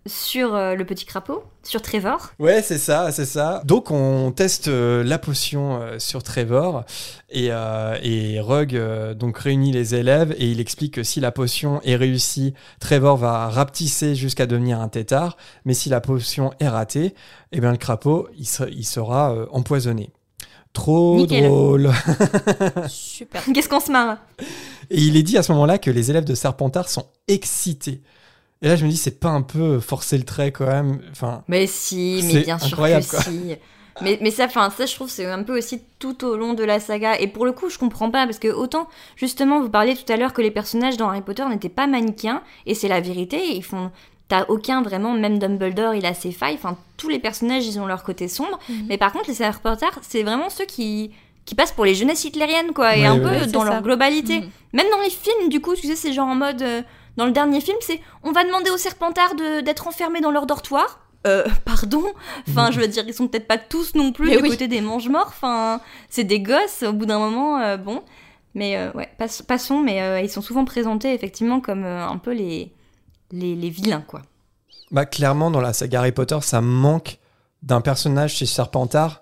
sur le petit crapaud, sur Trevor. Ouais, c'est ça. Donc, on teste la potion sur Trevor et Rogue donc réunit les élèves et il explique que si la potion est réussie, Trevor va rapetisser jusqu'à devenir un tétard, mais si la potion est ratée, eh bien, le crapaud, il sera empoisonné. Trop Nickel. drôle. Super. Qu'est-ce qu'on se marre? Et il est dit à ce moment-là que les élèves de Serpentard sont excités. Et là, je me dis, c'est pas un peu forcer le trait quand même. Enfin, Mais si, mais c'est bien sûr incroyable, que quoi. si. Mais ça, je trouve, c'est un peu aussi tout au long de la saga. Et pour le coup, je comprends pas, parce que autant, justement, vous parliez tout à l'heure que les personnages dans Harry Potter n'étaient pas manichéens, et c'est la vérité, t'as aucun vraiment, même Dumbledore, il a ses failles, enfin, tous les personnages, ils ont leur côté sombre. Mais par contre, les Harry Potter, c'est vraiment ceux qui passent pour les jeunesses hitlériennes, quoi, et Ouais, un ouais, peu ouais. dans C'est leur ça. globalité. Même dans les films, du coup, tu sais, c'est genre en mode... dans le dernier film, c'est on va demander aux Serpentards d'être enfermés dans leur dortoir. Pardon. Enfin, je veux dire, ils sont peut-être pas tous non plus Mais du oui. côté des mange-morts. Enfin, c'est des gosses. Au bout d'un moment, bon. Mais ouais, passons. Mais ils sont souvent présentés effectivement comme un peu les vilains, quoi. bah, clairement, dans la saga Harry Potter, ça manque d'un personnage chez Serpentard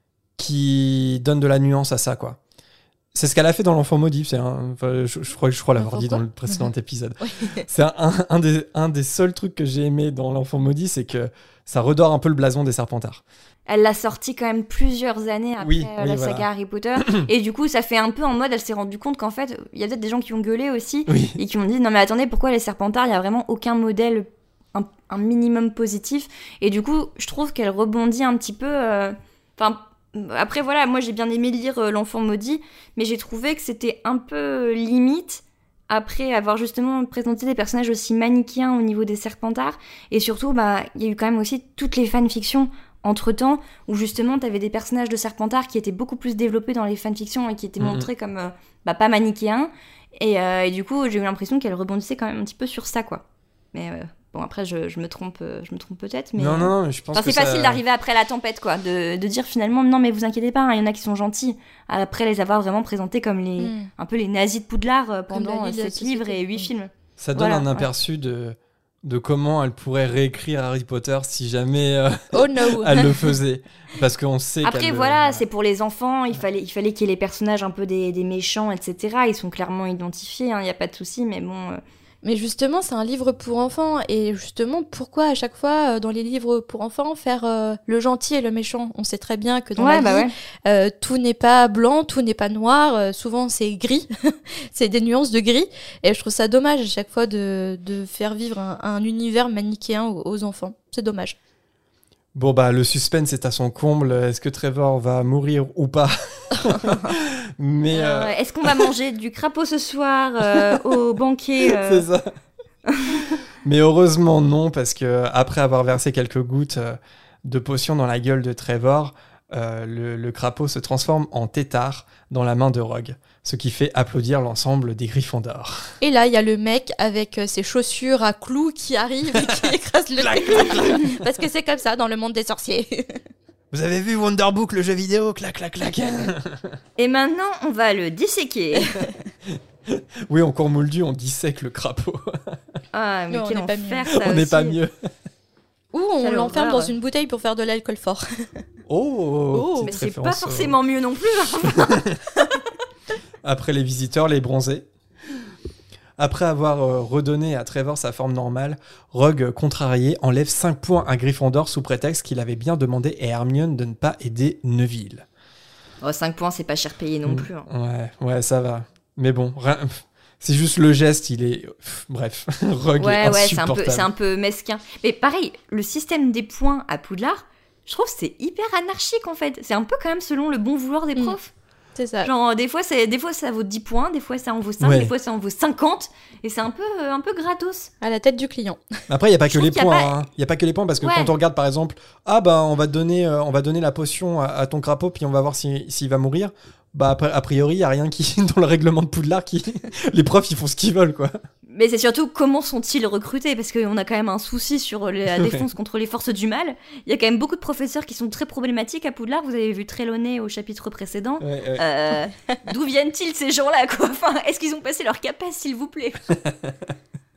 qui donne de la nuance à ça, quoi. C'est ce qu'elle a fait dans l'Enfant Maudit. Je crois l'avoir dit dans le précédent épisode. C'est un des seuls trucs que j'ai aimé dans l'Enfant Maudit, c'est que ça redore un peu le blason des Serpentards. Elle l'a sorti quand même plusieurs années après Oui, la voilà. saga Harry Potter. Et du coup, ça fait un peu en mode, elle s'est rendue compte qu'en fait, il y a peut-être des gens qui ont gueulé aussi. Oui. Et qui ont dit, non mais attendez, pourquoi les Serpentards, il y a vraiment aucun modèle, un minimum positif. Et du coup, je trouve qu'elle rebondit un petit peu... après voilà, moi j'ai bien aimé lire L'Enfant Maudit, mais j'ai trouvé que c'était un peu limite après avoir justement présenté des personnages aussi manichéens au niveau des Serpentards. Et surtout, il y a eu quand même aussi toutes les fanfictions entre-temps, où justement t'avais des personnages de Serpentards qui étaient beaucoup plus développés dans les fanfictions et qui étaient montrés comme pas manichéens. Et du coup, j'ai eu l'impression qu'elle rebondissait quand même un petit peu sur ça, quoi. Mais bon, après, je me trompe peut-être. Mais... Non, je pense Enfin, que c'est facile d'arriver après la tempête, quoi, de dire finalement, non, mais vous inquiétez pas, il y en a qui sont gentils, après les avoir vraiment présentés comme un peu les nazis de Poudlard pendant la vie de la 7 livres société. et 8 films. Ça donne Voilà, un aperçu de comment elle pourrait réécrire Harry Potter si jamais Oh no. elle le faisait. Parce qu'on sait Après, qu'elle... voilà, c'est pour les enfants, il fallait qu'il y ait les personnages un peu des méchants, etc. Ils sont clairement identifiés, il n'y a pas de souci, mais bon... Mais justement, c'est un livre pour enfants. Et justement, pourquoi à chaque fois, dans les livres pour enfants, faire le gentil et le méchant? On sait très bien que dans la vie, tout n'est pas blanc, tout n'est pas noir. Souvent, c'est gris. C'est des nuances de gris. Et je trouve ça dommage à chaque fois de faire vivre un univers manichéen aux enfants. C'est dommage. Bon, le suspense est à son comble. Est-ce que Trevor va mourir ou pas? Mais est-ce qu'on va manger du crapaud ce soir au banquet c'est ça. Mais heureusement non, parce que après avoir versé quelques gouttes de potion dans la gueule de Trevor, le crapaud se transforme en tétard dans la main de Rogue, ce qui fait applaudir l'ensemble des Gryffondors. Et là, il y a le mec avec ses chaussures à clous qui arrive et qui écrase le tétard. Parce que c'est comme ça dans le monde des sorciers. Vous avez vu Wonderbook, le jeu vidéo? Clac, clac, clac. Et maintenant, on va le disséquer. Oui, en cours Moldu, on dissèque le crapaud. Ah, mais Non, quel on n'est pas enfer, mieux. ça On n'est aussi. pas mieux. Ou on Quelle l'enferme horreur. dans une bouteille pour faire de l'alcool fort. Oh, Mais petite c'est pas référence forcément mieux non plus. Hein. Après les visiteurs, les bronzés. Après avoir redonné à Trevor sa forme normale, Rogue, contrarié, enlève 5 points à Gryffondor sous prétexte qu'il avait bien demandé à Hermione de ne pas aider Neville. 5 points, c'est pas cher payé non plus. Hein. Ouais, ça va. Mais bon, c'est juste le geste, il est... Bref, Rogue est insupportable. c'est un peu mesquin. Mais pareil, le système des points à Poudlard, je trouve que c'est hyper anarchique en fait. C'est un peu quand même selon le bon vouloir des profs. C'est ça. Genre, des fois ça vaut 10 points, des fois ça en vaut 5, Ouais. des fois ça en vaut 50. Et c'est un peu gratos. À la tête du client. Après, il n'y a pas que Je les trouve qu'il y a points. pas- Hein. Il n'y a pas que les points parce que Ouais. quand on regarde par exemple, on va donner la potion à ton crapaud puis on va voir s'il va mourir. A priori, il n'y a rien qui dans le règlement de Poudlard qui... Les profs, ils font ce qu'ils veulent, quoi. Mais c'est surtout comment sont-ils recrutés, parce qu'on a quand même un souci sur la défense contre les forces du mal. Il y a quand même beaucoup de professeurs qui sont très problématiques à Poudlard. Vous avez vu Trelawney au chapitre précédent. D'où viennent-ils ces gens-là, quoi? Enfin, est-ce qu'ils ont passé leur CAPES, s'il vous plaît?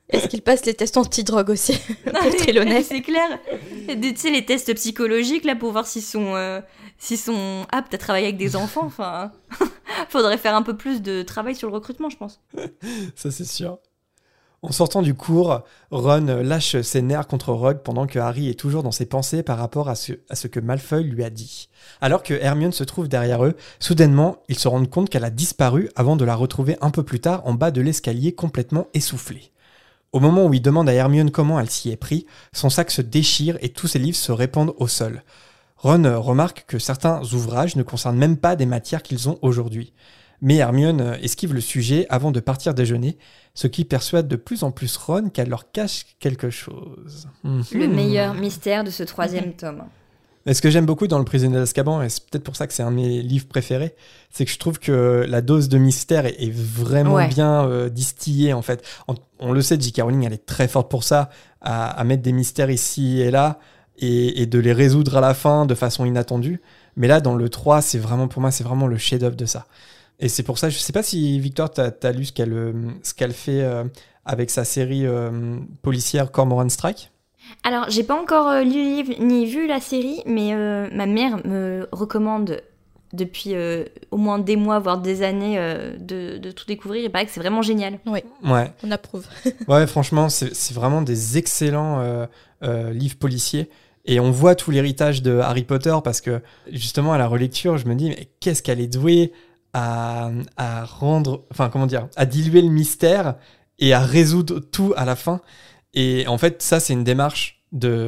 Est-ce qu'il passe les tests anti-drogue aussi pour être honnête. C'est clair. Tu sais, les tests psychologiques, là, pour voir s'ils sont aptes à travailler avec des enfants. Enfin, faudrait faire un peu plus de travail sur le recrutement, je pense. Ça, c'est sûr. En sortant du cours, Ron lâche ses nerfs contre Rogue pendant que Harry est toujours dans ses pensées par rapport à ce que Malfoy lui a dit. Alors que Hermione se trouve derrière eux, soudainement, ils se rendent compte qu'elle a disparu avant de la retrouver un peu plus tard en bas de l'escalier complètement essoufflée. Au moment où il demande à Hermione comment elle s'y est pris, son sac se déchire et tous ses livres se répandent au sol. Ron remarque que certains ouvrages ne concernent même pas des matières qu'ils ont aujourd'hui. Mais Hermione esquive le sujet avant de partir déjeuner, ce qui persuade de plus en plus Ron qu'elle leur cache quelque chose. Le meilleur mystère de ce 3e tome. Et ce que j'aime beaucoup dans Le Prisonnier d'Azkaban, et c'est peut-être pour ça que c'est un de mes livres préférés, c'est que je trouve que la dose de mystère est vraiment bien distillée, en fait. On le sait, J.K. Rowling, elle est très forte pour ça, à mettre des mystères ici et là, et de les résoudre à la fin de façon inattendue. Mais là, dans le 3, pour moi, c'est vraiment le chef-d'œuvre de ça. Et c'est pour ça, je sais pas si, Victoire, t'as lu ce qu'elle fait avec sa série policière Cormoran Strike. Alors, j'ai pas encore lu le livre ni vu la série, mais ma mère me recommande depuis au moins des mois, voire des années, de tout découvrir. Il paraît que c'est vraiment génial. Ouais. On approuve. Ouais, franchement, c'est vraiment des excellents livres policiers. Et on voit tout l'héritage de Harry Potter parce que, justement, à la relecture, je me dis, mais qu'est-ce qu'elle est douée à rendre, à diluer le mystère et à résoudre tout à la fin. Et en fait, ça, c'est une démarche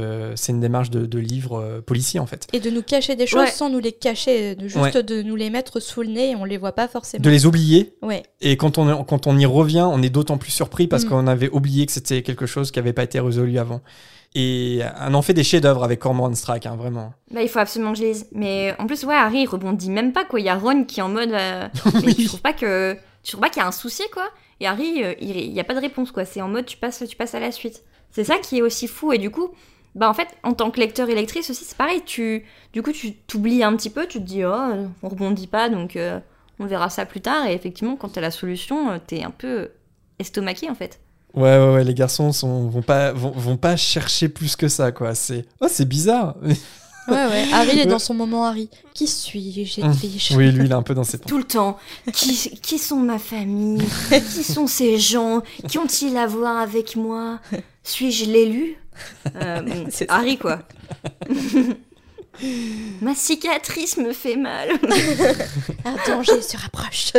de livre policier, en fait. Et de nous cacher des choses sans nous les cacher, de nous les mettre sous le nez et on les voit pas forcément. De les oublier. Ouais. Et quand on y revient, on est d'autant plus surpris parce qu'on avait oublié que c'était quelque chose qui avait pas été résolu avant. Et on en fait des chefs-d'œuvre avec Cormoran Strike, hein, vraiment. Bah, il faut absolument que je lise. Mais en plus, Harry, il rebondit même pas, quoi. Il y a Ron qui est en mode... Oui. Mais tu trouves pas qu'il y a un souci, quoi. Et Harry, il y a pas de réponse, quoi. C'est en mode, tu passes à la suite. C'est ça qui est aussi fou. Et du coup, en fait, en tant que lecteur et lectrice aussi, c'est pareil. Tu t'oublies un petit peu. Tu te dis, on rebondit pas, donc on verra ça plus tard. Et effectivement, quand t'as la solution, t'es un peu estomaqué, en fait. Ouais, les garçons vont pas chercher plus que ça, quoi. C'est bizarre. Ouais. Harry est dans son moment Harry. Qui suis-je, Edwige ? Oui, lui, il est un peu dans ses temps. Tout le temps. Qui sont ma famille ? Qui sont ces gens ? Qui ont-ils à voir avec moi ? Suis-je l'élu ? C'est Harry, quoi. Ma cicatrice me fait mal. Un danger se rapproche.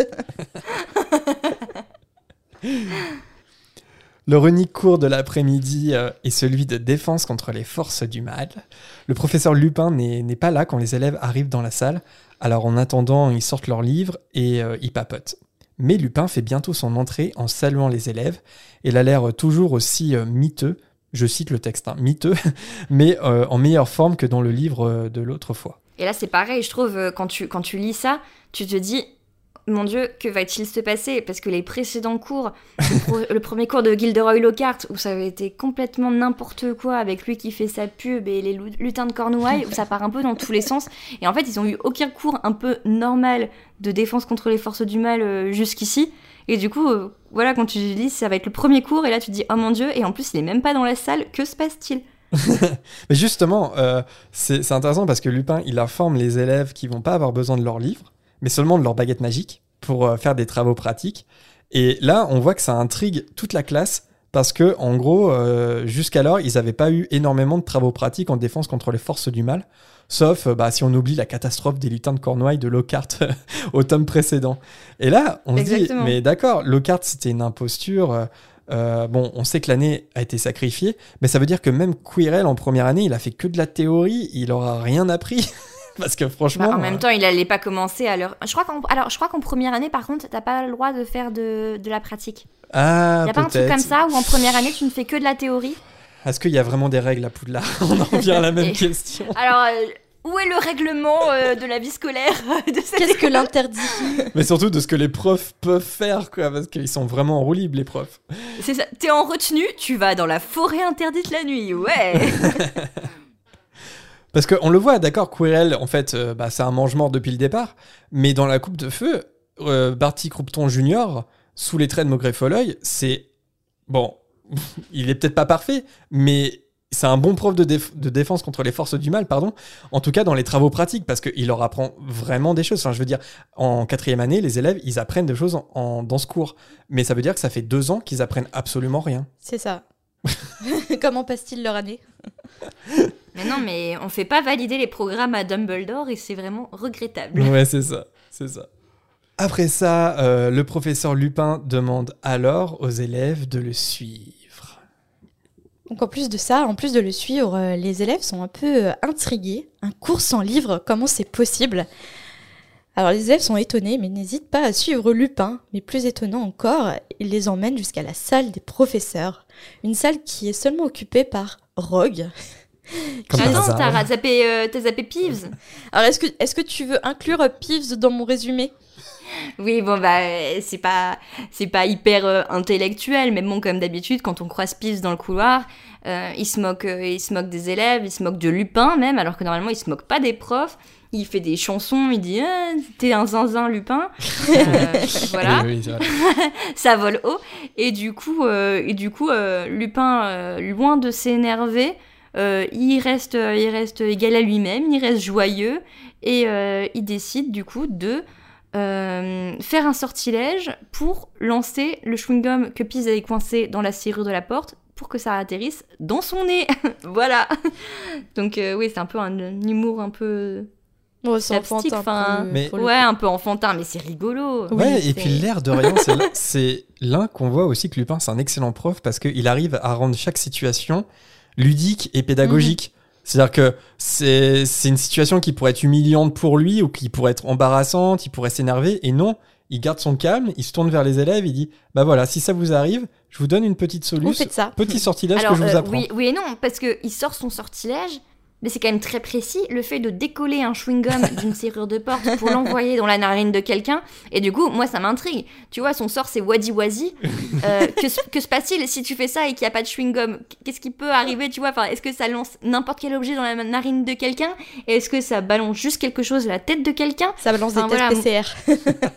Leur unique cours de l'après-midi est celui de défense contre les forces du mal. Le professeur Lupin n'est pas là quand les élèves arrivent dans la salle, alors en attendant, ils sortent leurs livres et ils papotent. Mais Lupin fait bientôt son entrée en saluant les élèves, et il a l'air toujours aussi miteux, je cite le texte, miteux, mais en meilleure forme que dans le livre de l'autre fois. Et là c'est pareil, je trouve, quand tu lis ça, tu te dis... Mon Dieu, que va-t-il se passer ? Parce que les précédents cours, le premier cours de Gilderoy Lockhart, où ça avait été complètement n'importe quoi, avec lui qui fait sa pub et les lutins de Cornouailles, où ça part un peu dans tous les sens. Et en fait, ils ont eu aucun cours un peu normal de défense contre les forces du mal jusqu'ici. Et du coup, quand tu lis, ça va être le premier cours, et là tu te dis, oh mon Dieu, et en plus il est même pas dans la salle, que se passe-t-il ? Mais justement, c'est intéressant parce que Lupin, il informe les élèves qui vont pas avoir besoin de leurs livres, mais seulement de leur baguette magique pour faire des travaux pratiques. Et là, on voit que ça intrigue toute la classe parce que, en gros, jusqu'alors, ils n'avaient pas eu énormément de travaux pratiques en défense contre les forces du mal, sauf si on oublie la catastrophe des lutins de Cornouailles de Lockhart au tome précédent. Et là, on se dit, mais d'accord, Lockhart, c'était une imposture... on sait que l'année a été sacrifiée, mais ça veut dire que même Quirrell, en première année, il a fait que de la théorie, il aura rien appris... Parce que franchement... en même temps, il allait pas commencer à leur... Je crois qu'en première année, par contre, t'as pas le droit de faire de la pratique. Ah, y a pas un truc comme ça où en première année, tu ne fais que de la théorie ? Est-ce qu'il y a vraiment des règles à Poudlard ? On en revient à la même question. Alors, où est le règlement de la vie scolaire de cette Qu'est-ce que l'interdit ? Mais surtout de ce que les profs peuvent faire, quoi, parce qu'ils sont vraiment en roue libre, les profs. C'est ça. T'es en retenue, tu vas dans la forêt interdite la nuit, ouais. Parce qu'on le voit, d'accord, Quirrell, en fait, c'est un mange-mort depuis le départ, mais dans la coupe de feu, Barty Croupton Jr., sous les traits de Maugrey Folleuil, c'est... Bon, il est peut-être pas parfait, mais c'est un bon prof de défense contre les forces du mal, pardon. En tout cas, dans les travaux pratiques, parce qu'il leur apprend vraiment des choses. Enfin, je veux dire, en 4e année, les élèves, ils apprennent des choses dans ce cours. Mais ça veut dire que ça fait 2 ans qu'ils apprennent absolument rien. C'est ça. Comment passent-ils leur année? Mais non, mais on fait pas valider les programmes à Dumbledore et c'est vraiment regrettable. Ouais, c'est ça. Après ça, le professeur Lupin demande alors aux élèves de le suivre. Donc en plus de le suivre, les élèves sont un peu intrigués. Un cours sans livre, comment c'est possible? Alors les élèves sont étonnés, mais n'hésitent pas à suivre Lupin. Mais plus étonnant encore, il les emmène jusqu'à la salle des professeurs. Une salle qui est seulement occupée par Rogue. Attends, t'as zappé Peeves. Alors est-ce que tu veux inclure Peeves dans mon résumé? Oui, bon, c'est pas hyper intellectuel, mais bon, comme d'habitude, quand on croise Peeves dans le couloir, il se moque des élèves, il se moque de Lupin même, alors que normalement, il se moque pas des profs. Il fait des chansons, il dit t'es un zinzin, Lupin. Voilà. Oui, ça vole haut. Et du coup, Lupin, loin de s'énerver, il reste égal à lui-même, il reste joyeux, et il décide du coup de faire un sortilège pour lancer le chewing-gum que Peeves avait coincé dans la serrure de la porte pour que ça atterrisse dans son nez. Voilà. Donc oui, c'est un peu un humour un peu c'est enfantin, un peu enfantin, mais c'est rigolo. Ouais, oui, et puis l'air de rien, c'est là qu'on voit aussi que Lupin, c'est un excellent prof parce qu'il arrive à rendre chaque situation ludique et pédagogique. C'est-à-dire que c'est une situation qui pourrait être humiliante pour lui ou qui pourrait être embarrassante, il pourrait s'énerver, et non, il garde son calme, il se tourne vers les élèves, il dit « Bah voilà, si ça vous arrive, je vous donne une petite solution, petit sortilège que je vous apprends. » Oui et non, parce qu'il sort son sortilège, mais c'est quand même très précis, le fait de décoller un chewing-gum d'une serrure de porte pour l'envoyer dans la narine de quelqu'un, et du coup, moi, ça m'intrigue. Tu vois, son sort, c'est wadi-wazi. Que se passe-t-il si tu fais ça et qu'il n'y a pas de chewing-gum? Qu'est-ce qui peut arriver, tu vois? Enfin, est-ce que ça lance n'importe quel objet dans la narine de quelqu'un? Et est-ce que ça balance juste quelque chose à la tête de quelqu'un? Ça balance des tests PCR.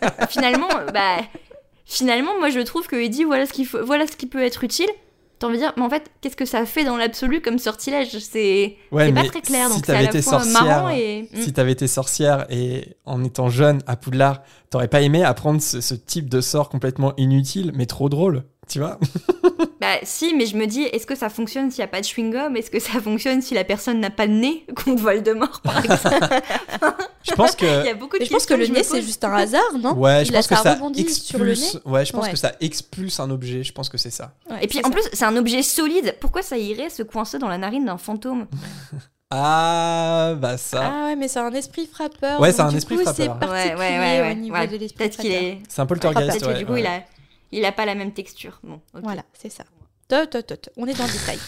Finalement, moi, je trouve qu'il dit voilà ce qui peut être utile. T'as envie de dire, mais en fait, qu'est-ce que ça fait dans l'absolu comme sortilège? C'est pas très clair, donc c'est à la fois marrant et... Si t'avais été sorcière et en étant jeune à Poudlard, t'aurais pas aimé apprendre ce type de sort complètement inutile, mais trop drôle, tu vois? Bah si, mais je me dis, est-ce que ça fonctionne s'il n'y a pas de chewing-gum? Est-ce que ça fonctionne si la personne n'a pas de nez contre Voldemort, par exemple? Je pense que... Il y a beaucoup de je pense que le nez, c'est juste un hasard, non? Ouais, je pense que ça expulse... Ouais, je pense que ça expulse un objet, je pense que c'est ça. Ouais, et puis en plus, c'est un objet solide. Pourquoi ça irait se coincer dans la narine d'un fantôme? Ah, bah ça... Ah ouais, mais c'est un esprit frappeur. Ouais, c'est un esprit frappeur. C'est particulier au niveau de l'esprit peut-être frappeur. qu'il est... C'est un poltergeist, peut-être que du coup, il a pas la même texture. Bon, okay. Voilà, c'est ça. On est dans le détail.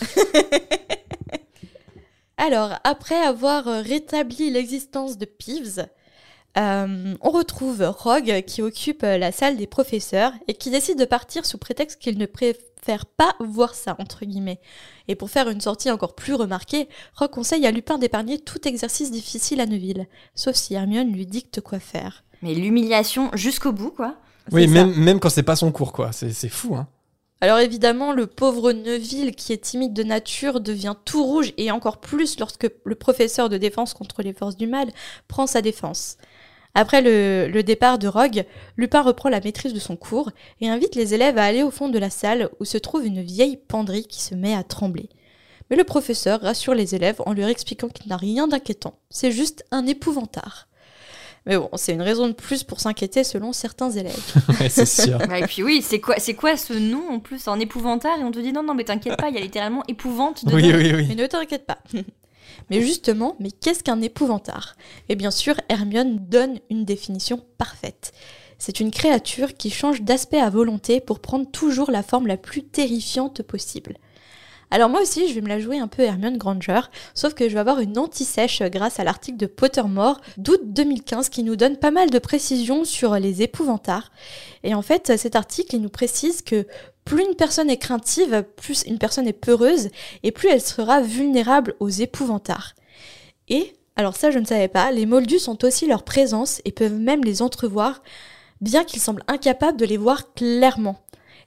Alors, après avoir rétabli l'existence de Peeves, on retrouve Rogue qui occupe la salle des professeurs et qui décide de partir sous prétexte qu'il ne préfère pas voir ça, entre guillemets. Et pour faire une sortie encore plus remarquée, Rogue conseille à Lupin d'épargner tout exercice difficile à Neville, sauf si Hermione lui dicte quoi faire. Mais l'humiliation jusqu'au bout, quoi. Oui, même quand c'est pas son cours, quoi. C'est fou, hein. Alors évidemment, le pauvre Neville, qui est timide de nature, devient tout rouge, et encore plus lorsque le professeur de défense contre les forces du mal prend sa défense. Après le départ de Rogue, Lupin reprend la maîtrise de son cours et invite les élèves à aller au fond de la salle où se trouve une vieille penderie qui se met à trembler. Mais le professeur rassure les élèves en leur expliquant qu'il n'a rien d'inquiétant, c'est juste un épouvantard. Mais bon, c'est une raison de plus pour s'inquiéter selon certains élèves. Ouais, c'est sûr. Et puis oui, c'est quoi ce nom en plus, un épouvantard, et on te dit non mais t'inquiète pas, il y a littéralement épouvante dedans. Oui. Mais ne t'inquiète pas. Mais justement, qu'est-ce qu'un épouvantard? Et bien sûr, Hermione donne une définition parfaite. C'est une créature qui change d'aspect à volonté pour prendre toujours la forme la plus terrifiante possible. Alors moi aussi, je vais me la jouer un peu Hermione Granger, sauf que je vais avoir une anti-sèche grâce à l'article de Pottermore d'août 2015 qui nous donne pas mal de précisions sur les épouvantards. Et en fait, cet article, il nous précise que plus une personne est craintive, plus une personne est peureuse, et plus elle sera vulnérable aux épouvantards. Et, alors ça je ne savais pas, les moldus ont aussi leur présence et peuvent même les entrevoir, bien qu'ils semblent incapables de les voir clairement.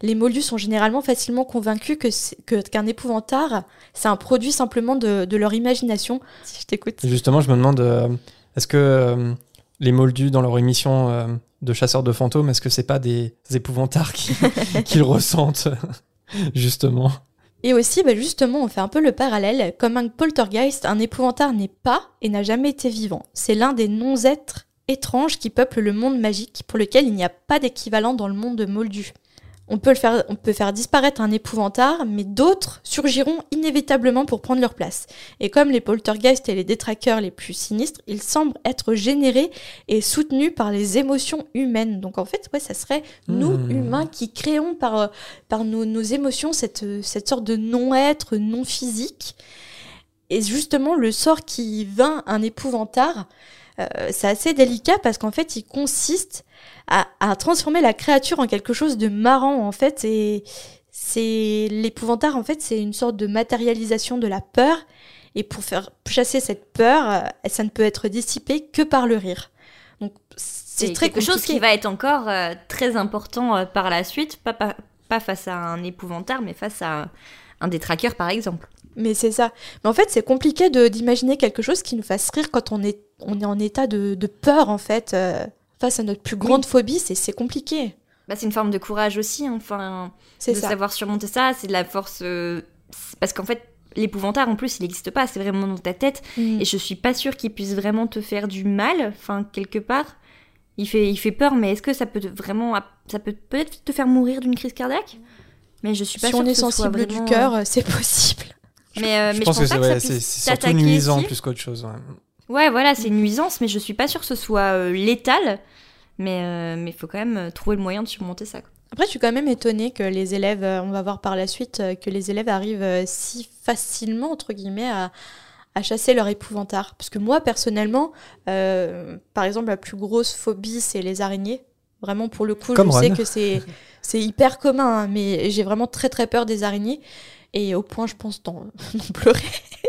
les moldus sont généralement facilement convaincus qu'un épouvantard, c'est un produit simplement de leur imagination. Si je t'écoute. Justement, je me demande, est-ce que les moldus, dans leur émission de chasseurs de fantômes, est-ce que c'est pas des épouvantards qu'ils ressentent, justement? Et aussi, justement, on fait un peu le parallèle. Comme un poltergeist, un épouvantard n'est pas et n'a jamais été vivant. C'est l'un des non-êtres étranges qui peuplent le monde magique, pour lequel il n'y a pas d'équivalent dans le monde de moldu. On peut faire disparaître un épouvantard, mais d'autres surgiront inévitablement pour prendre leur place. Et comme les poltergeists et les détraqueurs les plus sinistres, ils semblent être générés et soutenus par les émotions humaines. Donc en fait, ça serait nous, humains, qui créons par nos émotions cette sorte de non-être, non-physique. Et justement, le sort qui vainc un épouvantard, c'est assez délicat parce qu'en fait, il consiste à transformer la créature en quelque chose de marrant, en fait. Et c'est l'épouvantard, en fait, c'est une sorte de matérialisation de la peur. Et pour faire chasser cette peur, ça ne peut être dissipé que par le rire. Donc, c'est très quelque chose qui va être encore très important par la suite, pas face à un épouvantard, mais face à un détraqueur, par exemple. Mais c'est ça. Mais en fait, c'est compliqué d'imaginer quelque chose qui nous fasse rire quand on est en état de peur, en fait. Face à notre plus grande phobie, c'est compliqué. C'est une forme de courage aussi, c'est ça. Savoir surmonter ça, c'est de la force... parce qu'en fait, l'épouvantard, en plus, il n'existe pas, c'est vraiment dans ta tête. Et je suis pas sûre qu'il puisse vraiment te faire du mal, quelque part. Il fait peur, mais est-ce que ça peut peut-être te faire mourir d'une crise cardiaque? Mais je suis pas sûre si on est que ce sensible soit du cœur, c'est possible. Mais je pense que pas c'est surtout nuisant plus qu'autre chose. Ouais, voilà, c'est une nuisance, mais je suis pas sûre que ce soit létal. Mais il faut quand même trouver le moyen de surmonter ça, quoi. Après, je suis quand même étonnée que les élèves, on va voir par la suite, que les élèves arrivent si facilement, entre guillemets, à chasser leur épouvantard. Parce que moi, personnellement, par exemple, la plus grosse phobie, c'est les araignées. Vraiment, pour le coup, je sais que c'est hyper commun, hein, mais j'ai vraiment très très peur des araignées. Et au point, je pense, d'en pleurer.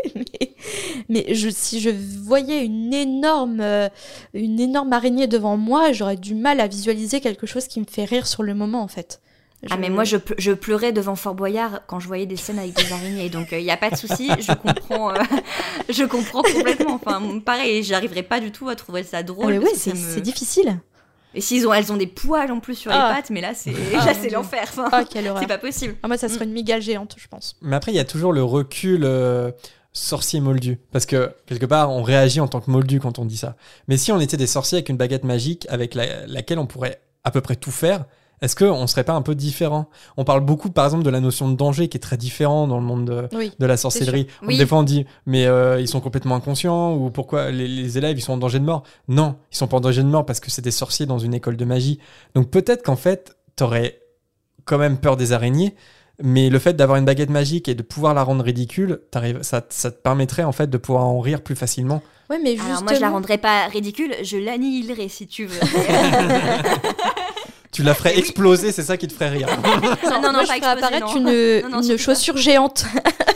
mais si je voyais une énorme araignée devant moi, j'aurais du mal à visualiser quelque chose qui me fait rire sur le moment, en fait. Mais moi, je pleurais devant Fort Boyard quand je voyais des scènes avec des araignées. Donc, il n'y a pas de souci, je comprends complètement. Pareil, j'arriverais pas du tout à trouver ça drôle. Mais oui, c'est difficile. Et elles ont des poils en plus sur les pattes, mais là, c'est l'enfer. Quelle horreur. C'est pas possible. Moi, ça serait une migale géante, je pense. Mais après, il y a toujours le recul sorcier moldu. Parce que, quelque part, on réagit en tant que moldu quand on dit ça. Mais si on était des sorciers avec une baguette magique avec laquelle on pourrait à peu près tout faire, est-ce qu'on serait pas un peu différent? On parle beaucoup, par exemple, de la notion de danger qui est très différent dans le monde de la sorcellerie. Des fois, on dit, mais ils sont complètement inconscients, ou pourquoi les élèves, ils sont en danger de mort? Non, ils sont pas en danger de mort parce que c'est des sorciers dans une école de magie. Donc peut-être qu'en fait, t'aurais quand même peur des araignées, mais le fait d'avoir une baguette magique et de pouvoir la rendre ridicule, ça te permettrait en fait de pouvoir en rire plus facilement. Ouais, mais justement... Alors moi, je la rendrais pas ridicule, je l'annihilerais si tu veux. Tu la ferais exploser, c'est ça qui te ferait rire. Non, moi, je ferais apparaître une chaussure géante.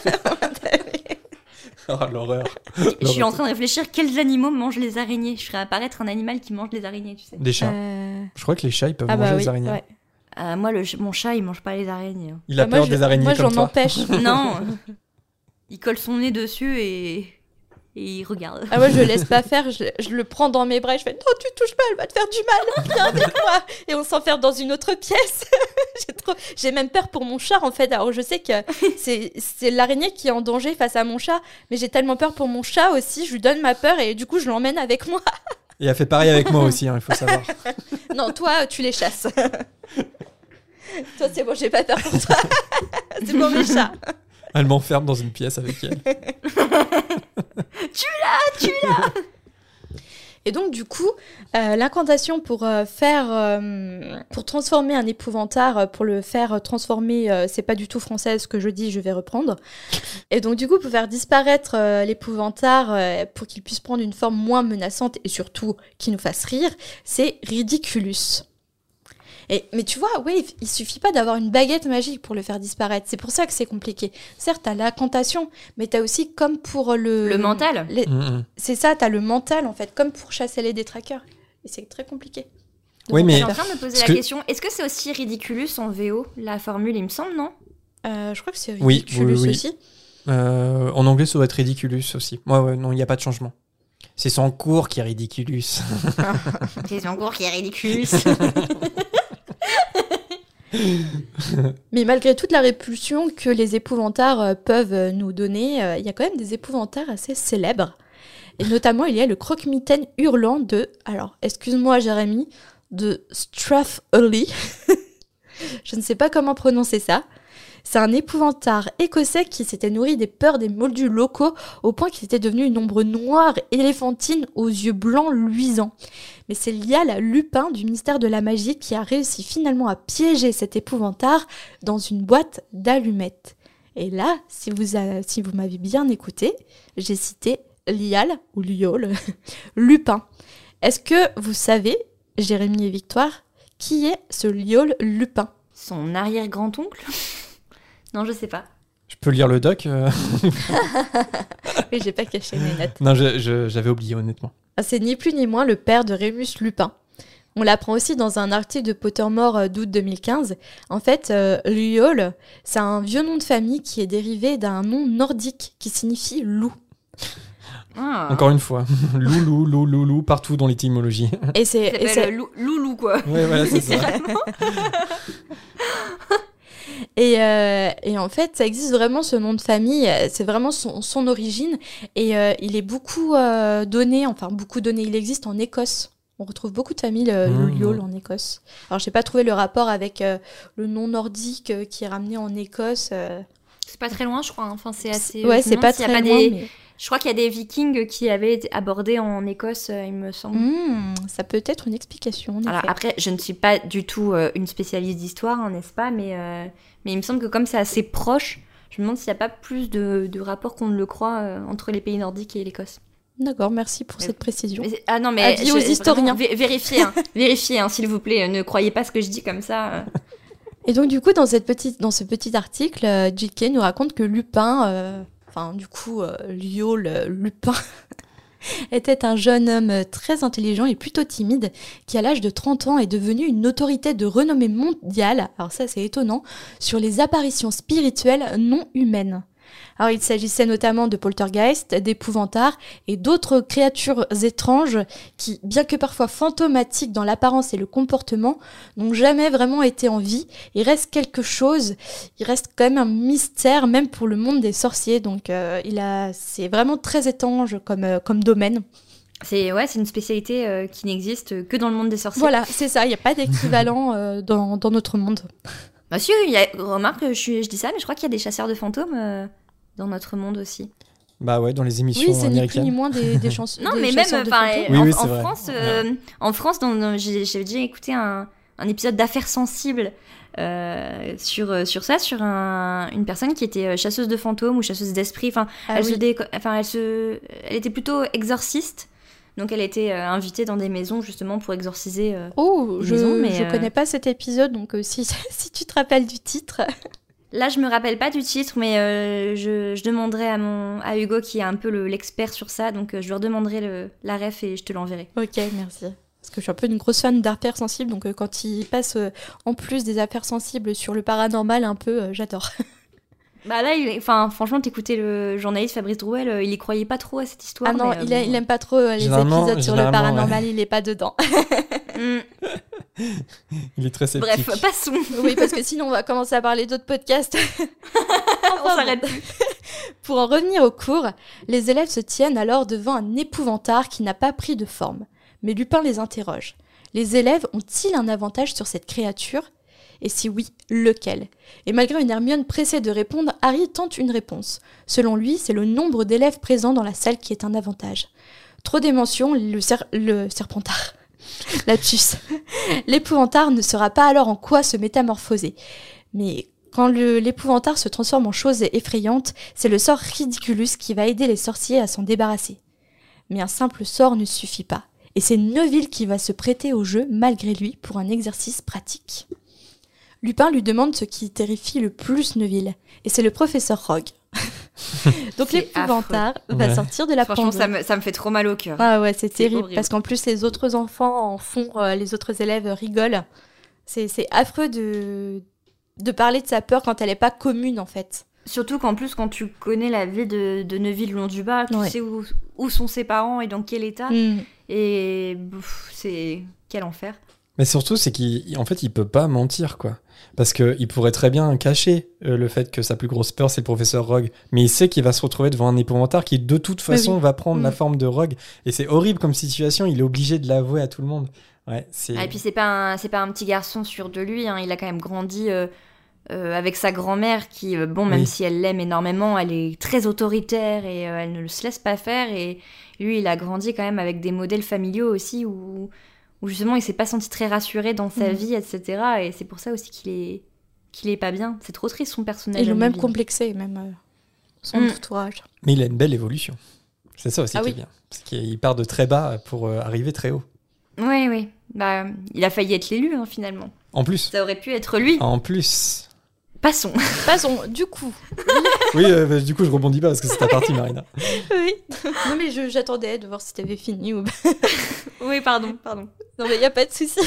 Oh, l'horreur. Je suis en train de réfléchir quels animaux mangent les araignées. Je ferais apparaître un animal qui mange les araignées, tu sais. Des chats. Je crois que les chats, ils peuvent manger les araignées. Ouais. Moi, mon chat, il mange pas les araignées. Il a peur des araignées comme toi. Moi, j'en empêche. Non. Il colle son nez dessus et il regarde. Ah ouais, je le laisse pas faire, je le prends dans mes bras et je fais non, tu touches pas, elle va te faire du mal, viens avec moi. Et on s'enferme dans une autre pièce. J'ai même peur pour mon chat en fait. Alors je sais que c'est l'araignée qui est en danger face à mon chat, mais j'ai tellement peur pour mon chat aussi, je lui donne ma peur et du coup je l'emmène avec moi. Et elle fait pareil avec moi aussi, il faut savoir. Non, toi tu les chasses. Toi c'est bon, j'ai pas peur pour toi. C'est pour mes chats. Elle m'enferme dans une pièce avec elle. Tu l'as. Et donc du coup, l'incantation pour transformer un épouvantard, pour le faire transformer, c'est pas du tout français ce que je dis, je vais reprendre. Et donc du coup, pour faire disparaître l'épouvantard, pour qu'il puisse prendre une forme moins menaçante et surtout qu'il nous fasse rire, c'est Ridiculus. Mais tu vois, il suffit pas d'avoir une baguette magique pour le faire disparaître. C'est pour ça que c'est compliqué. Certes, t'as l'incantation, mais t'as aussi, comme pour le mental. C'est ça, t'as le mental, en fait, comme pour chasser les détraqueurs. Et c'est très compliqué. Oui, mais Je suis en train de me poser la question, est-ce que c'est aussi Ridiculous en VO, la formule, il me semble, non? Je crois que c'est Oui, Ridiculous oui. aussi. En anglais, ça doit être Ridiculous aussi. Ouais, non, il n'y a pas de changement. C'est son cours qui est Ridiculous. C'est son cours qui est Ridiculous. Mais malgré toute la répulsion que les épouvantards peuvent nous donner, il y a quand même des épouvantards assez célèbres. Et notamment, il y a le croque-mitaine hurlant de... Alors, excuse-moi Jérémy, de Strathully. Je ne sais pas comment prononcer ça. C'est un épouvantard écossais qui s'était nourri des peurs des moldus locaux au point qu'il était devenu une ombre noire éléphantine aux yeux blancs luisants. Mais c'est Lial Lupin du ministère de la Magie qui a réussi finalement à piéger cet épouvantard dans une boîte d'allumettes. Et là, si vous m'avez bien écouté, j'ai cité Lial, ou Liol, Lupin. Est-ce que vous savez, Jérémy et Victoire, qui est ce Liol Lupin? Son arrière-grand-oncle? Non, je sais pas. Je peux lire le doc Oui, j'ai pas caché mes notes. Non, j'avais oublié, honnêtement. C'est ni plus ni moins le père de Rémus Lupin. On l'apprend aussi dans un article de Pottermore d'août 2015. En fait, Liol, c'est un vieux nom de famille qui est dérivé d'un nom nordique qui signifie loup. Ah. Encore une fois, loup, partout dans l'étymologie. Et c'est Loulou, quoi. Ouais, voilà, c'est ça. Et en fait, ça existe vraiment ce nom de famille, c'est vraiment son origine. Et il est beaucoup donné, il existe en Écosse. On retrouve beaucoup de familles Liol en Écosse. Alors, j'ai pas trouvé le rapport avec le nom nordique qui est ramené en Écosse. C'est pas très loin, je crois. Enfin, c'est assez. Ouais, c'est pas très loin. Mais... Je crois qu'il y a des Vikings qui avaient été abordés en Écosse, il me semble. Ça peut être une explication. Alors après, je ne suis pas du tout une spécialiste d'histoire, hein, n'est-ce pas, mais il me semble que comme c'est assez proche, je me demande s'il n'y a pas plus de rapport qu'on ne le croit entre les pays nordiques et l'Écosse. Petit merci pour cette précision. Ah non, mais avis aux historiens. Vérifiez, s'il vous plaît. Ne croyez pas ce que je dis comme ça. Et donc du coup, dans ce petit article, J.K. nous raconte que Lupin, Liol Lupin, était un jeune homme très intelligent et plutôt timide qui, à l'âge de 30 ans, est devenu une autorité de renommée mondiale, alors ça c'est étonnant, sur les apparitions spirituelles non humaines. Alors il s'agissait notamment de poltergeists, d'épouvantards et d'autres créatures étranges qui, bien que parfois fantomatiques dans l'apparence et le comportement, n'ont jamais vraiment été en vie. Il reste quelque chose, il reste quand même un mystère même pour le monde des sorciers, donc c'est vraiment très étrange comme domaine. C'est une spécialité qui n'existe que dans le monde des sorciers. Voilà, c'est ça, il n'y a pas d'équivalent dans notre monde. Monsieur, remarque, je dis ça, mais je crois qu'il y a des chasseurs de fantômes dans notre monde aussi. Bah ouais, dans les émissions américaines. Oui, c'est ni plus ni moins des chansons. Non, mais même en France, j'ai déjà écouté un épisode d'Affaires sensibles sur une personne qui était chasseuse de fantômes ou chasseuse d'esprits. Elle était plutôt exorciste. Donc elle était invitée dans des maisons justement pour exorciser je connais pas cet épisode, donc si tu te rappelles du titre. Là, je me rappelle pas du titre, mais je demanderai à Hugo qui est un peu l'expert sur ça, donc je lui redemanderai la ref et je te l'enverrai. Ok, merci. Parce que je suis un peu une grosse fan d'affaires sensibles, donc quand il passe en plus des affaires sensibles sur le paranormal, un peu, j'adore. Bah là, franchement, t'écoutais le journaliste Fabrice Drouel, il y croyait pas trop à cette histoire. Ah non, il aime pas trop les épisodes sur le paranormal, il est pas dedans. Il est très sceptique. Bref, passons. Oui, parce que sinon on va commencer à parler d'autres podcasts. On s'arrête plus. Pour en revenir au cours, les élèves se tiennent alors devant un épouvantard qui n'a pas pris de forme. Mais Lupin les interroge. Les élèves ont-ils un avantage sur cette créature ? Et si oui, lequel ? Et malgré une Hermione pressée de répondre, Harry tente une réponse. Selon lui, c'est le nombre d'élèves présents dans la salle qui est un avantage. Trop d'émotions, le serpentard. Lapsus. L'épouvantard ne saura pas alors en quoi se métamorphoser. Mais quand l'épouvantard se transforme en chose effrayante, c'est le sort Ridiculous qui va aider les sorciers à s'en débarrasser. Mais un simple sort ne suffit pas. Et c'est Neville qui va se prêter au jeu malgré lui pour un exercice pratique. Lupin lui demande ce qui terrifie le plus Neville, et c'est le professeur Rogue. Donc C'est l'épouvantard va Ouais. sortir de la Franchement, penderie. ça me fait trop mal au cœur. Ah ouais, c'est terrible horrible. parce qu'en plus les autres enfants en font, les autres élèves rigolent. C'est affreux de parler de sa peur quand elle n'est pas commune en fait. Surtout qu'en plus, quand tu connais la vie de Neuville-Londubat, tu Ouais. sais où sont ses parents et dans quel état. Mm. Et c'est quel enfer. Mais surtout, c'est qu'en fait, il peut pas mentir, quoi. Parce qu'il pourrait très bien cacher le fait que sa plus grosse peur, c'est le professeur Rogue. Mais il sait qu'il va se retrouver devant un épouvantard qui, de toute façon, oui. va prendre la Mm. forme de Rogue. Et c'est horrible comme situation. Il est obligé de l'avouer à tout le monde. Ouais, c'est... Ah, et puis c'est pas un petit garçon sûr de lui, hein. Il a quand même grandi avec sa grand-mère qui, même Oui. si elle l'aime énormément, elle est très autoritaire et elle ne se laisse pas faire. Et lui, il a grandi quand même avec des modèles familiaux aussi où justement il s'est pas senti très rassuré dans sa vie, etc. Et c'est pour ça aussi qu'il est pas bien. C'est trop triste son personnage. Et le à même Neuville. complexé, même son Mm. entourage. Mais il a une belle évolution. C'est ça aussi Ah qui oui. est bien. C'est qu'il part de très bas pour arriver très haut. Oui, oui. Bah, il a failli être l'élu, hein, finalement. En plus. Ça aurait pu être lui. En plus. Passons. Passons, du coup. Oui, du coup, je rebondis pas parce que c'est ta partie, Marina. Oui. Non mais j'attendais de voir si t'avais fini ou... Oui, pardon. Non mais y a pas de souci.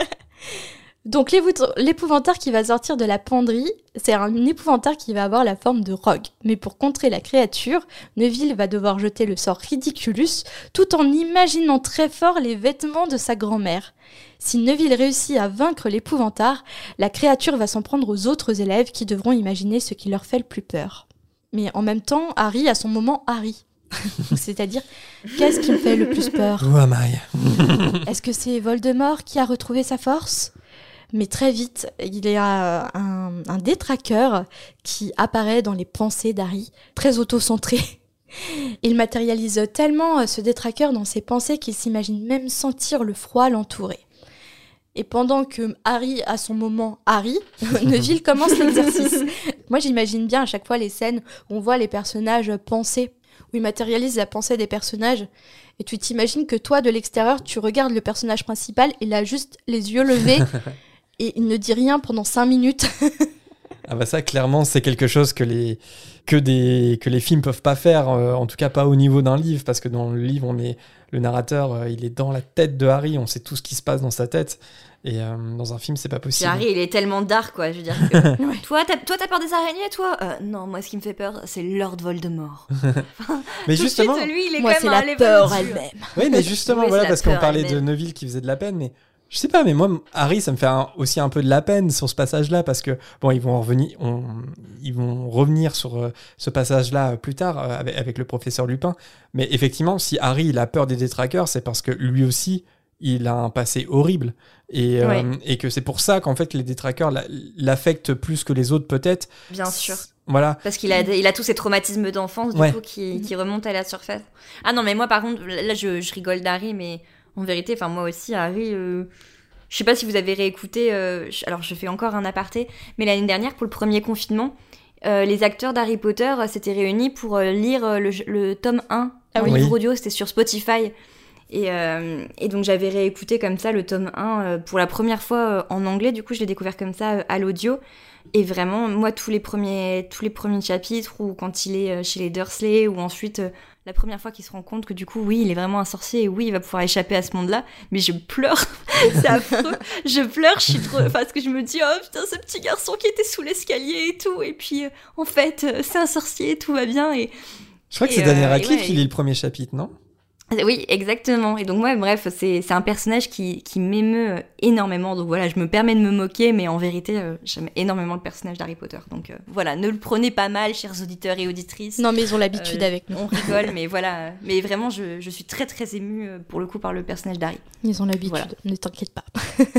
Donc l'épouvantard qui va sortir de la penderie, c'est un épouvantard qui va avoir la forme de Rogue. Mais pour contrer la créature, Neuville va devoir jeter le sort Ridiculus tout en imaginant très fort les vêtements de sa grand-mère. Si Neuville réussit à vaincre l'épouvantard, la créature va s'en prendre aux autres élèves qui devront imaginer ce qui leur fait le plus peur. Mais en même temps, Harry a son moment Harry. C'est-à-dire, qu'est-ce qui me fait le plus peur ? Où am I ? Est-ce que c'est Voldemort qui a retrouvé sa force ? Mais très vite, il y a un détraqueur qui apparaît dans les pensées d'Harry, très auto-centré. Il matérialise tellement ce détraqueur dans ses pensées qu'il s'imagine même sentir le froid l'entourer. Et pendant que Harry a son moment Harry, Neuville commence l'exercice. Moi, j'imagine bien à chaque fois les scènes où on voit les personnages penser, où il matérialise la pensée des personnages. Et tu t'imagines que toi, de l'extérieur, tu regardes le personnage principal, il a juste les yeux levés et il ne dit rien pendant 5 minutes. Ah bah ça, clairement, c'est quelque chose que les films peuvent pas faire, en tout cas pas au niveau d'un livre, parce que dans le livre, le narrateur, il est dans la tête de Harry, on sait tout ce qui se passe dans sa tête, et dans un film, c'est pas Puis possible. Harry, il est tellement dark, quoi. Je veux dire que... Ouais. Toi, t'as peur des araignées, toi Non, moi, ce qui me fait peur, c'est Lord Voldemort. Mais Tout de suite, justement, lui, il est Moi, quand c'est même un la level peur au-dessus. elle-même. oui, mais justement, Oui, voilà, c'est la parce qu'on peur parlait de elle-même. Neuville qui faisait de la peine, mais je sais pas, mais moi, Harry, ça me fait aussi un peu de la peine sur ce passage-là, parce que, bon, ils vont revenir sur ce passage-là plus tard, avec le professeur Lupin, mais effectivement, si Harry, il a peur des détraqueurs, c'est parce que lui aussi, il a un passé horrible, Ouais. et que c'est pour ça qu'en fait, les détraqueurs l'affectent plus que les autres, peut-être. Bien sûr. Voilà. Parce qu'il a tous ces traumatismes d'enfance, du Ouais. coup, qui remontent à la surface. Ah non, mais moi, par contre, là, je rigole d'Harry, mais en vérité, enfin, moi aussi, Harry... Je sais pas si vous avez réécouté... alors, je fais encore un aparté, mais l'année dernière, pour le premier confinement, les acteurs d'Harry Potter s'étaient réunis pour lire le tome 1 Ah en oui. livre audio, c'était sur Spotify. Et donc j'avais réécouté comme ça le tome 1 pour la première fois en anglais, du coup je l'ai découvert comme ça à l'audio. Et vraiment, moi, tous les premiers chapitres, ou quand il est chez les Dursley, ou ensuite la première fois qu'il se rend compte que du coup, oui, il est vraiment un sorcier, et oui, il va pouvoir échapper à ce monde-là, mais je pleure, c'est affreux, je pleure, je suis trop... parce que je me dis, oh putain, ce petit garçon qui était sous l'escalier et tout, et puis en fait, c'est un sorcier, tout va bien, et... Je crois que Et, c'est Daniel et Radcliffe ouais, qui lit le premier chapitre, non ? Oui, exactement. Et donc, moi, bref, c'est un personnage qui m'émeut énormément. Donc voilà, je me permets de me moquer, mais en vérité, j'aime énormément le personnage d'Harry Potter. Donc voilà, ne le prenez pas mal, chers auditeurs et auditrices. Non mais ils ont l'habitude avec nous. On rigole, mais voilà. Mais vraiment, je suis très très émue, pour le coup, par le personnage d'Harry. Ils ont l'habitude, Voilà. ne t'inquiète pas.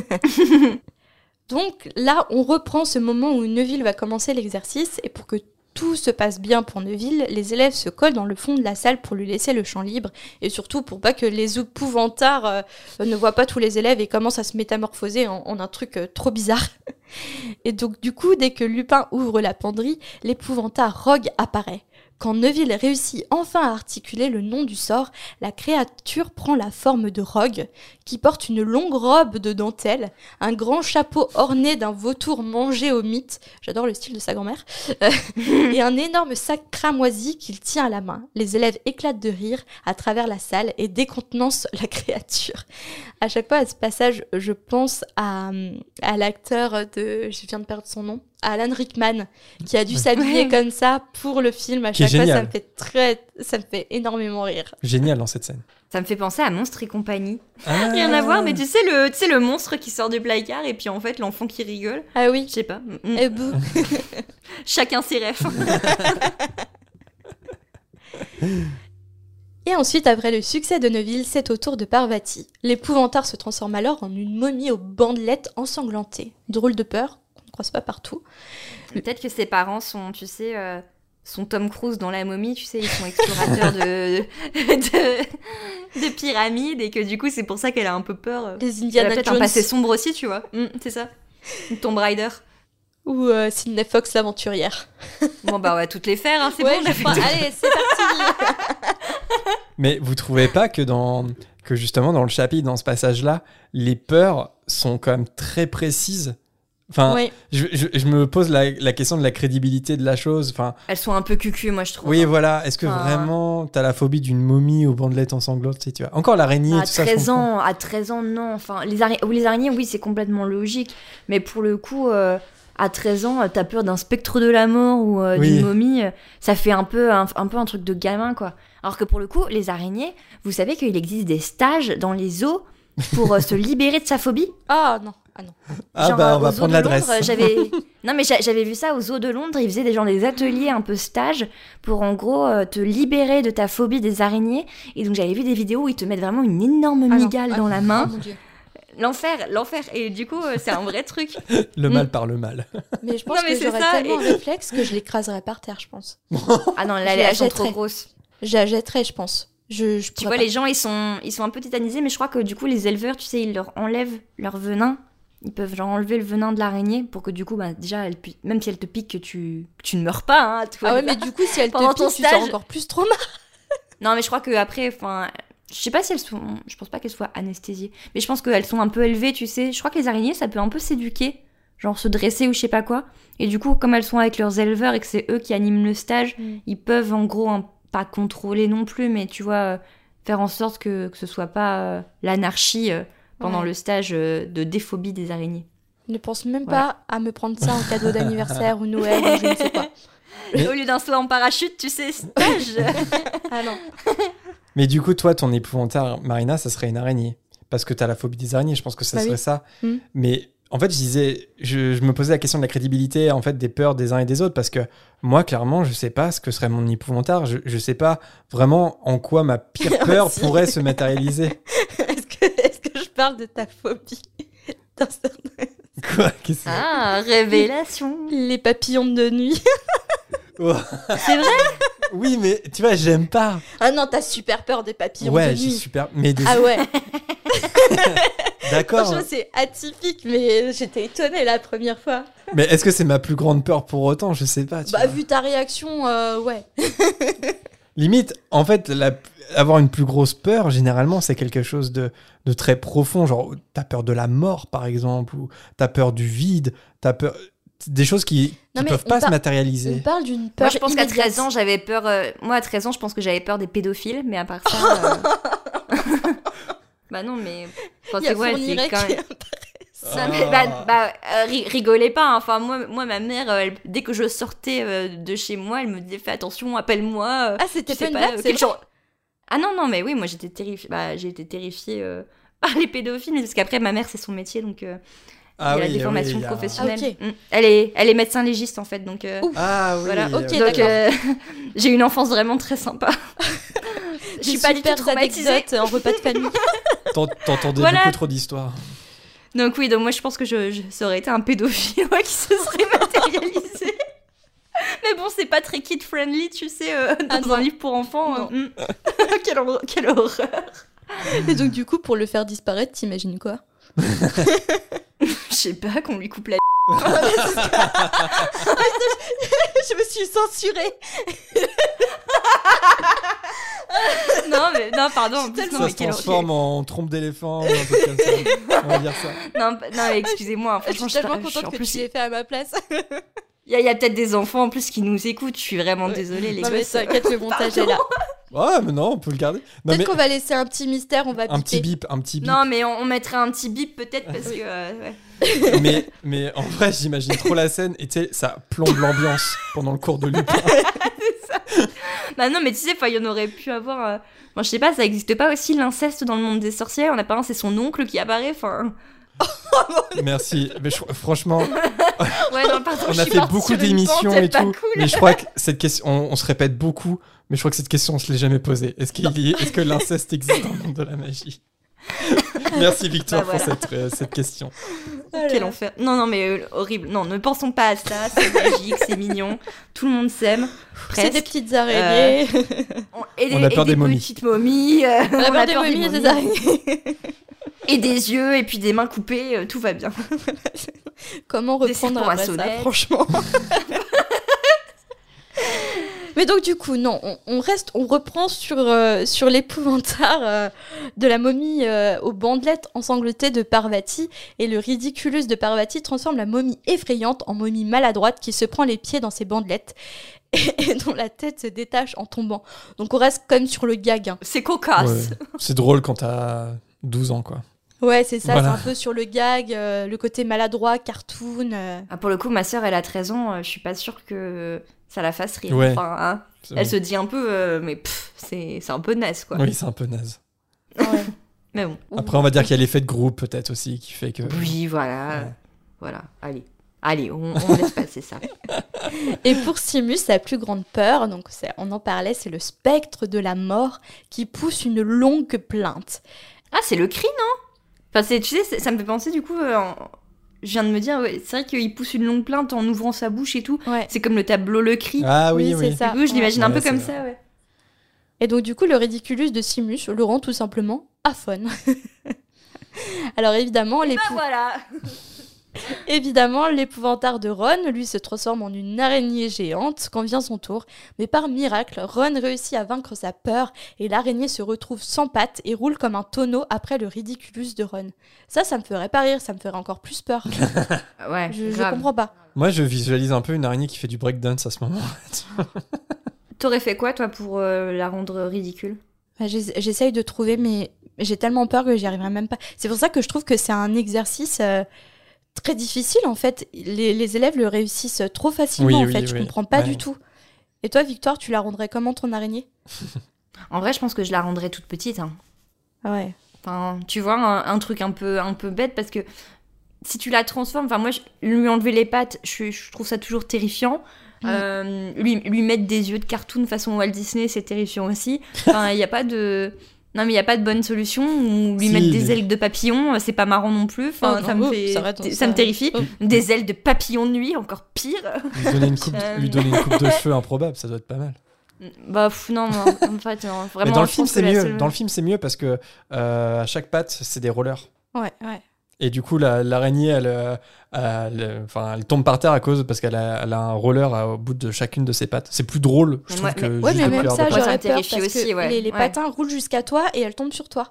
Donc là, on reprend ce moment où Neuville va commencer l'exercice et pour que tout se passe bien pour Neuville, les élèves se collent dans le fond de la salle pour lui laisser le champ libre et surtout pour pas que les épouvantards ne voient pas tous les élèves et commencent à se métamorphoser en un truc trop bizarre. Et donc du coup, dès que Lupin ouvre la penderie, l'épouvantard Rogue apparaît. Quand Neuville réussit enfin à articuler le nom du sort, la créature prend la forme de Rogue, qui porte une longue robe de dentelle, un grand chapeau orné d'un vautour mangé au mythe, j'adore le style de sa grand-mère, et un énorme sac cramoisi qu'il tient à la main. Les élèves éclatent de rire à travers la salle et décontenancent la créature. À chaque fois, à ce passage, je pense à l'acteur de... Je viens de perdre son nom. À Alan Rickman, qui a dû s'habiller comme ça pour le film. À Qui est chaque fois, génial. ça me fait énormément rire. Génial dans cette scène. Ça me fait penser à Monstres et compagnie. Ah. Rien à voir, mais tu sais le monstre qui sort du placard et puis en fait l'enfant qui rigole. Ah oui. Je sais pas. Et bouh. Chacun ses refs. Et ensuite, après le succès de Neville, c'est au tour de Parvati. L'épouvantail se transforme alors en une momie aux bandelettes ensanglantées. Drôle de peur, qu'on ne croise pas partout. Peut-être que ses parents sont, tu sais, sont Tom Cruise dans La Momie, tu sais, ils sont explorateurs de pyramides et que du coup c'est pour ça qu'elle a un peu peur. Les Elle a Indiana peut-être Jones un passé sombre aussi, tu vois. C'est ça. Une Tomb Raider. ou Sydney Fox l'aventurière. Bon bah on va toutes les faire, hein, c'est Ouais, bon. On a je fait crois. tout. Allez, c'est parti. Mais vous trouvez pas que justement dans le chapitre, dans ce passage-là, les peurs sont quand même très précises? Enfin, Oui. je me pose la question de la crédibilité de la chose. Enfin, Elles sont un peu cucu, moi je trouve. oui, voilà. Est-ce que Enfin, vraiment t'as la phobie d'une momie aux bandelettes ensanglantes, tu vois? Encore l'araignée, À tout ça. je 13 comprends. ans, à 13 ans, non. Enfin, les araignées, oui, c'est complètement logique. Mais pour le coup, à 13 ans, t'as peur d'un spectre de la mort ou Oui. d'une momie. Ça fait un peu un truc de gamin, quoi. Alors que pour le coup, les araignées, vous savez qu'il existe des stages dans les zoos pour se libérer de sa phobie. Ah non. Ah non. Ah Genre, bah on aux va zoos prendre de l'adresse. Londres, non mais j'avais vu ça aux zoos de Londres, ils faisaient des ateliers un peu stages pour en gros te libérer de ta phobie des araignées. Et donc j'avais vu des vidéos où ils te mettent vraiment une énorme Ah non. migale Ah, dans la main. Oh mon Dieu. L'enfer. Et du coup, c'est un vrai truc. Le mal par le mal. Mais je pense Non, mais que c'est j'aurais ça, tellement et- un réflexe que je l'écraserais par terre, je pense. Ah non, Je là, la elles sont trop jetterais. grosses. Je la jetterais, je pense. Je Tu pourrais vois, pas. les gens, ils sont un peu tétanisés, mais je crois que du coup, les éleveurs, tu sais, ils leur enlèvent leur venin. Ils peuvent genre enlever le venin de l'araignée pour que du coup, bah, déjà, même si elle te pique, que tu ne meurs pas. Hein, toi, Ah ouais, mais du coup, si elle te Pendant pique, ton tu sors stage- encore plus trop mal. Non, mais je crois qu'après, enfin, je sais pas si elles sont. Je pense pas qu'elles soient anesthésiées. Mais je pense qu'elles sont un peu élevées, tu sais. Je crois que les araignées, ça peut un peu s'éduquer. Genre se dresser ou je sais pas quoi. Et du coup, comme elles sont avec leurs éleveurs et que c'est eux qui animent le stage, ils peuvent en gros pas contrôler non plus, mais tu vois, faire en sorte que ce soit pas l'anarchie pendant Ouais. le stage de déphobie des araignées. Ne pense même Voilà. pas à me prendre ça en cadeau d'anniversaire ou Noël ou je ne sais quoi. Mais- Au lieu d'un saut en parachute, tu sais, stage. Ah non. Mais du coup, toi, ton épouvantail, Marina, ça serait une araignée. Parce que t'as la phobie des araignées, je pense que ça Bah serait oui. ça. Mm. Mais en fait, je me posais la question de la crédibilité, en fait, des peurs des uns et des autres. Parce que moi, clairement, je sais pas ce que serait mon épouvantail. Je sais pas vraiment en quoi ma pire peur Si. pourrait se matérialiser. Est-ce que je parle de ta phobie dans certains- Quoi? Qu'est-ce que Ah, révélation. Les papillons de nuit. Oh. C'est vrai. Oui, mais tu vois, j'aime pas. Ah non, t'as super peur des papillons Ouais, de j'ai nuit. super. Mais Ah ouais, d'accord. franchement c'est atypique, mais j'étais étonnée la première fois. Mais est-ce que c'est ma plus grande peur pour autant? Je sais pas. Tu Bah vois. vu ta réaction, ouais. Limite, en fait, avoir une plus grosse peur, généralement, c'est quelque chose de très profond. Genre, t'as peur de la mort, par exemple, ou t'as peur du vide, t'as peur. Des choses qui Non, mais peuvent on pas se On matérialiser. parle d'une peur Moi, je pense qu'à immédiate. 13 ans, j'avais peur. Moi, à 13 ans, je pense que j'avais peur des pédophiles, mais à part ça. Bah non, mais. Enfin, Il y a c'est ouais, Fourniret c'est quand qui même. Non, mais rigolez pas. Hein. Enfin, moi, ma mère, dès que je sortais de chez moi, elle me disait fais attention, appelle-moi. Ah, c'était je sais pas une pas, blague, c'est quel vrai. genre- Ah non, mais oui, moi j'étais terrifiée. Bah, j'ai été terrifiée par les pédophiles, parce qu'après, ma mère, c'est son métier, donc il Ah y a oui, la déformation oui, il y a- professionnelle. Ah, ok. Elle est médecin légiste, en fait, donc. Ah oui. Voilà, ok, oui. Donc, d'accord. j'ai eu une enfance vraiment très sympa. Je suis pas du tout Super traumatisée. anecdotes en repas de famille. T'entendais Voilà. beaucoup trop d'histoires. Donc oui, donc moi je pense que ça aurait été un pédophile ouais, qui se serait matérialisé. Mais bon, c'est pas très kid-friendly, tu sais, dans Ah non. un livre pour enfants. Non. Quelle horreur. Et donc du coup, pour le faire disparaître, t'imagines quoi? Je sais pas, qu'on lui coupe la... Je me suis censurée. non, pardon. En plus, tellement- non, Ça mais se quelle transforme en trompe d'éléphant ou un truc comme ça. On va dire ça. Non, mais excusez-moi. Je suis Franchement, tellement je suis contente en que plus... tu l'aies fait à ma place. Il y a peut-être des enfants en plus qui nous écoutent. Je suis vraiment désolée, les Non, mais gosses. t'inquiète, le montage est là. Ouais, mais non, on peut le garder. Non, Peut-être mais qu'on va laisser un petit mystère, on va un petit biper. bip. Non, mais on mettrait un petit bip peut-être parce Oui. que. Ouais. mais en vrai, j'imagine trop la scène et tu sais, ça plombe l'ambiance pendant le cours de Lupin. Bah non, mais tu sais, il y en aurait pu avoir. Moi, je sais pas, ça existe pas aussi l'inceste dans le monde des sorcières. On a pas un, c'est son oncle qui apparaît. Enfin. Merci. Mais franchement, Ouais, non, pardon, on je a suis fait partie beaucoup sur une d'émissions pente et pas tout. cool. Mais je crois que cette question, on se répète beaucoup. Mais je crois que cette question, on se l'est jamais posée. Est-ce que l'inceste existe dans le monde de la magie? Merci Victoire Bah, voilà. pour cette question. Quel enfer. Non, mais horrible. Non, ne pensons pas à ça. C'est magique, c'est mignon. Tout le monde s'aime. C'est des Presque. petites araignées. On a peur des momies. petites momies. On a peur des momies et des araignées. Et des yeux, et puis des mains coupées. Tout va bien. Comment Des reprendre serpents à après ça, sonnette. franchement. Mais donc du coup, non, on reprend sur l'épouvantard de la momie aux bandelettes ensanglantées de Parvati, et le ridiculus de Parvati transforme la momie effrayante en momie maladroite qui se prend les pieds dans ses bandelettes et dont la tête se détache en tombant. Donc on reste quand même sur le gag. Hein. C'est cocasse. Ouais. C'est drôle quand t'as 12 ans, quoi. Ouais, c'est ça, Voilà. c'est un peu sur le gag, le côté maladroit, cartoon. Ah, pour le coup, ma sœur, elle a 13 ans. Je suis pas sûre que ça la fasse rire. Ouais. Enfin, hein. C'est Elle bon. se dit un peu, mais c'est un peu naze, quoi. Oui, c'est un peu naze. Ouais. Mais bon. Après, on va dire qu'il y a l'effet de groupe, peut-être aussi, qui fait que. Oui, voilà. Ouais. Voilà, allez, on laisse passer ça. Et pour Simus, sa plus grande peur, donc on en parlait, c'est le spectre de la mort qui pousse une longue plainte. Ah, c'est le cri, non? Enfin, tu sais, ça me fait penser, du coup, je viens de me dire, ouais, c'est vrai qu'il pousse une longue plainte en ouvrant sa bouche et tout. Ouais. C'est comme le tableau Le Cri. Ah oui, c'est oui. ça. Du coup, je l'imagine un Ouais, peu c'est comme vrai. ça, ouais. Et donc du coup, le ridiculus de Simus le rend tout simplement aphone. Alors évidemment, Voilà. évidemment, l'épouvantard de Ron, lui, se transforme en une araignée géante quand vient son tour. Mais par miracle, Ron réussit à vaincre sa peur et l'araignée se retrouve sans pattes et roule comme un tonneau après le ridiculus de Ron. Ça me ferait pas rire, ça me ferait encore plus peur. Ouais, Je grave. comprends pas. Moi, je visualise un peu une araignée qui fait du breakdance à ce moment. T'aurais fait quoi, toi, pour la rendre ridicule? Bah, j'essaye de trouver, mais j'ai tellement peur que j'y arriverai même pas. C'est pour ça que je trouve que c'est un exercice très difficile, en fait. Les élèves le réussissent trop facilement, Oui, en oui, fait. Je oui. comprends pas Ouais. du tout. Et toi, Victoire, tu la rendrais comment, ton araignée? En vrai, je pense que je la rendrais toute petite. Hein. Ouais. Enfin, tu vois, un truc un peu bête, parce que si tu la transformes, enfin, moi, lui enlever les pattes, je trouve ça toujours terrifiant. Lui mettre des yeux de cartoon façon Walt Disney, c'est terrifiant aussi. Enfin, il n'y a pas de... Non, mais il n'y a pas de bonne solution. Ou lui Si, mettre des mais- ailes de papillon, c'est pas marrant non plus. Enfin, Oh, ça non, me fait... ça va, ça me terrifie. Oh. Des ailes de papillon de nuit, encore pire. Lui donner une coupe de cheveux improbable, ça doit être pas mal. Bah, non, en fait, non. Vraiment, Mais dans le je film, pense c'est que la mieux. seule- Dans le film, c'est mieux parce que à chaque patte, c'est des rollers. Ouais. Et du coup, l'araignée, elle tombe par terre parce qu'elle a un roller au bout de chacune de ses pattes. C'est plus drôle, je Mais trouve, moi- que Ouais, juste mais des même couleurs ça, de Moi, ça j'aurais me peur terrifie parce aussi, que ouais. les Ouais. patins roulent jusqu'à toi et elles tombent sur toi.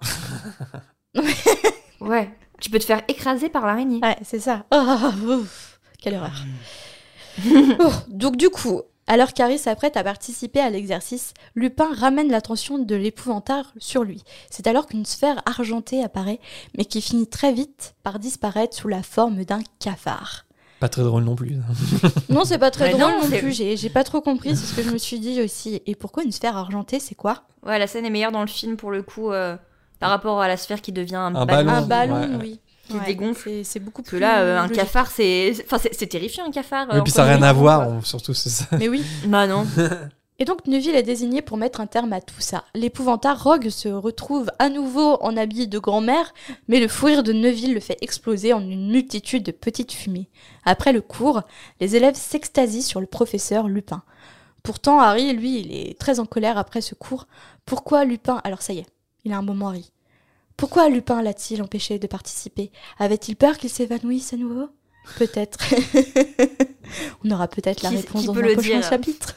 Ouais. Tu peux te faire écraser par l'araignée. Ouais, c'est ça. Oh, ouf, quelle horreur. Oh, donc du coup, alors qu'Harry s'apprête à participer à l'exercice, Lupin ramène l'attention de l'épouvantard sur lui. C'est alors qu'une sphère argentée apparaît, mais qui finit très vite par disparaître sous la forme d'un cafard. Pas très drôle non plus. Non, c'est pas très Mais drôle non, non c'est- plus, j'ai pas trop compris, c'est ce que je me suis dit aussi. Et pourquoi une sphère argentée, c'est quoi? Ouais, la scène est meilleure dans le film pour le coup, par rapport à la sphère qui devient un Un ballon. ballon. Un ballon, ouais. oui. Qui dégonfle. C'est beaucoup Parce plus que là, un logique. cafard, c'est terrifiant, un cafard. Oui, puis ça n'a rien à voir, surtout, c'est ça. Mais oui. Bah non. Et donc Neville est désigné pour mettre un terme à tout ça. L'épouvantard Rogue se retrouve à nouveau en habit de grand-mère, mais le fou rire de Neville le fait exploser en une multitude de petites fumées. Après le cours, les élèves s'extasient sur le professeur Lupin. Pourtant, Harry, lui, il est très en colère après ce cours. Pourquoi Lupin... Alors ça y est, il a un moment Harry. Pourquoi Lupin l'a-t-il empêché de participer? Avait-il peur qu'il s'évanouisse à nouveau? Peut-être. On aura peut-être la Qui- réponse qui dans peut un le prochain dire chapitre.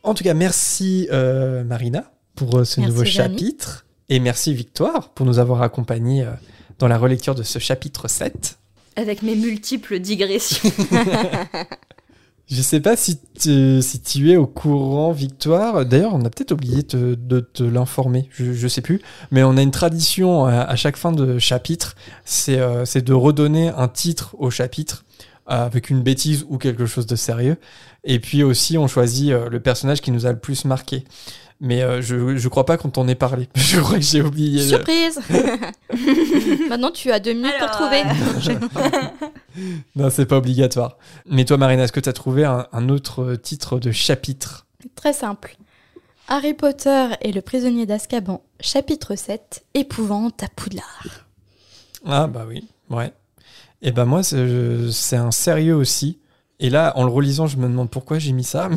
En tout cas, merci Marina pour ce Merci, nouveau Jamy. chapitre. Et merci Victoire pour nous avoir accompagnés dans la relecture de ce chapitre 7. Avec mes multiples digressions. Je sais pas si tu es au courant, Victoire. D'ailleurs, on a peut-être oublié de te l'informer. Je sais plus. Mais on a une tradition à chaque fin de chapitre. C'est de redonner un titre au chapitre avec une bêtise ou quelque chose de sérieux. Et puis aussi, on choisit le personnage qui nous a le plus marqué. Mais je crois pas qu'on t'en ait parlé. Je crois que j'ai oublié. Surprise. Maintenant, tu as 2 minutes pour trouver. Non, c'est pas obligatoire. Mais toi, Marina, est-ce que tu as trouvé un autre titre de chapitre? Très simple. Harry Potter et le prisonnier d'Azkaban, chapitre 7, épouvante à Poudlard. Ah bah oui, ouais. Et bah moi, c'est un sérieux aussi. Et là, en le relisant, je me demande pourquoi j'ai mis ça, mais...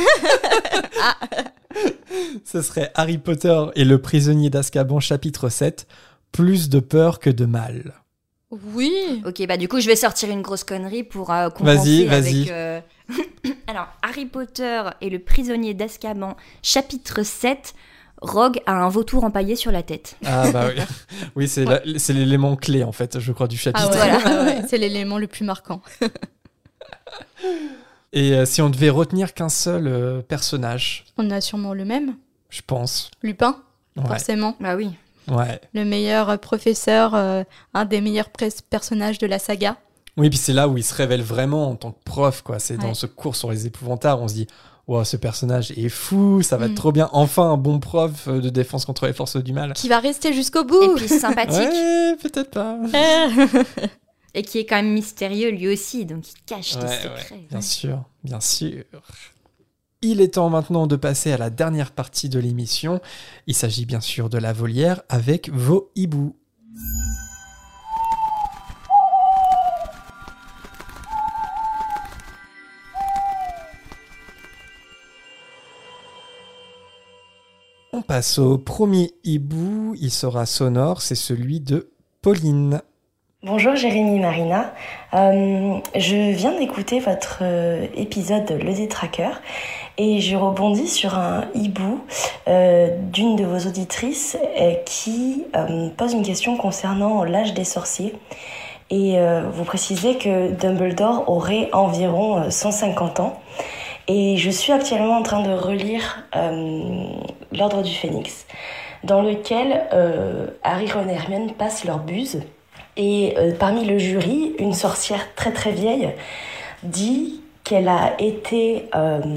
Ce serait Harry Potter et le prisonnier d'Azkaban, chapitre 7, plus de peur que de mal. Oui. Ok, bah du coup, je vais sortir une grosse connerie pour compenser Vas-y. avec... Alors, Harry Potter et le prisonnier d'Azkaban, chapitre 7, Rogue a un vautour empaillé sur la tête. Ah bah oui, oui c'est l'élément clé, en fait, je crois, du chapitre. Ah ouais, ah ouais, c'est l'élément le plus marquant. Et si on devait retenir qu'un seul personnage, On a sûrement le même. je pense. Lupin, Ouais. forcément. Bah oui. Ouais. Le meilleur professeur, un des meilleurs personnages de la saga. Oui, puis c'est là où il se révèle vraiment en tant que prof, quoi. C'est dans Ouais. ce cours sur les épouvantards, on se dit, wow, ce personnage est fou, ça va être Mm. trop bien. Enfin, un bon prof de défense contre les forces du mal. Qui va rester jusqu'au bout. Et puis sympathique. Ouais, peut-être pas. Et qui est quand même mystérieux lui aussi, donc il cache des Ouais, secrets. bien sûr, bien sûr. Il est temps maintenant de passer à la dernière partie de l'émission. Il s'agit bien sûr de la volière avec vos hiboux. On passe au premier hibou. Il sera sonore, c'est celui de Pauline. Bonjour Jérémy Marina, je viens d'écouter votre épisode Le Détraqueur et je rebondis sur un hibou d'une de vos auditrices qui pose une question concernant l'âge des sorciers et vous précisez que Dumbledore aurait environ 150 ans et je suis actuellement en train de relire l'Ordre du Phénix dans lequel Harry, Ron et Hermione passent leur buse. Et parmi le jury, une sorcière très très vieille dit qu'elle a été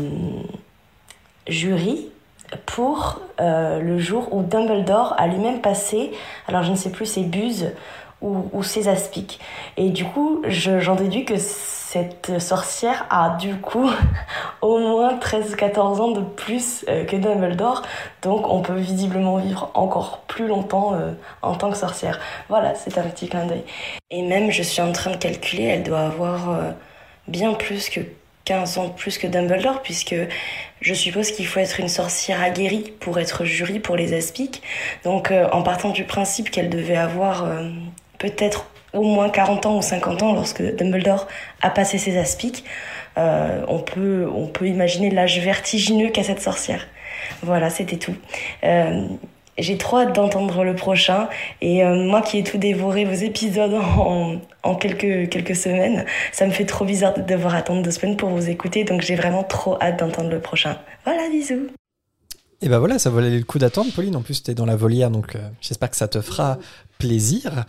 jury pour le jour où Dumbledore a lui-même passé, alors je ne sais plus, ses buses ou ses aspics. Et du coup, j'en déduis que cette sorcière a du coup au moins 13-14 ans de plus que Dumbledore. Donc on peut visiblement vivre encore plus longtemps en tant que sorcière. Voilà, c'est un petit clin d'œil. Et même, je suis en train de calculer, elle doit avoir bien plus que 15 ans de plus que Dumbledore, puisque je suppose qu'il faut être une sorcière aguerrie pour être jury pour les aspics. Donc en partant du principe qu'elle devait avoir peut-être au moins 40 ans ou 50 ans lorsque Dumbledore a passé ses aspics, on peut imaginer l'âge vertigineux qu'a cette sorcière. Voilà, c'était tout. J'ai trop hâte d'entendre le prochain et moi qui ai tout dévoré vos épisodes en quelques semaines, ça me fait trop bizarre de devoir attendre 2 semaines pour vous écouter, donc j'ai vraiment trop hâte d'entendre le prochain. Voilà, bisous. Et ben voilà, ça valait le coup d'attendre, Pauline. En plus, t'es dans la volière, donc j'espère que ça te fera plaisir.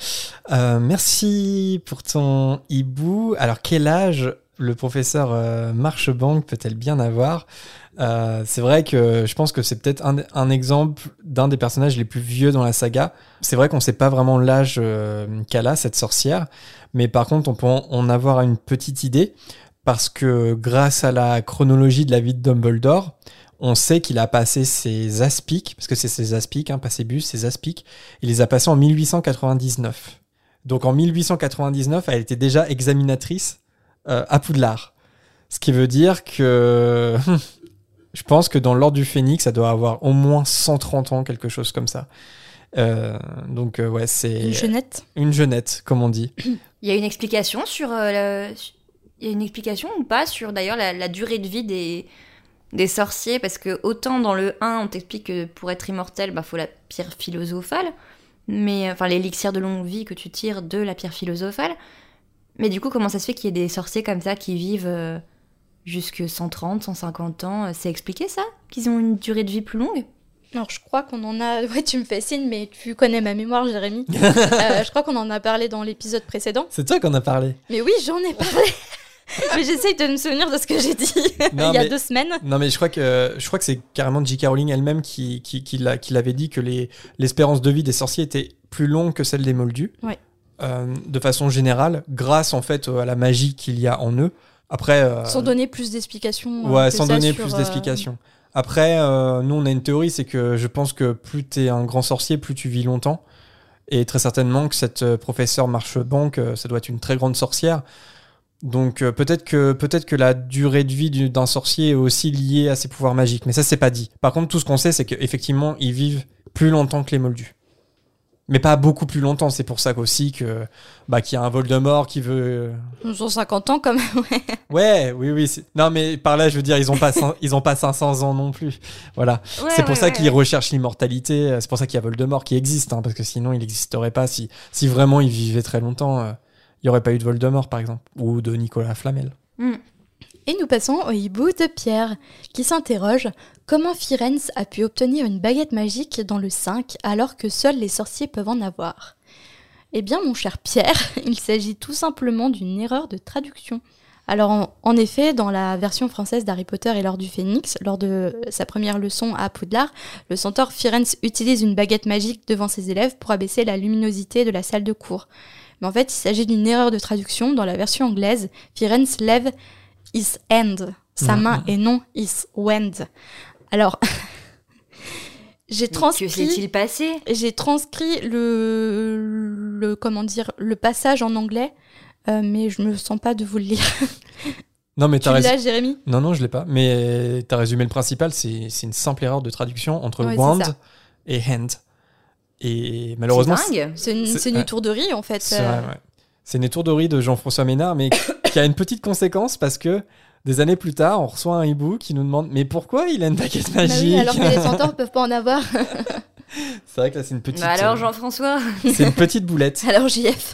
Merci pour ton hibou. Alors, quel âge le professeur Marchbank peut-elle bien avoir? C'est vrai que je pense que c'est peut-être un exemple d'un des personnages les plus vieux dans la saga. C'est vrai qu'on ne sait pas vraiment l'âge qu'elle a, cette sorcière. Mais par contre, on peut en avoir une petite idée. Parce que grâce à la chronologie de la vie de Dumbledore, on sait qu'il a passé ses aspics, parce que c'est ses aspics, pas ses bus, ses aspics, il les a passés en 1899. Donc en 1899, elle était déjà examinatrice à Poudlard. Ce qui veut dire que je pense que dans l'Ordre du Phénix, ça doit avoir au moins 130 ans, quelque chose comme ça. Donc ouais, c'est... Une jeunette. Une jeunette, comme on dit. Il y a une explication sur... Il y a une explication ou pas sur d'ailleurs la durée de vie des sorciers, parce que autant dans le 1, on t'explique que pour être immortel, faut la pierre philosophale, mais enfin l'élixir de longue vie que tu tires de la pierre philosophale. Mais du coup, comment ça se fait qu'il y ait des sorciers comme ça qui vivent jusque 130, 150 ans? C'est expliqué ça? Qu'ils ont une durée de vie plus longue? Alors, je crois qu'on en a... Ouais, tu me fais signe, mais tu connais ma mémoire, Jérémy. Je crois qu'on en a parlé dans l'épisode précédent. C'est toi qu'on a parlé. Mais oui, j'en ai parlé. Mais j'essaye de me souvenir de ce que j'ai dit il y a 2 semaines. Non, mais je crois que c'est carrément J.K. Rowling elle-même qui l'avait dit que l'espérance de vie des sorciers était plus longue que celle des moldus. Ouais. De façon générale, grâce en fait à la magie qu'il y a en eux. Après, sans donner plus d'explications. Sans donner plus d'explications. Après, nous, on a une théorie, c'est que je pense que plus t'es un grand sorcier, plus tu vis longtemps. Et très certainement que cette professeure Marchbank, ça doit être une très grande sorcière. Donc peut-être que la durée de vie d'un sorcier est aussi liée à ses pouvoirs magiques. Mais ça, c'est pas dit. Par contre, tout ce qu'on sait, c'est qu'effectivement, ils vivent plus longtemps que les moldus. Mais pas beaucoup plus longtemps. C'est pour ça qu'aussi qu'il y a un Voldemort qui veut... 150 ans quand même, ouais. Oui. Non, mais par là, je veux dire, ils ont pas 500 ans non plus. Voilà. Ouais, c'est pour ça qu'ils recherchent l'immortalité. C'est pour ça qu'il y a Voldemort qui existe, parce que sinon, il n'existerait pas. Si vraiment il vivait très longtemps, il n'y aurait pas eu de Voldemort, par exemple. Ou de Nicolas Flamel. Et nous passons au hibou de Pierre, qui s'interroge comment Firenze a pu obtenir une baguette magique dans le 5 alors que seuls les sorciers peuvent en avoir. Eh bien, mon cher Pierre, il s'agit tout simplement d'une erreur de traduction. Alors, en effet, dans la version française d'Harry Potter et l'Ordre du Phénix, lors de sa première leçon à Poudlard, le centaure Firenze utilise une baguette magique devant ses élèves pour abaisser la luminosité de la salle de cours. Mais en fait, il s'agit d'une erreur de traduction. Dans la version anglaise, Firenze lève his hand, sa main, et non his wand. Alors, j'ai transcrit... Que s'est-il passé ? J'ai transcrit le passage en anglais, mais je me sens pas de vous le lire. Non, mais tu l'as, Jérémy ? Non, je l'ai pas. Mais t'as résumé le principal, c'est une simple erreur de traduction entre wand et hand. Et malheureusement... C'est dingue. C'est une étourderie, en fait. C'est vrai, ouais. C'est une étourderie de Jean-François Ménard, mais qui a une petite conséquence parce que des années plus tard, on reçoit un hibou qui nous demande mais pourquoi il a une baguette magique ? Oui, alors que les centaures peuvent pas en avoir. C'est vrai que là, c'est une petite... alors, Jean-François c'est une petite boulette. Alors, JF.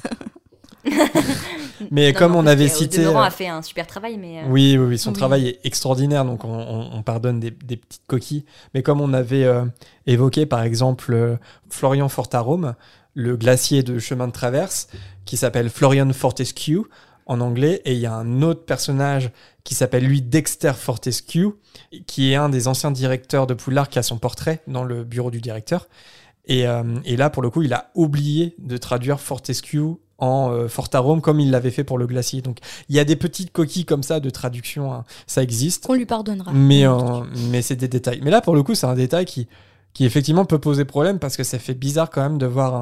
Mais comme on avait cité... Laurent a fait un super travail, mais... Oui, son travail est extraordinaire, donc on pardonne des petites coquilles. Mais comme on avait évoqué, par exemple, Florian Fortarome, le glacier de chemin de traverse, qui s'appelle Florian Fortescue en anglais, et il y a un autre personnage qui s'appelle lui Dexter Fortescue, qui est un des anciens directeurs de Poudlard, qui a son portrait dans le bureau du directeur. Et là, pour le coup, il a oublié de traduire Fortescue en Fortarome comme il l'avait fait pour le glacier. Donc, il y a des petites coquilles comme ça de traduction, hein. Ça existe. On lui pardonnera. Mais c'est des détails. Mais là, pour le coup, c'est un détail qui effectivement peut poser problème parce que ça fait bizarre quand même de voir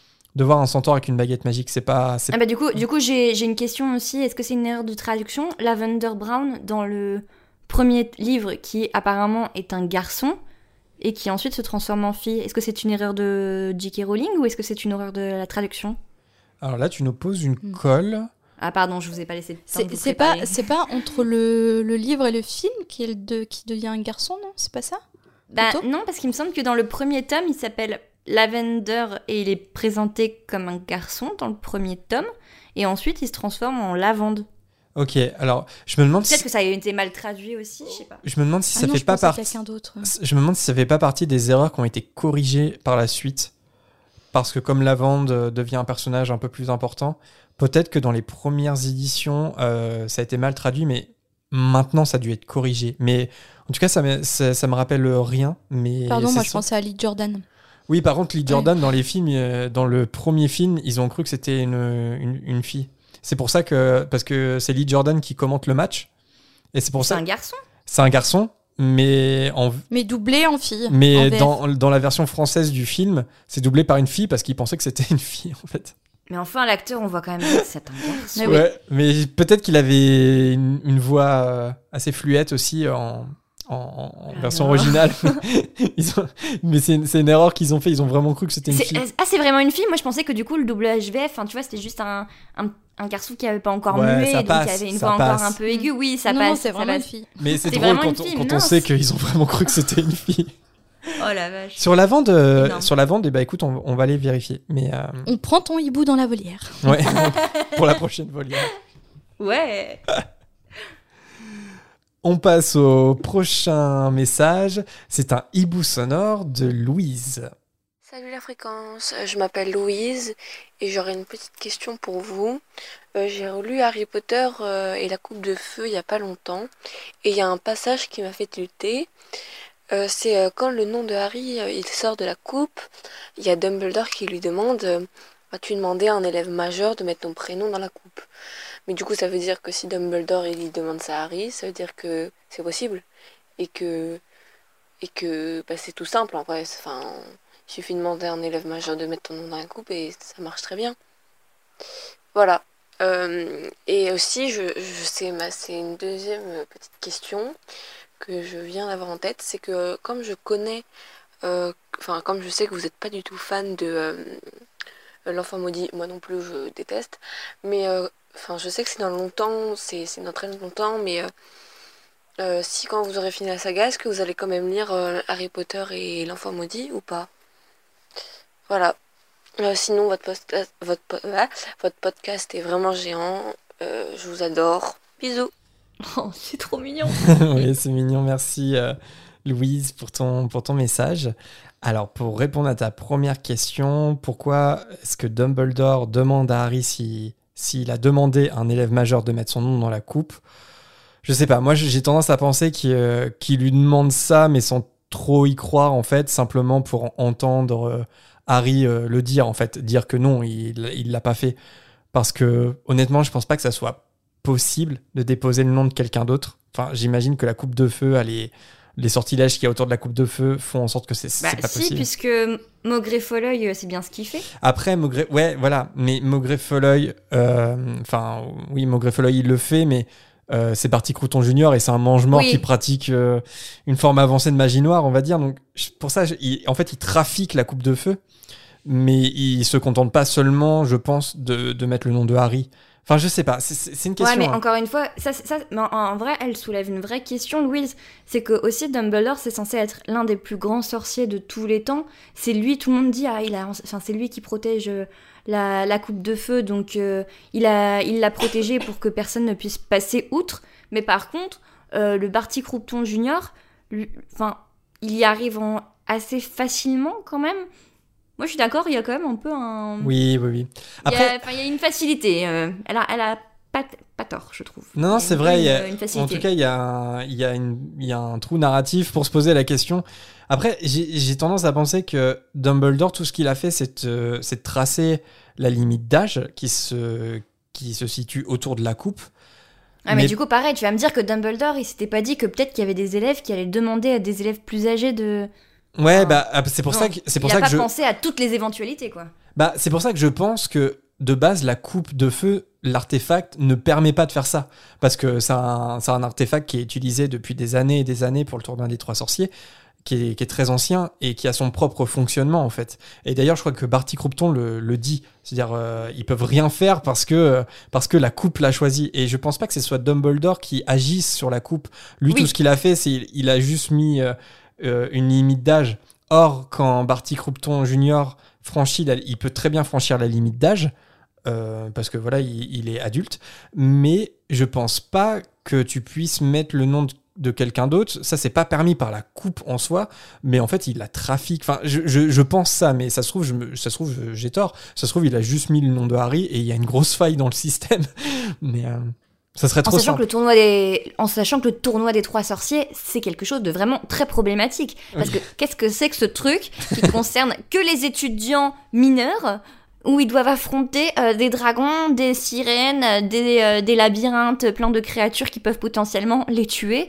un centaure avec une baguette magique. Du coup, j'ai une question aussi. Est-ce que c'est une erreur de traduction ? Lavender Brown, dans le premier livre, qui apparemment est un garçon et qui ensuite se transforme en fille, est-ce que c'est une erreur de J.K. Rowling ou est-ce que c'est une erreur de la traduction ? Alors là, tu nous poses une colle. Ah pardon, je vous ai pas laissé le temps de vous c'est pas entre le livre et le film qui devient un garçon, non ? C'est pas ça ? Non, parce qu'il me semble que dans le premier tome, il s'appelle Lavender et il est présenté comme un garçon dans le premier tome, et ensuite il se transforme en lavande. Ok, alors je me demande peut-être que ça a été mal traduit aussi, je sais pas. Je me demande si ça fait pas partie. Je me demande si ça fait pas partie des erreurs qui ont été corrigées par la suite, parce que comme lavande devient un personnage un peu plus important, peut-être que dans les premières éditions ça a été mal traduit, mais maintenant ça a dû être corrigé. Mais en tout cas, ça me rappelle rien. Mais pardon, moi je pensais à Lee Jordan. Oui, par contre, Lee Jordan, dans les films, dans le premier film, ils ont cru que c'était une fille. C'est pour ça parce que c'est Lee Jordan qui commente le match. Et c'est pour ça. C'est un garçon ? C'est un garçon, mais doublé en fille. Mais dans la version française du film, c'est doublé par une fille parce qu'ils pensaient que c'était une fille, en fait. Mais enfin, l'acteur, on voit quand même que c'est un garçon. Mais peut-être qu'il avait une voix assez fluette aussi en version originale. Mais c'est une erreur qu'ils ont fait. Ils ont vraiment cru que c'était une fille. Ah, c'est vraiment une fille? Moi, je pensais que du coup, le doublage VF, tu vois, c'était juste un garçon qui avait pas encore muet, donc qui avait une voix encore un peu aiguë. Oui, ça passe. Non, c'est vraiment une fille. Mais c'est drôle quand on sait qu'ils ont vraiment cru que c'était une fille. Oh la vache. Sur la vente, écoute, on va aller vérifier. Mais on prend ton hibou dans la volière. Ouais, pour la prochaine volière. Ouais. On passe au prochain message. C'est un hibou sonore de Louise. Salut la fréquence, je m'appelle Louise et j'aurais une petite question pour vous. J'ai relu Harry Potter et la coupe de feu il y a pas longtemps et il y a un passage qui m'a fait tilter. C'est quand le nom de Harry il sort de la coupe, il y a Dumbledore qui lui demande as-tu demandé à un élève majeur de mettre ton prénom dans la coupe? Mais du coup ça veut dire que si Dumbledore il demande ça à Harry, ça veut dire que c'est possible et que c'est tout simple en vrai. Enfin, il suffit de demander à un élève majeur de mettre ton nom dans la coupe et ça marche très bien. Voilà. Et aussi c'est une deuxième petite question que je viens d'avoir en tête, c'est que comme je connais, comme je sais que vous n'êtes pas du tout fan de l'enfant maudit, moi non plus je déteste, mais je sais que c'est dans longtemps, c'est dans très longtemps, mais si quand vous aurez fini la saga, est-ce que vous allez quand même lire Harry Potter et l'enfant maudit ou pas? Voilà. Sinon votre podcast est vraiment géant, je vous adore, bisous. Oh, c'est trop mignon. Oui, c'est mignon. Merci Louise pour ton message. Alors, pour répondre à ta première question, pourquoi est-ce que Dumbledore demande à Harry s'il a demandé à un élève majeur de mettre son nom dans la coupe? Je sais pas. Moi, j'ai tendance à penser qu'il lui demande ça, mais sans trop y croire, en fait, simplement pour entendre Harry le dire, en fait. Dire que non, il l'a pas fait. Parce que, honnêtement, je pense pas que ça soit possible de déposer le nom de quelqu'un d'autre. Enfin, j'imagine que la coupe de feu, les sortilèges qu'il y a autour de la coupe de feu font en sorte que c'est pas possible. Si, puisque Maugrey Folleuil, c'est bien ce qu'il fait. Après, mais Maugrey Folleuil, Maugrey Folleuil, il le fait, mais c'est Barty Crouton Junior et c'est un mange-mort qui pratique une forme avancée de magie noire, on va dire. Donc, pour ça, il trafique la coupe de feu, mais il se contente pas seulement, je pense, de mettre le nom de Harry. Enfin, je sais pas, c'est une question. Ouais, mais encore une fois, mais en vrai, elle soulève une vraie question, Louise. C'est que aussi Dumbledore, c'est censé être l'un des plus grands sorciers de tous les temps. C'est lui, tout le monde dit, c'est lui qui protège la coupe de feu, donc il l'a protégée pour que personne ne puisse passer outre. Mais par contre, le Barty Crouton Junior, il y arrive assez facilement quand même. Moi, je suis d'accord, il y a quand même un peu un... Oui. Après... Il y a une facilité. Elle a pas tort, je trouve. Non, c'est vrai. Une facilité. En tout cas, il y a un trou narratif pour se poser la question. Après, j'ai tendance à penser que Dumbledore, tout ce qu'il a fait, c'est de tracer la limite d'âge qui se situe autour de la coupe. Ah, mais du coup, pareil, tu vas me dire que Dumbledore, il s'était pas dit que peut-être qu'il y avait des élèves qui allaient demander à des élèves plus âgés de... Ouais, c'est pour ça que il a pas pensé à toutes les éventualités, quoi. C'est pour ça que je pense que de base la coupe de feu, l'artefact ne permet pas de faire ça, parce que c'est un artefact qui est utilisé depuis des années et des années pour le tournoi des trois sorciers, qui est très ancien et qui a son propre fonctionnement en fait. Et d'ailleurs, je crois que Barty Crouton le dit, c'est-à-dire ils peuvent rien faire parce que la coupe l'a choisi. Et je pense pas que ce soit Dumbledore qui agisse sur la coupe. Lui, tout ce qu'il a fait, c'est il a juste mis une limite d'âge. Or, quand Barty Crouton Junior franchit, il peut très bien franchir la limite d'âge, parce que voilà, il est adulte. Mais je pense pas que tu puisses mettre le nom de quelqu'un d'autre. Ça, c'est pas permis par la coupe en soi, mais en fait, il la trafique. Enfin, je pense ça, mais ça se trouve, j'ai tort. Ça se trouve, il a juste mis le nom de Harry et il y a une grosse faille dans le système. Mais... ça serait trop simple. En sachant que le tournoi des trois sorciers, c'est quelque chose de vraiment très problématique. Parce que qu'est-ce que c'est que ce truc qui concerne que les étudiants mineurs, où ils doivent affronter des dragons, des sirènes, des labyrinthes, plein de créatures qui peuvent potentiellement les tuer.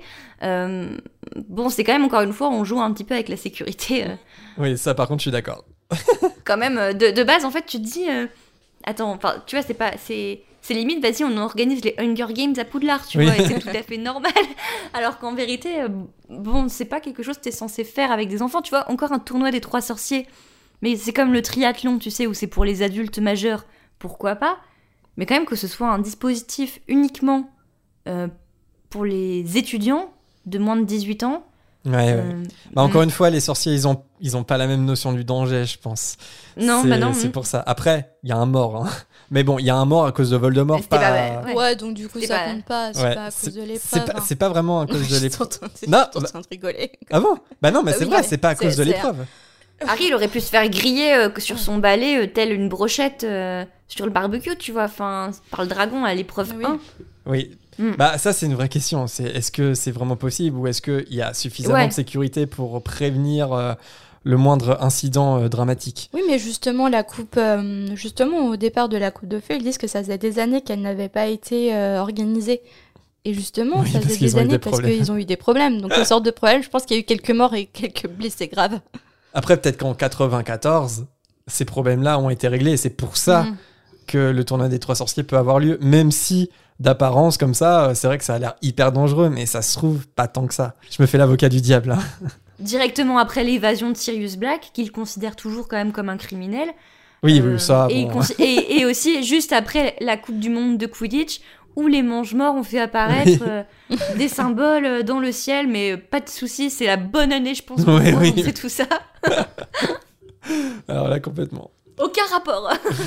C'est quand même, encore une fois, on joue un petit peu avec la sécurité. Oui, ça par contre, je suis d'accord. Quand même, de base, en fait, tu te dis... attends, tu vois, C'est limite, vas-y, on organise les Hunger Games à Poudlard, tu Oui. vois, et c'est tout à fait normal. Alors qu'en vérité, bon, c'est pas quelque chose que t'es censé faire avec des enfants, tu vois. Encore un tournoi des 3 sorciers, mais c'est comme le triathlon, tu sais, où c'est pour les adultes majeurs, pourquoi pas. Mais quand même que ce soit un dispositif uniquement pour les étudiants de moins de 18 ans. Ouais. Encore une fois, les sorciers, ils ont pas la même notion du danger, je pense. Non, C'est pour ça. Après, il y a un mort. Hein. Mais bon, il y a un mort à cause de Voldemort. C'était pas vrai. Ouais, donc du coup, C'était ça pas- compte pas. C'est Ouais, pas à cause de l'épreuve. c'est pas vraiment à cause de l'épreuve. J'étais Non, en train de rigoler. Ah bon? Bah non, mais Bah c'est oui, vrai, ouais. c'est pas à cause de C'est- l'épreuve. Harry, il aurait pu se faire griller sur son balai, telle une brochette sur le barbecue, tu vois, enfin, par le dragon à l'épreuve Oui. 1. Oui. Mm. Bah ça, c'est une vraie question. Est-ce que c'est vraiment possible ou est-ce qu'il y a suffisamment Ouais. de sécurité pour prévenir le moindre incident dramatique? Oui, mais justement, la coupe, justement, au départ de la coupe de feu, ils disent que ça faisait des années qu'elle n'avait pas été organisée. Et justement, Oui, ça parce faisait qu'ils des ont eu années des parce problèmes. qu'ils ont eu des problèmes. Donc, aux sortes de problèmes, je pense qu'il y a eu quelques morts et quelques blessés graves. Après, peut-être qu'en 94, ces problèmes-là ont été réglés et c'est pour ça Mm. que le tournoi des 3 sorciers peut avoir lieu, même si d'apparence comme ça, c'est vrai que ça a l'air hyper dangereux, mais ça se trouve pas tant que ça. Je me fais l'avocat du diable. Hein. Directement après l'évasion de Sirius Black, qu'il considère toujours quand même comme un criminel. Oui, oui, ça. et, bon. et aussi juste après la Coupe du Monde de Quidditch, où les mange-morts ont fait apparaître des symboles dans le ciel, mais pas de soucis, c'est la bonne année, je pense, pour Oui, oui. annoncer tout ça. Alors là, complètement. Aucun rapport.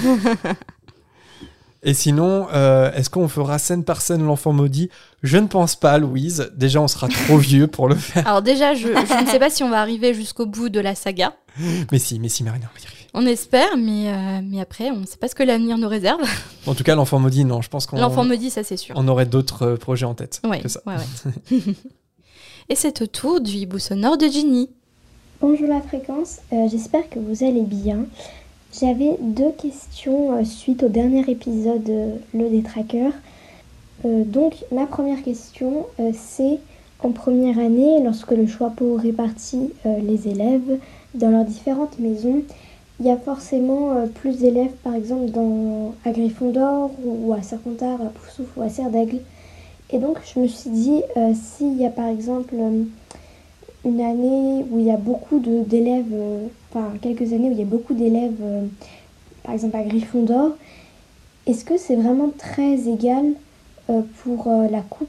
Et sinon, est-ce qu'on fera scène par scène l'enfant maudit? Je ne pense pas, Louise. Déjà, on sera trop vieux pour le faire. Alors déjà, je ne sais pas si on va arriver jusqu'au bout de la saga. Mais si, Marina, on va y arriver. On espère, mais après, on ne sait pas ce que l'avenir nous réserve. En tout cas, l'enfant maudit, non. Je pense qu'on L'enfant me dit, ça c'est sûr. on aurait d'autres projets en tête Ouais, que ça. ouais. Et c'est au tour du hibou sonore de Ginny. Bonjour la fréquence, j'espère que vous allez bien. J'avais 2 questions suite au dernier épisode Le Détraqueur. Donc ma première question c'est en première année, lorsque le Choixpeau répartit les élèves dans leurs différentes maisons, il y a forcément plus d'élèves par exemple à Gryffondor ou à Serpentard, à Poufsouffle ou à Serre-d'Aigle. Et donc je me suis dit s'il y a par exemple une année où il y a beaucoup d'élèves, quelques années où il y a beaucoup d'élèves, par exemple à Gryffondor, est-ce que c'est vraiment très égal pour la coupe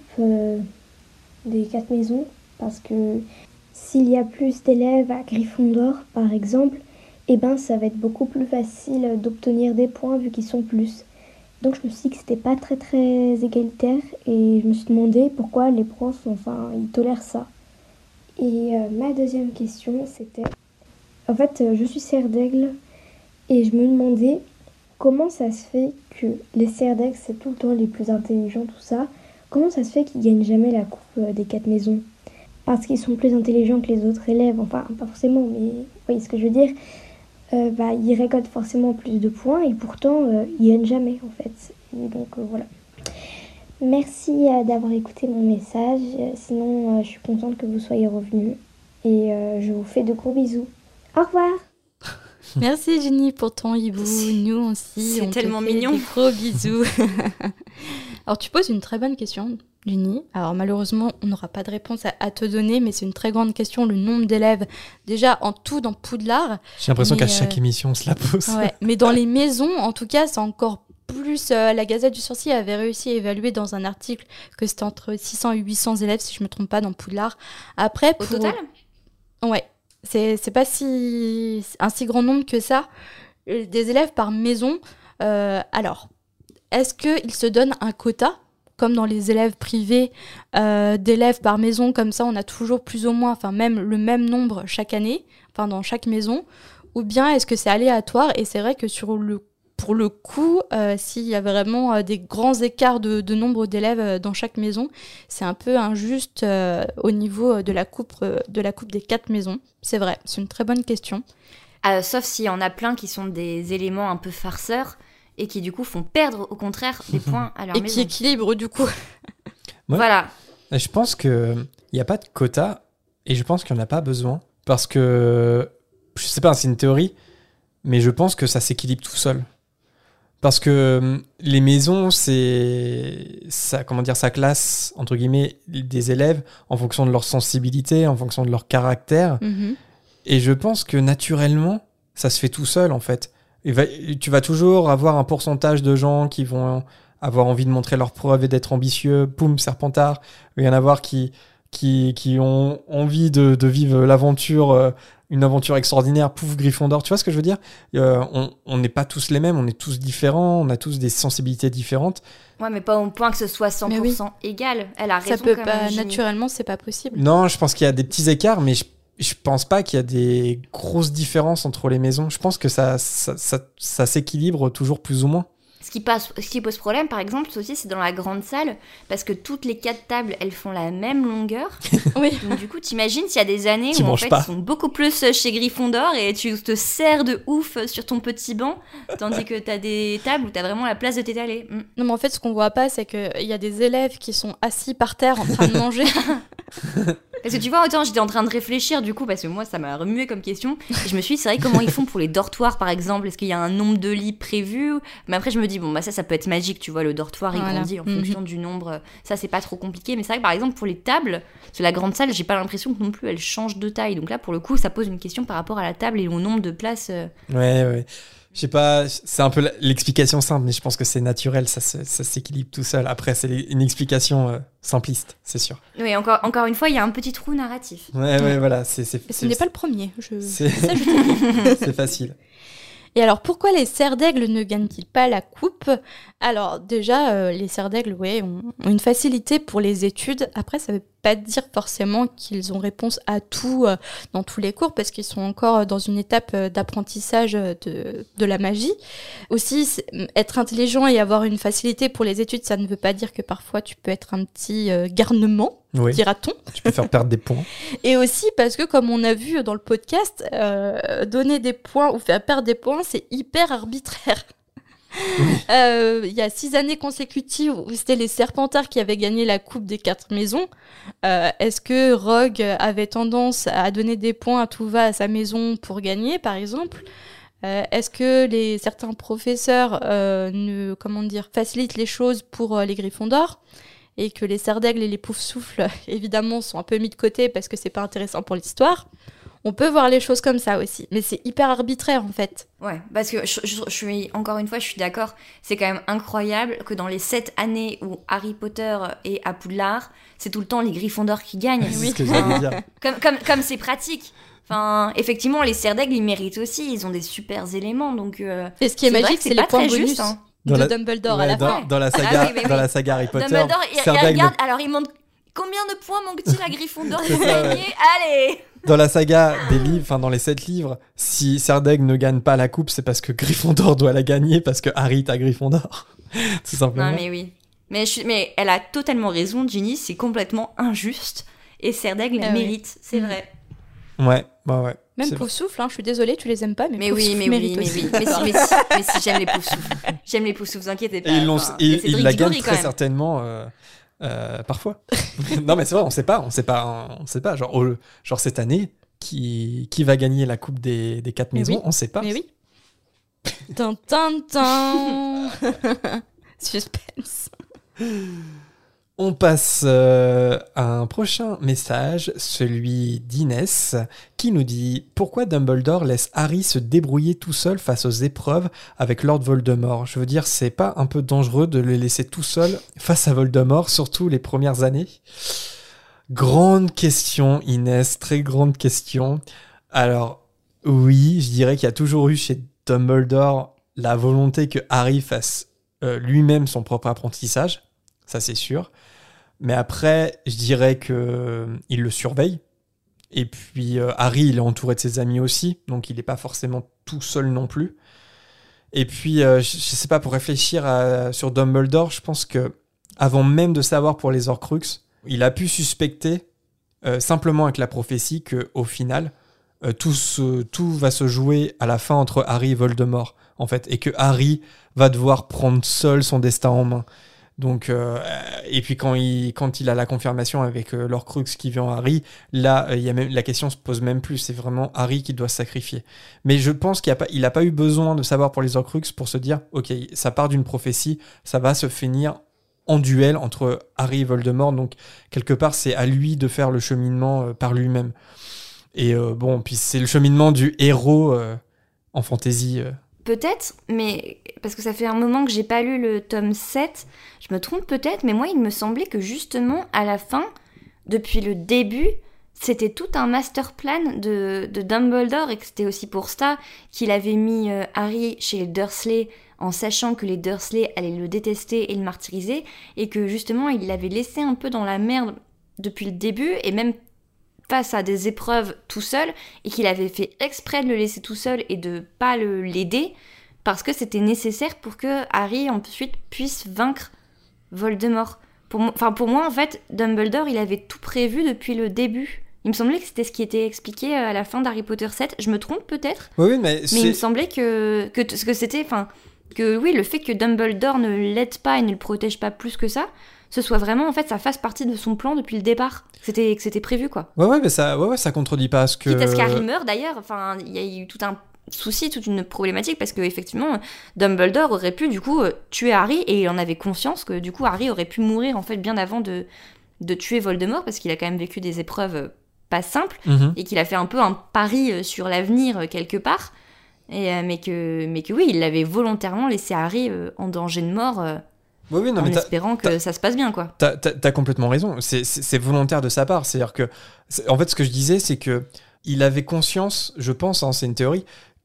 des 4 maisons? Parce que s'il y a plus d'élèves à Gryffondor, par exemple, eh ben ça va être beaucoup plus facile d'obtenir des points vu qu'ils sont plus. Donc je me suis dit que c'était pas très très égalitaire et je me suis demandé pourquoi les profs, ils tolèrent ça. Et ma deuxième question, c'était... En fait, je suis Serre-d'Aigle et je me demandais comment ça se fait que les Serre-d'Aigle, c'est tout le temps les plus intelligents, tout ça. Comment ça se fait qu'ils gagnent jamais la coupe des 4 maisons? Parce qu'ils sont plus intelligents que les autres élèves, enfin, pas forcément, mais vous voyez ce que je veux dire. Ils récoltent forcément plus de points et pourtant, ils gagnent jamais, en fait. Et donc, voilà. Merci d'avoir écouté mon message. Sinon, je suis contente que vous soyez revenus. Et je vous fais de gros bisous. Au revoir. Merci Ginny pour ton hibou. Nous aussi, C'est on tellement te fait mignon. des gros bisous. Alors tu poses une très bonne question, Ginny. Alors malheureusement, on n'aura pas de réponse à te donner, mais c'est une très grande question. Le nombre d'élèves, déjà en tout dans Poudlard. J'ai l'impression Mais, qu'à chaque émission, on se la pose. Ouais, mais dans les maisons, en tout cas, c'est encore plus. La Gazette du Sorcier avait réussi à évaluer dans un article que c'était entre 600 et 800 élèves, si je me trompe pas, dans Poudlard. Après, Au total? Ouais, c'est pas un si grand nombre que ça. Des élèves par maison. Alors, est-ce qu'ils se donnent un quota, comme dans les élèves privés, d'élèves par maison, comme ça on a toujours plus ou moins, enfin même le même nombre chaque année, enfin dans chaque maison, ou bien est-ce que c'est aléatoire? Et c'est vrai que pour le coup, s'il y a vraiment des grands écarts de nombre d'élèves dans chaque maison, c'est un peu injuste au niveau de la coupe des 4 maisons. C'est vrai, c'est une très bonne question. Sauf s'il y en a plein qui sont des éléments un peu farceurs et qui du coup font perdre au contraire des points à leur Et maison. qui équilibre du coup. Ouais. Voilà. Je pense qu'il n'y a pas de quota et je pense qu'il n'y en a pas besoin parce que, je sais pas, c'est une théorie, mais je pense que ça s'équilibre tout seul. Parce que les maisons, ça classe, entre guillemets, des élèves en fonction de leur sensibilité, en fonction de leur caractère. Et je pense que naturellement, ça se fait tout seul, en fait. Tu vas toujours avoir un pourcentage de gens qui vont avoir envie de montrer leurs preuves et d'être ambitieux. Poum, Serpentard. Il y en a avoir qui ont envie de vivre l'aventure, une aventure extraordinaire. Pouf, Gryffondor. Tu vois ce que je veux dire ? On n'est pas tous les mêmes, on est tous différents, on a tous des sensibilités différentes. Ouais, mais pas au point que ce soit 100% égal. Elle a raison. Ça peut quand pas, même, naturellement, c'est pas possible. Non, je pense qu'il y a des petits écarts, mais je pense pas qu'il y a des grosses différences entre les maisons. Je pense que ça s'équilibre toujours plus ou moins. Ce qui pose problème, par exemple, aussi, c'est dans la grande salle, parce que toutes les 4 tables, elles font la même longueur. Oui. Donc du coup, t'imagines s'il y a des années où en fait, pas. ils sont beaucoup plus chez Gryffondor et tu te serres de ouf sur ton petit banc, tandis que t'as des tables où t'as vraiment la place de t'étaler. Non, mais en fait, ce qu'on voit pas, c'est qu'il y a des élèves qui sont assis par terre en train de manger. Parce que tu vois, autant j'étais en train de réfléchir du coup, parce que moi ça m'a remué comme question, et je me suis dit, c'est vrai, comment ils font pour les dortoirs par exemple, est-ce qu'il y a un nombre de lits prévu ? Mais après je me dis, bon bah ça peut être magique, tu vois, le dortoir il grandit en fonction du nombre, ça c'est pas trop compliqué, mais c'est vrai que par exemple pour les tables, sur la grande salle, j'ai pas l'impression que non plus elle change de taille, donc là pour le coup ça pose une question par rapport à la table et au nombre de places. Ouais. Je sais pas, c'est un peu l'explication simple, mais je pense que c'est naturel, ça s'équilibre tout seul. Après, c'est une explication simpliste, c'est sûr. Oui, encore une fois, il y a un petit trou narratif. Ouais, voilà. Ce n'est pas le premier. C'est facile. Et alors, pourquoi les Serres d'Aigle ne gagnent-ils pas la coupe ? Alors, déjà, les Serres d'Aigle, ont une facilité pour les études. Après, ça ne veut pas dire forcément qu'ils ont réponse à tout dans tous les cours, parce qu'ils sont encore dans une étape d'apprentissage de la magie. Aussi, être intelligent et avoir une facilité pour les études, ça ne veut pas dire que parfois tu peux être un petit garnement, dira-t-on. Tu peux faire perdre des points. Et aussi parce que, comme on a vu dans le podcast, donner des points ou faire perdre des points, c'est hyper arbitraire. Il y a 6 années consécutives où c'était les Serpentards qui avaient gagné la coupe des 4 maisons. Est-ce que Rogue avait tendance à donner des points à tout va à sa maison pour gagner, par exemple ? Est-ce que certains professeurs facilitent les choses pour les Gryffondors ? Et que les Serres d'Aigle et les Poufsouffles, évidemment, sont un peu mis de côté parce que c'est pas intéressant pour l'histoire. On peut voir les choses comme ça aussi, mais c'est hyper arbitraire en fait. Ouais, parce que je suis, encore une fois, je suis d'accord, c'est quand même incroyable que dans les 7 années où Harry Potter est à Poudlard, c'est tout le temps les Gryffondors qui gagnent. C'est ce que j'allais dire. Comme c'est pratique. Enfin, effectivement, les Serres d'Aigle, ils méritent aussi, ils ont des super éléments, donc... Et ce qui est magique, c'est les points bonus. Juste, hein. De Dumbledore à la fin. Dans la saga Harry Potter. Dumbledore, il regarde, alors il montre combien de points manque-t-il à Gryffondor pour gagner ? Allez ! Dans la saga des livres, dans les 7 livres, si Serres d'Aigle ne gagne pas la coupe, c'est parce que Gryffondor doit la gagner, parce que Harry est à Gryffondor. Tout simplement. Non, mais oui. Mais elle a totalement raison, Ginny, c'est complètement injuste. Et Serres d'Aigle mérite, c'est vrai. Ouais. Même Poufsouffle, je suis désolée, tu les aimes pas, mais oui, mais si, j'aime les Poufsouffles. J'aime les Poufsouffles, vous inquiétez pas. Et ils la gagnent très certainement parfois. Non, mais c'est vrai, on sait pas. Genre cette année, qui va gagner la coupe des 4 maisons, on sait pas. Mais oui. Suspense. On passe à un prochain message, celui d'Inès, qui nous dit « Pourquoi Dumbledore laisse Harry se débrouiller tout seul face aux épreuves avec Lord Voldemort ?» Je veux dire, c'est pas un peu dangereux de le laisser tout seul face à Voldemort, surtout les premières années ? Grande question, Inès, très grande question. Alors, oui, je dirais qu'il y a toujours eu chez Dumbledore la volonté que Harry fasse lui-même son propre apprentissage, ça c'est sûr. Mais après, je dirais qu'il le surveille. Et puis, Harry, il est entouré de ses amis aussi, donc il n'est pas forcément tout seul non plus. Et puis, je sais pas, pour réfléchir sur Dumbledore, je pense que avant même de savoir pour les Horcruxes, il a pu suspecter, simplement avec la prophétie, qu'au final, tout va se jouer à la fin entre Harry et Voldemort, en fait, et que Harry va devoir prendre seul son destin en main. Donc, et puis quand il a la confirmation avec l'Horcrux qui vient à Harry, là, il y a même, la question se pose même plus. C'est vraiment Harry qui doit se sacrifier. Mais je pense qu'il a pas eu besoin de savoir pour les Horcrux pour se dire, ok, ça part d'une prophétie, ça va se finir en duel entre Harry et Voldemort. Donc, quelque part, c'est à lui de faire le cheminement par lui-même. Et bon, puis c'est le cheminement du héros en fantasy. Peut-être, mais parce que ça fait un moment que j'ai pas lu le tome 7, je me trompe peut-être, mais moi il me semblait que justement à la fin, depuis le début, c'était tout un master plan de Dumbledore et que c'était aussi pour ça qu'il avait mis Harry chez les Dursley en sachant que les Dursley allaient le détester et le martyriser et que justement il l'avait laissé un peu dans la merde depuis le début et même face à des épreuves tout seul et qu'il avait fait exprès de le laisser tout seul et de pas l'aider parce que c'était nécessaire pour que Harry ensuite puisse vaincre Voldemort. Pour moi, en fait, Dumbledore, il avait tout prévu depuis le début. Il me semblait que c'était ce qui était expliqué à la fin d'Harry Potter 7. Je me trompe peut-être, Oui, mais il me semblait que c'était... que oui, le fait que Dumbledore ne l'aide pas et ne le protège pas plus que ça, ce soit vraiment, en fait, ça fasse partie de son plan depuis le départ. Que c'était prévu, quoi. Ouais, mais ça contredit pas ce que... Quitte à ce qu'Harry meure, d'ailleurs. Enfin, il y a eu tout un souci, toute une problématique, parce que effectivement, Dumbledore aurait pu, du coup, tuer Harry, et il en avait conscience que, du coup, Harry aurait pu mourir, en fait, bien avant de tuer Voldemort, parce qu'il a quand même vécu des épreuves pas simples, et qu'il a fait un peu un pari sur l'avenir, quelque part, mais que oui, il l'avait volontairement laissé Harry en danger de mort... Oui, non, en mais espérant que ça se passe bien, quoi. T'as complètement raison. C'est volontaire de sa part. C'est-à-dire que, en fait, ce que je disais, c'est que il avait conscience, je pense, c'est une théorie,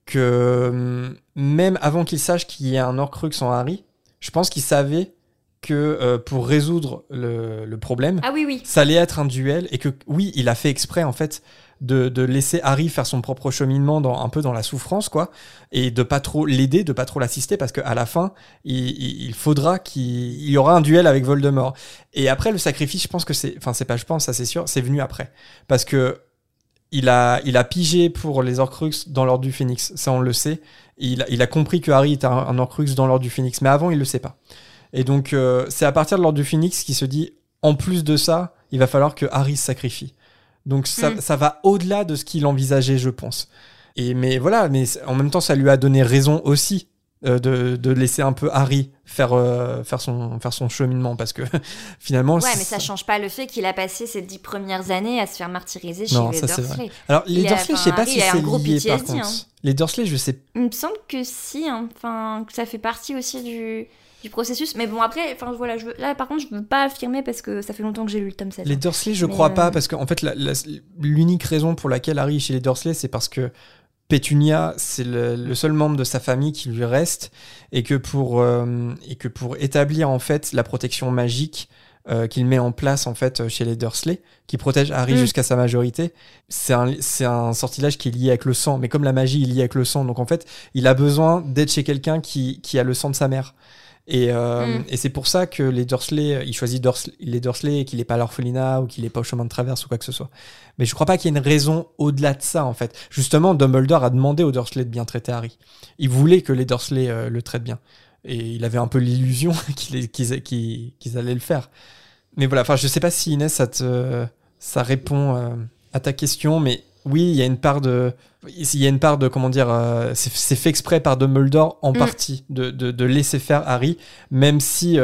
que même avant qu'il sache qu'il y a un Horcrux en Harry, je pense qu'il savait que pour résoudre le problème, ça allait être un duel et que, oui, il a fait exprès, en fait, de laisser Harry faire son propre cheminement un peu dans la souffrance, quoi, et de pas trop l'aider, de pas trop l'assister, parce qu'à la fin, il faudra qu'il y aura un duel avec Voldemort. Et après, le sacrifice, je pense que ça c'est sûr, c'est venu après. Parce que il a pigé pour les Horcrux dans l'Ordre du Phénix, ça on le sait. Il a compris que Harry était un Horcrux dans l'Ordre du Phénix, mais avant, il le sait pas. Et donc, c'est à partir de l'Ordre du Phénix qu'il se dit, en plus de ça, il va falloir que Harry se sacrifie. Donc ça va au-delà de ce qu'il envisageait, je pense. Mais en même temps, ça lui a donné raison aussi de laisser un peu Harry faire son cheminement, parce que finalement... Ouais, mais ça change pas le fait qu'il a passé ces 10 premières années à se faire martyriser chez les Dursley. Alors, les Dursley, je sais pas si c'est lié, par PTSD, contre. Les Dursley, je sais... Il me semble que si, que ça fait partie aussi du processus, mais bon, après, voilà, là par contre je veux pas affirmer parce que ça fait longtemps que j'ai lu le tome 7. Les Dursley, je crois pas, parce qu'en fait l'unique raison pour laquelle Harry est chez les Dursley, c'est parce que Pétunia, c'est le seul membre de sa famille qui lui reste, et que pour établir en fait la protection magique qu'il met en place en fait chez les Dursley, qui protège Harry jusqu'à sa majorité, c'est un sortilège qui est lié avec le sang, mais comme la magie est liée avec le sang, donc en fait il a besoin d'être chez quelqu'un qui a le sang de sa mère. Et c'est pour ça que les Dursley, il choisit les Dursley et qu'il n'est pas à l'orphelinat ou qu'il n'est pas au chemin de traverse ou quoi que ce soit. Mais je crois pas qu'il y ait une raison au-delà de ça, en fait. Justement, Dumbledore a demandé aux Dursley de bien traiter Harry. Il voulait que les Dursley le traitent bien. Et il avait un peu l'illusion qu'ils allaient le faire. Mais voilà, je sais pas si Inès, ça répond à ta question, mais oui, il y a une part de comment dire, c'est fait exprès par Dumbledore en partie de laisser faire Harry, même si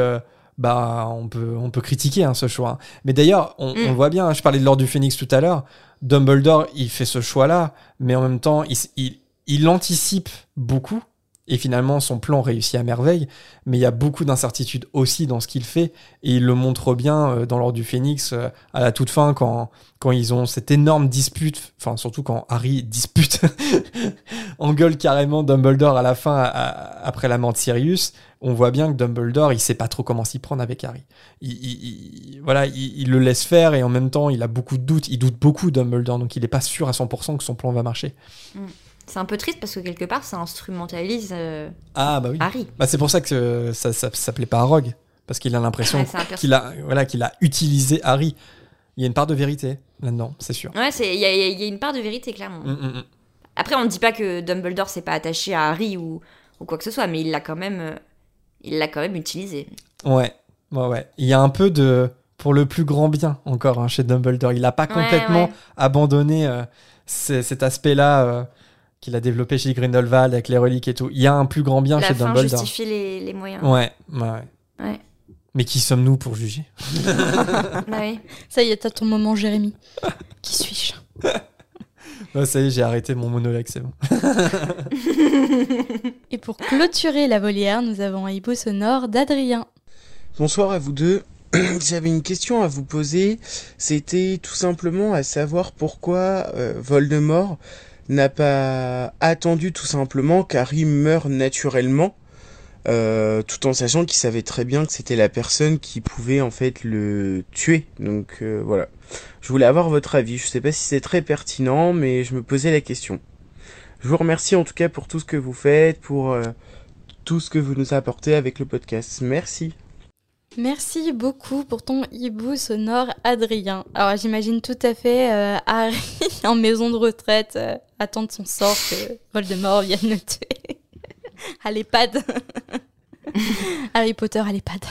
on peut critiquer ce choix. Mais d'ailleurs, on le voit bien, je parlais de l'Ordre du Phénix tout à l'heure, Dumbledore, il fait ce choix-là, mais en même temps, il anticipe beaucoup. Et finalement, son plan réussit à merveille, mais il y a beaucoup d'incertitudes aussi dans ce qu'il fait, et il le montre bien dans l'Ordre du Phénix, à la toute fin, quand ils ont cette énorme dispute, enfin surtout quand Harry dispute, engueule carrément Dumbledore à la fin, après la mort de Sirius, on voit bien que Dumbledore, il sait pas trop comment s'y prendre avec Harry. Il le laisse faire, et en même temps, il a beaucoup de doutes, il doute beaucoup Dumbledore, donc il est pas sûr à 100% que son plan va marcher. C'est un peu triste parce que quelque part, ça instrumentalise Harry. C'est pour ça que ça plaît pas à Rogue, parce qu'il a l'impression qu'il a utilisé Harry. Il y a une part de vérité là-dedans, c'est sûr. Ouais, il y a une part de vérité, clairement. Après, on ne dit pas que Dumbledore s'est pas attaché à Harry ou quoi que ce soit, mais il l'a quand même utilisé. Ouais. Ouais. Il y a un peu de... Pour le plus grand bien, encore, chez Dumbledore. Il n'a pas complètement abandonné cet aspect-là qu'il a développé chez Grindelwald avec les reliques et tout. Il y a un plus grand bien chez Dumbledore. La fin justifie les moyens. Ouais. Ouais. Mais qui sommes-nous pour juger? Bah oui. Ça y est, t'as ton moment, Jérémy. Qui suis-je? Ouais, ça y est, j'ai arrêté mon monologue, c'est bon. Et pour clôturer la volière, nous avons un hibou sonore d'Adrien. Bonsoir à vous deux. J'avais une question à vous poser. C'était tout simplement à savoir pourquoi Voldemort n'a pas attendu tout simplement qu'Harry meure naturellement, tout en sachant qu'il savait très bien que c'était la personne qui pouvait en fait le tuer. Donc voilà. Je voulais avoir votre avis. Je sais pas si c'est très pertinent, mais je me posais la question. Je vous remercie en tout cas pour tout ce que vous faites, pour tout ce que vous nous apportez avec le podcast. Merci. Merci beaucoup pour ton hibou sonore, Adrien. Alors j'imagine tout à fait Harry en maison de retraite attendre son sort que Voldemort vienne le tuer. À l'EHPAD. Harry Potter à l'EHPAD.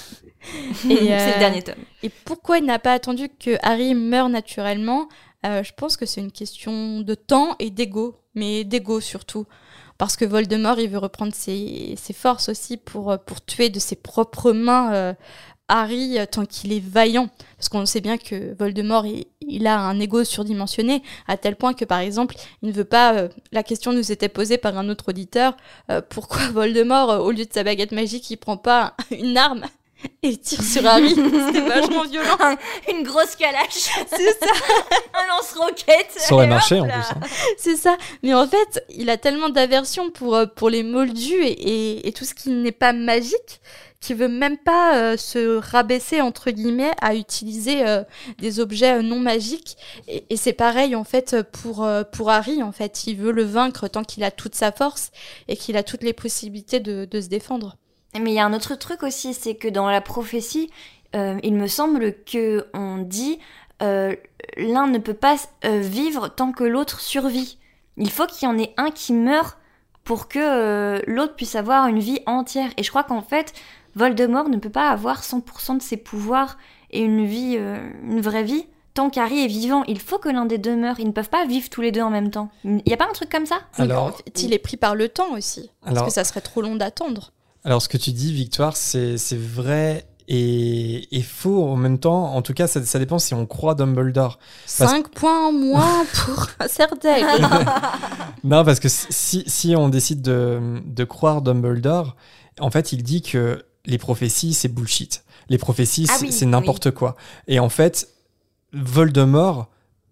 C'est le dernier tome. Et pourquoi il n'a pas attendu que Harry meure naturellement? Je pense que c'est une question de temps et d'ego, mais d'ego surtout. Parce que Voldemort, il veut reprendre ses forces aussi pour tuer de ses propres mains Harry tant qu'il est vaillant. Parce qu'on sait bien que Voldemort, il a un ego surdimensionné, à tel point que, par exemple, il ne veut pas... la question nous était posée par un autre auditeur, pourquoi Voldemort, au lieu de sa baguette magique, il prend pas une arme et il tire sur Harry? C'était vachement violent. Une grosse calache. C'est ça. Un lance-roquette. Ça aurait marché en plus. Hein. C'est ça. Mais en fait, il a tellement d'aversion pour les moldus et tout ce qui n'est pas magique qu'il veut même pas se rabaisser, entre guillemets, à utiliser des objets non magiques. Et c'est pareil, en fait, pour Harry, en fait. Il veut le vaincre tant qu'il a toute sa force et qu'il a toutes les possibilités de se défendre. Mais il y a un autre truc aussi, c'est que dans la prophétie, il me semble que on dit l'un ne peut pas vivre tant que l'autre survit. Il faut qu'il y en ait un qui meure pour que l'autre puisse avoir une vie entière. Et je crois qu'en fait, Voldemort ne peut pas avoir 100% de ses pouvoirs et une vie, une vraie vie, tant qu'Harry est vivant. Il faut que l'un des deux meure. Ils ne peuvent pas vivre tous les deux en même temps. Il n'y a pas un truc comme ça? Alors, en fait, il est pris par le temps aussi. Parce que ça serait trop long d'attendre. Alors, ce que tu dis, Victoire, c'est vrai et faux en même temps. En tout cas, ça dépend si on croit Dumbledore. 5 points en moins pour Serdaigle. Non, parce que si on décide de croire Dumbledore, en fait, il dit que les prophéties, c'est bullshit. Les prophéties, c'est n'importe quoi. Et en fait, Voldemort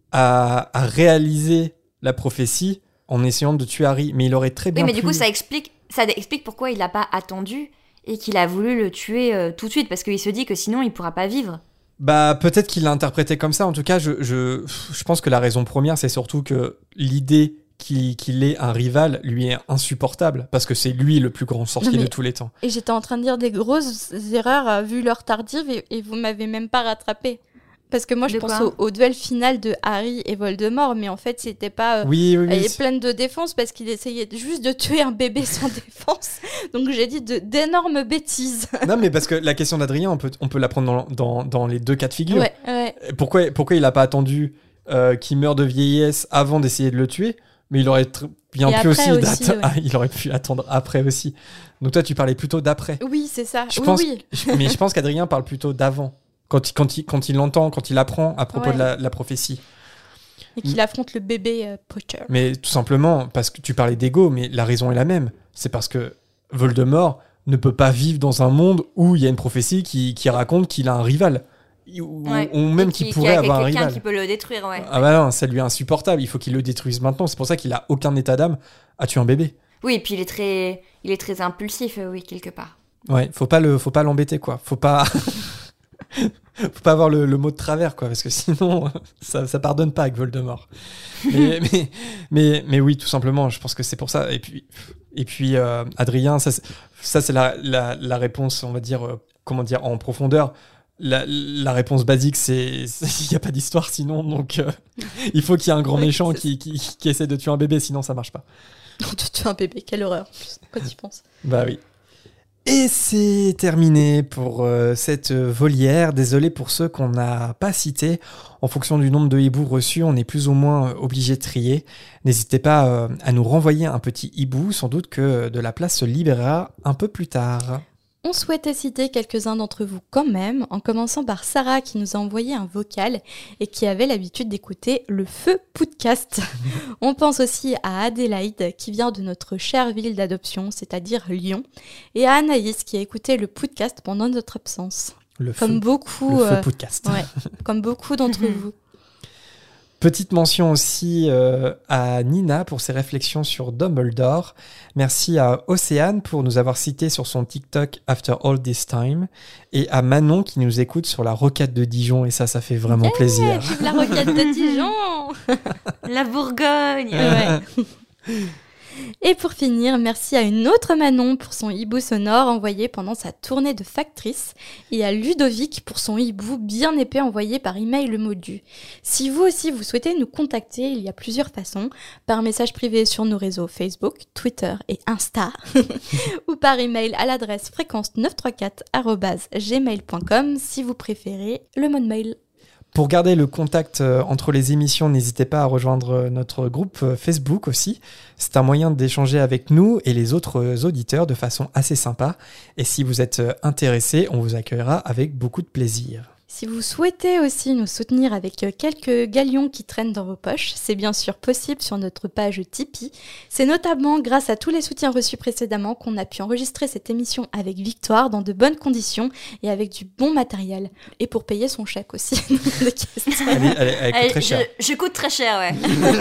a réalisé la prophétie en essayant de tuer Harry. Mais il aurait très bien pu... Oui, mais du coup, ça explique pourquoi il n'a pas attendu et qu'il a voulu le tuer tout de suite, parce qu'il se dit que sinon, il ne pourra pas vivre. Bah, peut-être qu'il l'a interprété comme ça. En tout cas, je pense que la raison première, c'est surtout que l'idée qu'il ait un rival lui est insupportable, parce que c'est lui le plus grand sorcier de tous les temps. Et j'étais en train de dire des grosses erreurs vu l'heure tardive et vous m'avez même pas rattrapé. Parce que moi, je pense au duel final de Harry et Voldemort, mais en fait, c'était pas... Oui. Il est plein de défense parce qu'il essayait juste de tuer un bébé sans défense. Donc, j'ai dit d'énormes bêtises. Non, mais parce que la question d'Adrien, on peut la prendre dans les deux cas de figure. Ouais. Pourquoi il n'a pas attendu qu'il meure de vieillesse avant d'essayer de le tuer? Mais il aurait bien pu aussi il aurait pu attendre après aussi. Donc toi, tu parlais plutôt d'après. Oui, c'est ça. Mais je pense qu'Adrien parle plutôt d'avant. Quand il l'entend, quand il apprend à propos de la prophétie. Et qu'il affronte le bébé Potter. Mais tout simplement, parce que tu parlais d'ego, mais la raison est la même. C'est parce que Voldemort ne peut pas vivre dans un monde où il y a une prophétie qui raconte qu'il a un rival. Ou même qu'il pourrait avoir un rival. Quelqu'un qui peut le détruire, ouais. Ah bah non, ça lui est insupportable. Il faut qu'il le détruise maintenant. C'est pour ça qu'il a aucun état d'âme à tuer un bébé. Oui, et puis il est très impulsif, oui, quelque part. Ouais, faut pas l'embêter, quoi. Faut pas avoir le mot de travers, quoi, parce que sinon ça pardonne pas avec Voldemort. mais oui, tout simplement, je pense que c'est pour ça. Et puis Adrien, ça c'est la réponse, on va dire, en profondeur. La réponse basique, c'est il y a pas d'histoire sinon, donc il faut qu'il y ait un grand méchant qui essaie de tuer un bébé, sinon ça marche pas. De tuer un bébé, quelle horreur quand tu penses. Bah oui. Et c'est terminé pour cette volière. Désolé pour ceux qu'on n'a pas cités. En fonction du nombre de hiboux reçus, on est plus ou moins obligé de trier. N'hésitez pas à nous renvoyer un petit hibou. Sans doute que de la place se libérera un peu plus tard. On souhaitait citer quelques-uns d'entre vous quand même, en commençant par Sarah qui nous a envoyé un vocal et qui avait l'habitude d'écouter le Feu Podcast. On pense aussi à Adélaïde qui vient de notre chère ville d'adoption, c'est-à-dire Lyon, et à Anaïs qui a écouté le podcast pendant notre absence. Le Feu Podcast. Ouais, comme beaucoup d'entre vous. Petite mention aussi à Nina pour ses réflexions sur Dumbledore. Merci à Océane pour nous avoir cité sur son TikTok After All This Time. Et à Manon qui nous écoute sur la rocade de Dijon. Et ça fait vraiment plaisir. Vive la rocade de Dijon. La Bourgogne. Ouais. Et pour finir, merci à une autre Manon pour son hibou sonore envoyé pendant sa tournée de factrice et à Ludovic pour son hibou bien épais envoyé par email le Modu. Si vous aussi vous souhaitez nous contacter, il y a plusieurs façons, par message privé sur nos réseaux Facebook, Twitter et Insta ou par email à l'adresse fréquence934@gmail.com si vous préférez le mode mail. Pour garder le contact entre les émissions, n'hésitez pas à rejoindre notre groupe Facebook aussi. C'est un moyen d'échanger avec nous et les autres auditeurs de façon assez sympa. Et si vous êtes intéressés, on vous accueillera avec beaucoup de plaisir. Si vous souhaitez aussi nous soutenir avec quelques galions qui traînent dans vos poches, c'est bien sûr possible sur notre page Tipeee. C'est notamment grâce à tous les soutiens reçus précédemment qu'on a pu enregistrer cette émission avec Victoire dans de bonnes conditions et avec du bon matériel. Et pour payer son chèque aussi. Elle coûte très cher. Je coûte très cher, ouais.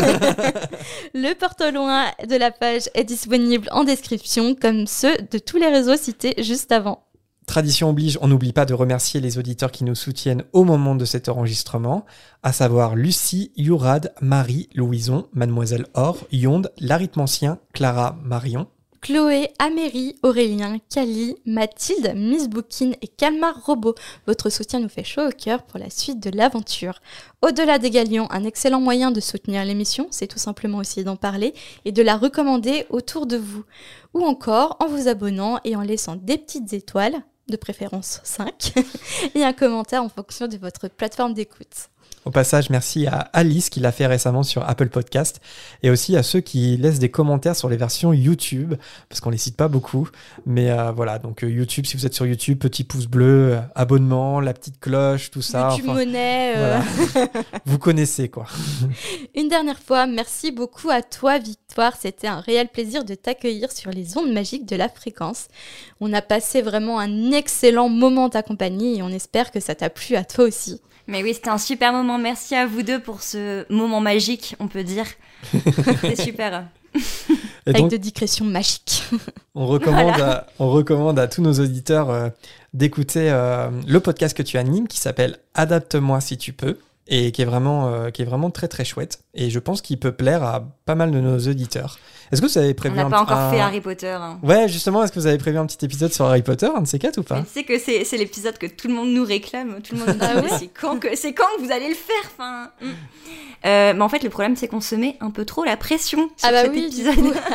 Le porte-loin de la page est disponible en description, comme ceux de tous les réseaux cités juste avant. Tradition oblige, on n'oublie pas de remercier les auditeurs qui nous soutiennent au moment de cet enregistrement, à savoir Lucie, Yourad, Marie, Louison, Mademoiselle Or, Yonde, l'arithmancien, Clara, Marion, Chloé, Améry, Aurélien, Cali, Mathilde, Miss Bookin et Calmar Robot. Votre soutien nous fait chaud au cœur pour la suite de l'aventure. Au-delà des galions, un excellent moyen de soutenir l'émission, c'est tout simplement aussi d'en parler et de la recommander autour de vous. Ou encore en vous abonnant et en laissant des petites étoiles, de préférence 5, et un commentaire en fonction de votre plateforme d'écoute. Au passage, merci à Alice qui l'a fait récemment sur Apple Podcast et aussi à ceux qui laissent des commentaires sur les versions YouTube parce qu'on les cite pas beaucoup. Mais voilà, donc YouTube, si vous êtes sur YouTube, petit pouce bleu, abonnement, la petite cloche, tout ça. YouTube monnaie. Voilà. Vous connaissez quoi. Une dernière fois, merci beaucoup à toi Victoire. C'était un réel plaisir de t'accueillir sur les ondes magiques de la fréquence. On a passé vraiment un excellent moment ta compagnie et on espère que ça t'a plu à toi aussi. Mais oui, c'était un super moment. Merci à vous deux pour ce moment magique, on peut dire. C'est super. Et avec donc, de digressions magiques. On recommande à tous nos auditeurs d'écouter le podcast que tu animes qui s'appelle Adapte-moi si tu peux et qui est vraiment très très chouette. Et je pense qu'il peut plaire à pas mal de nos auditeurs. Est-ce que vous avez prévu On n'a pas encore fait Harry Potter. Hein. Ouais, justement, est-ce que vous avez prévu un petit épisode sur Harry Potter, un de ces quatre ou pas? Tu sais que c'est l'épisode que tout le monde nous réclame. Tout le monde nous dit, mais c'est quand que vous allez le faire enfin, mais en fait, le problème, c'est qu'on se met un peu trop la pression sur cet épisode.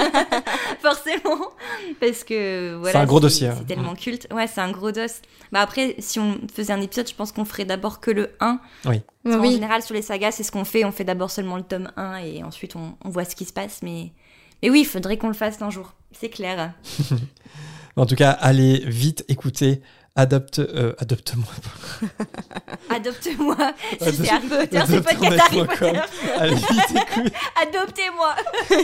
Forcément. Parce que voilà. C'est un gros dossier. C'est tellement culte. Ouais, c'est un gros dos. Bah après, si on faisait un épisode, je pense qu'on ferait d'abord que le 1. Oui. En général, sur les sagas, c'est ce qu'on fait. On fait d'abord seulement le tome 1 et ensuite on voit ce qui se passe. Mais oui, il faudrait qu'on le fasse un jour. C'est clair. En tout cas, allez vite écouter Adopte-moi. Adopte-moi. C'est Harry Potter, c'est pas podcast Harry Potter. Allez vite écoute. Adoptez-moi.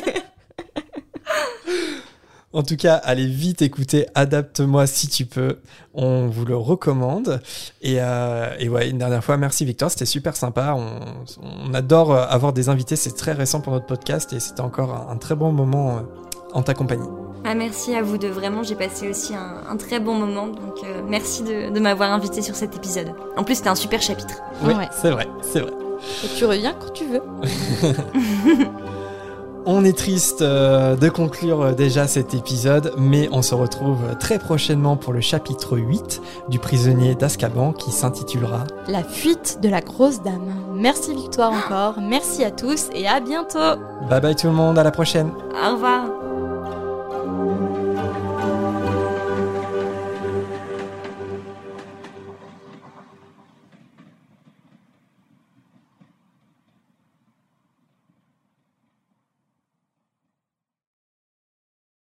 En tout cas, allez vite écouter Adapte-moi si tu peux. On vous le recommande. Et ouais, une dernière fois, merci Victoire, c'était super sympa. On adore avoir des invités, c'est très récent pour notre podcast et c'était encore un très bon moment en ta compagnie. Ah, merci à vous deux, vraiment, j'ai passé aussi un très bon moment. Donc merci de m'avoir invité sur cet épisode. En plus, c'était un super chapitre. Oui, ouais. c'est vrai. Et tu reviens quand tu veux. On est triste de conclure déjà cet épisode, mais on se retrouve très prochainement pour le chapitre 8 du prisonnier d'Azkaban qui s'intitulera « La fuite de la grosse dame ». Merci Victoire encore, merci à tous et à bientôt. Bye bye tout le monde, à la prochaine. Au revoir.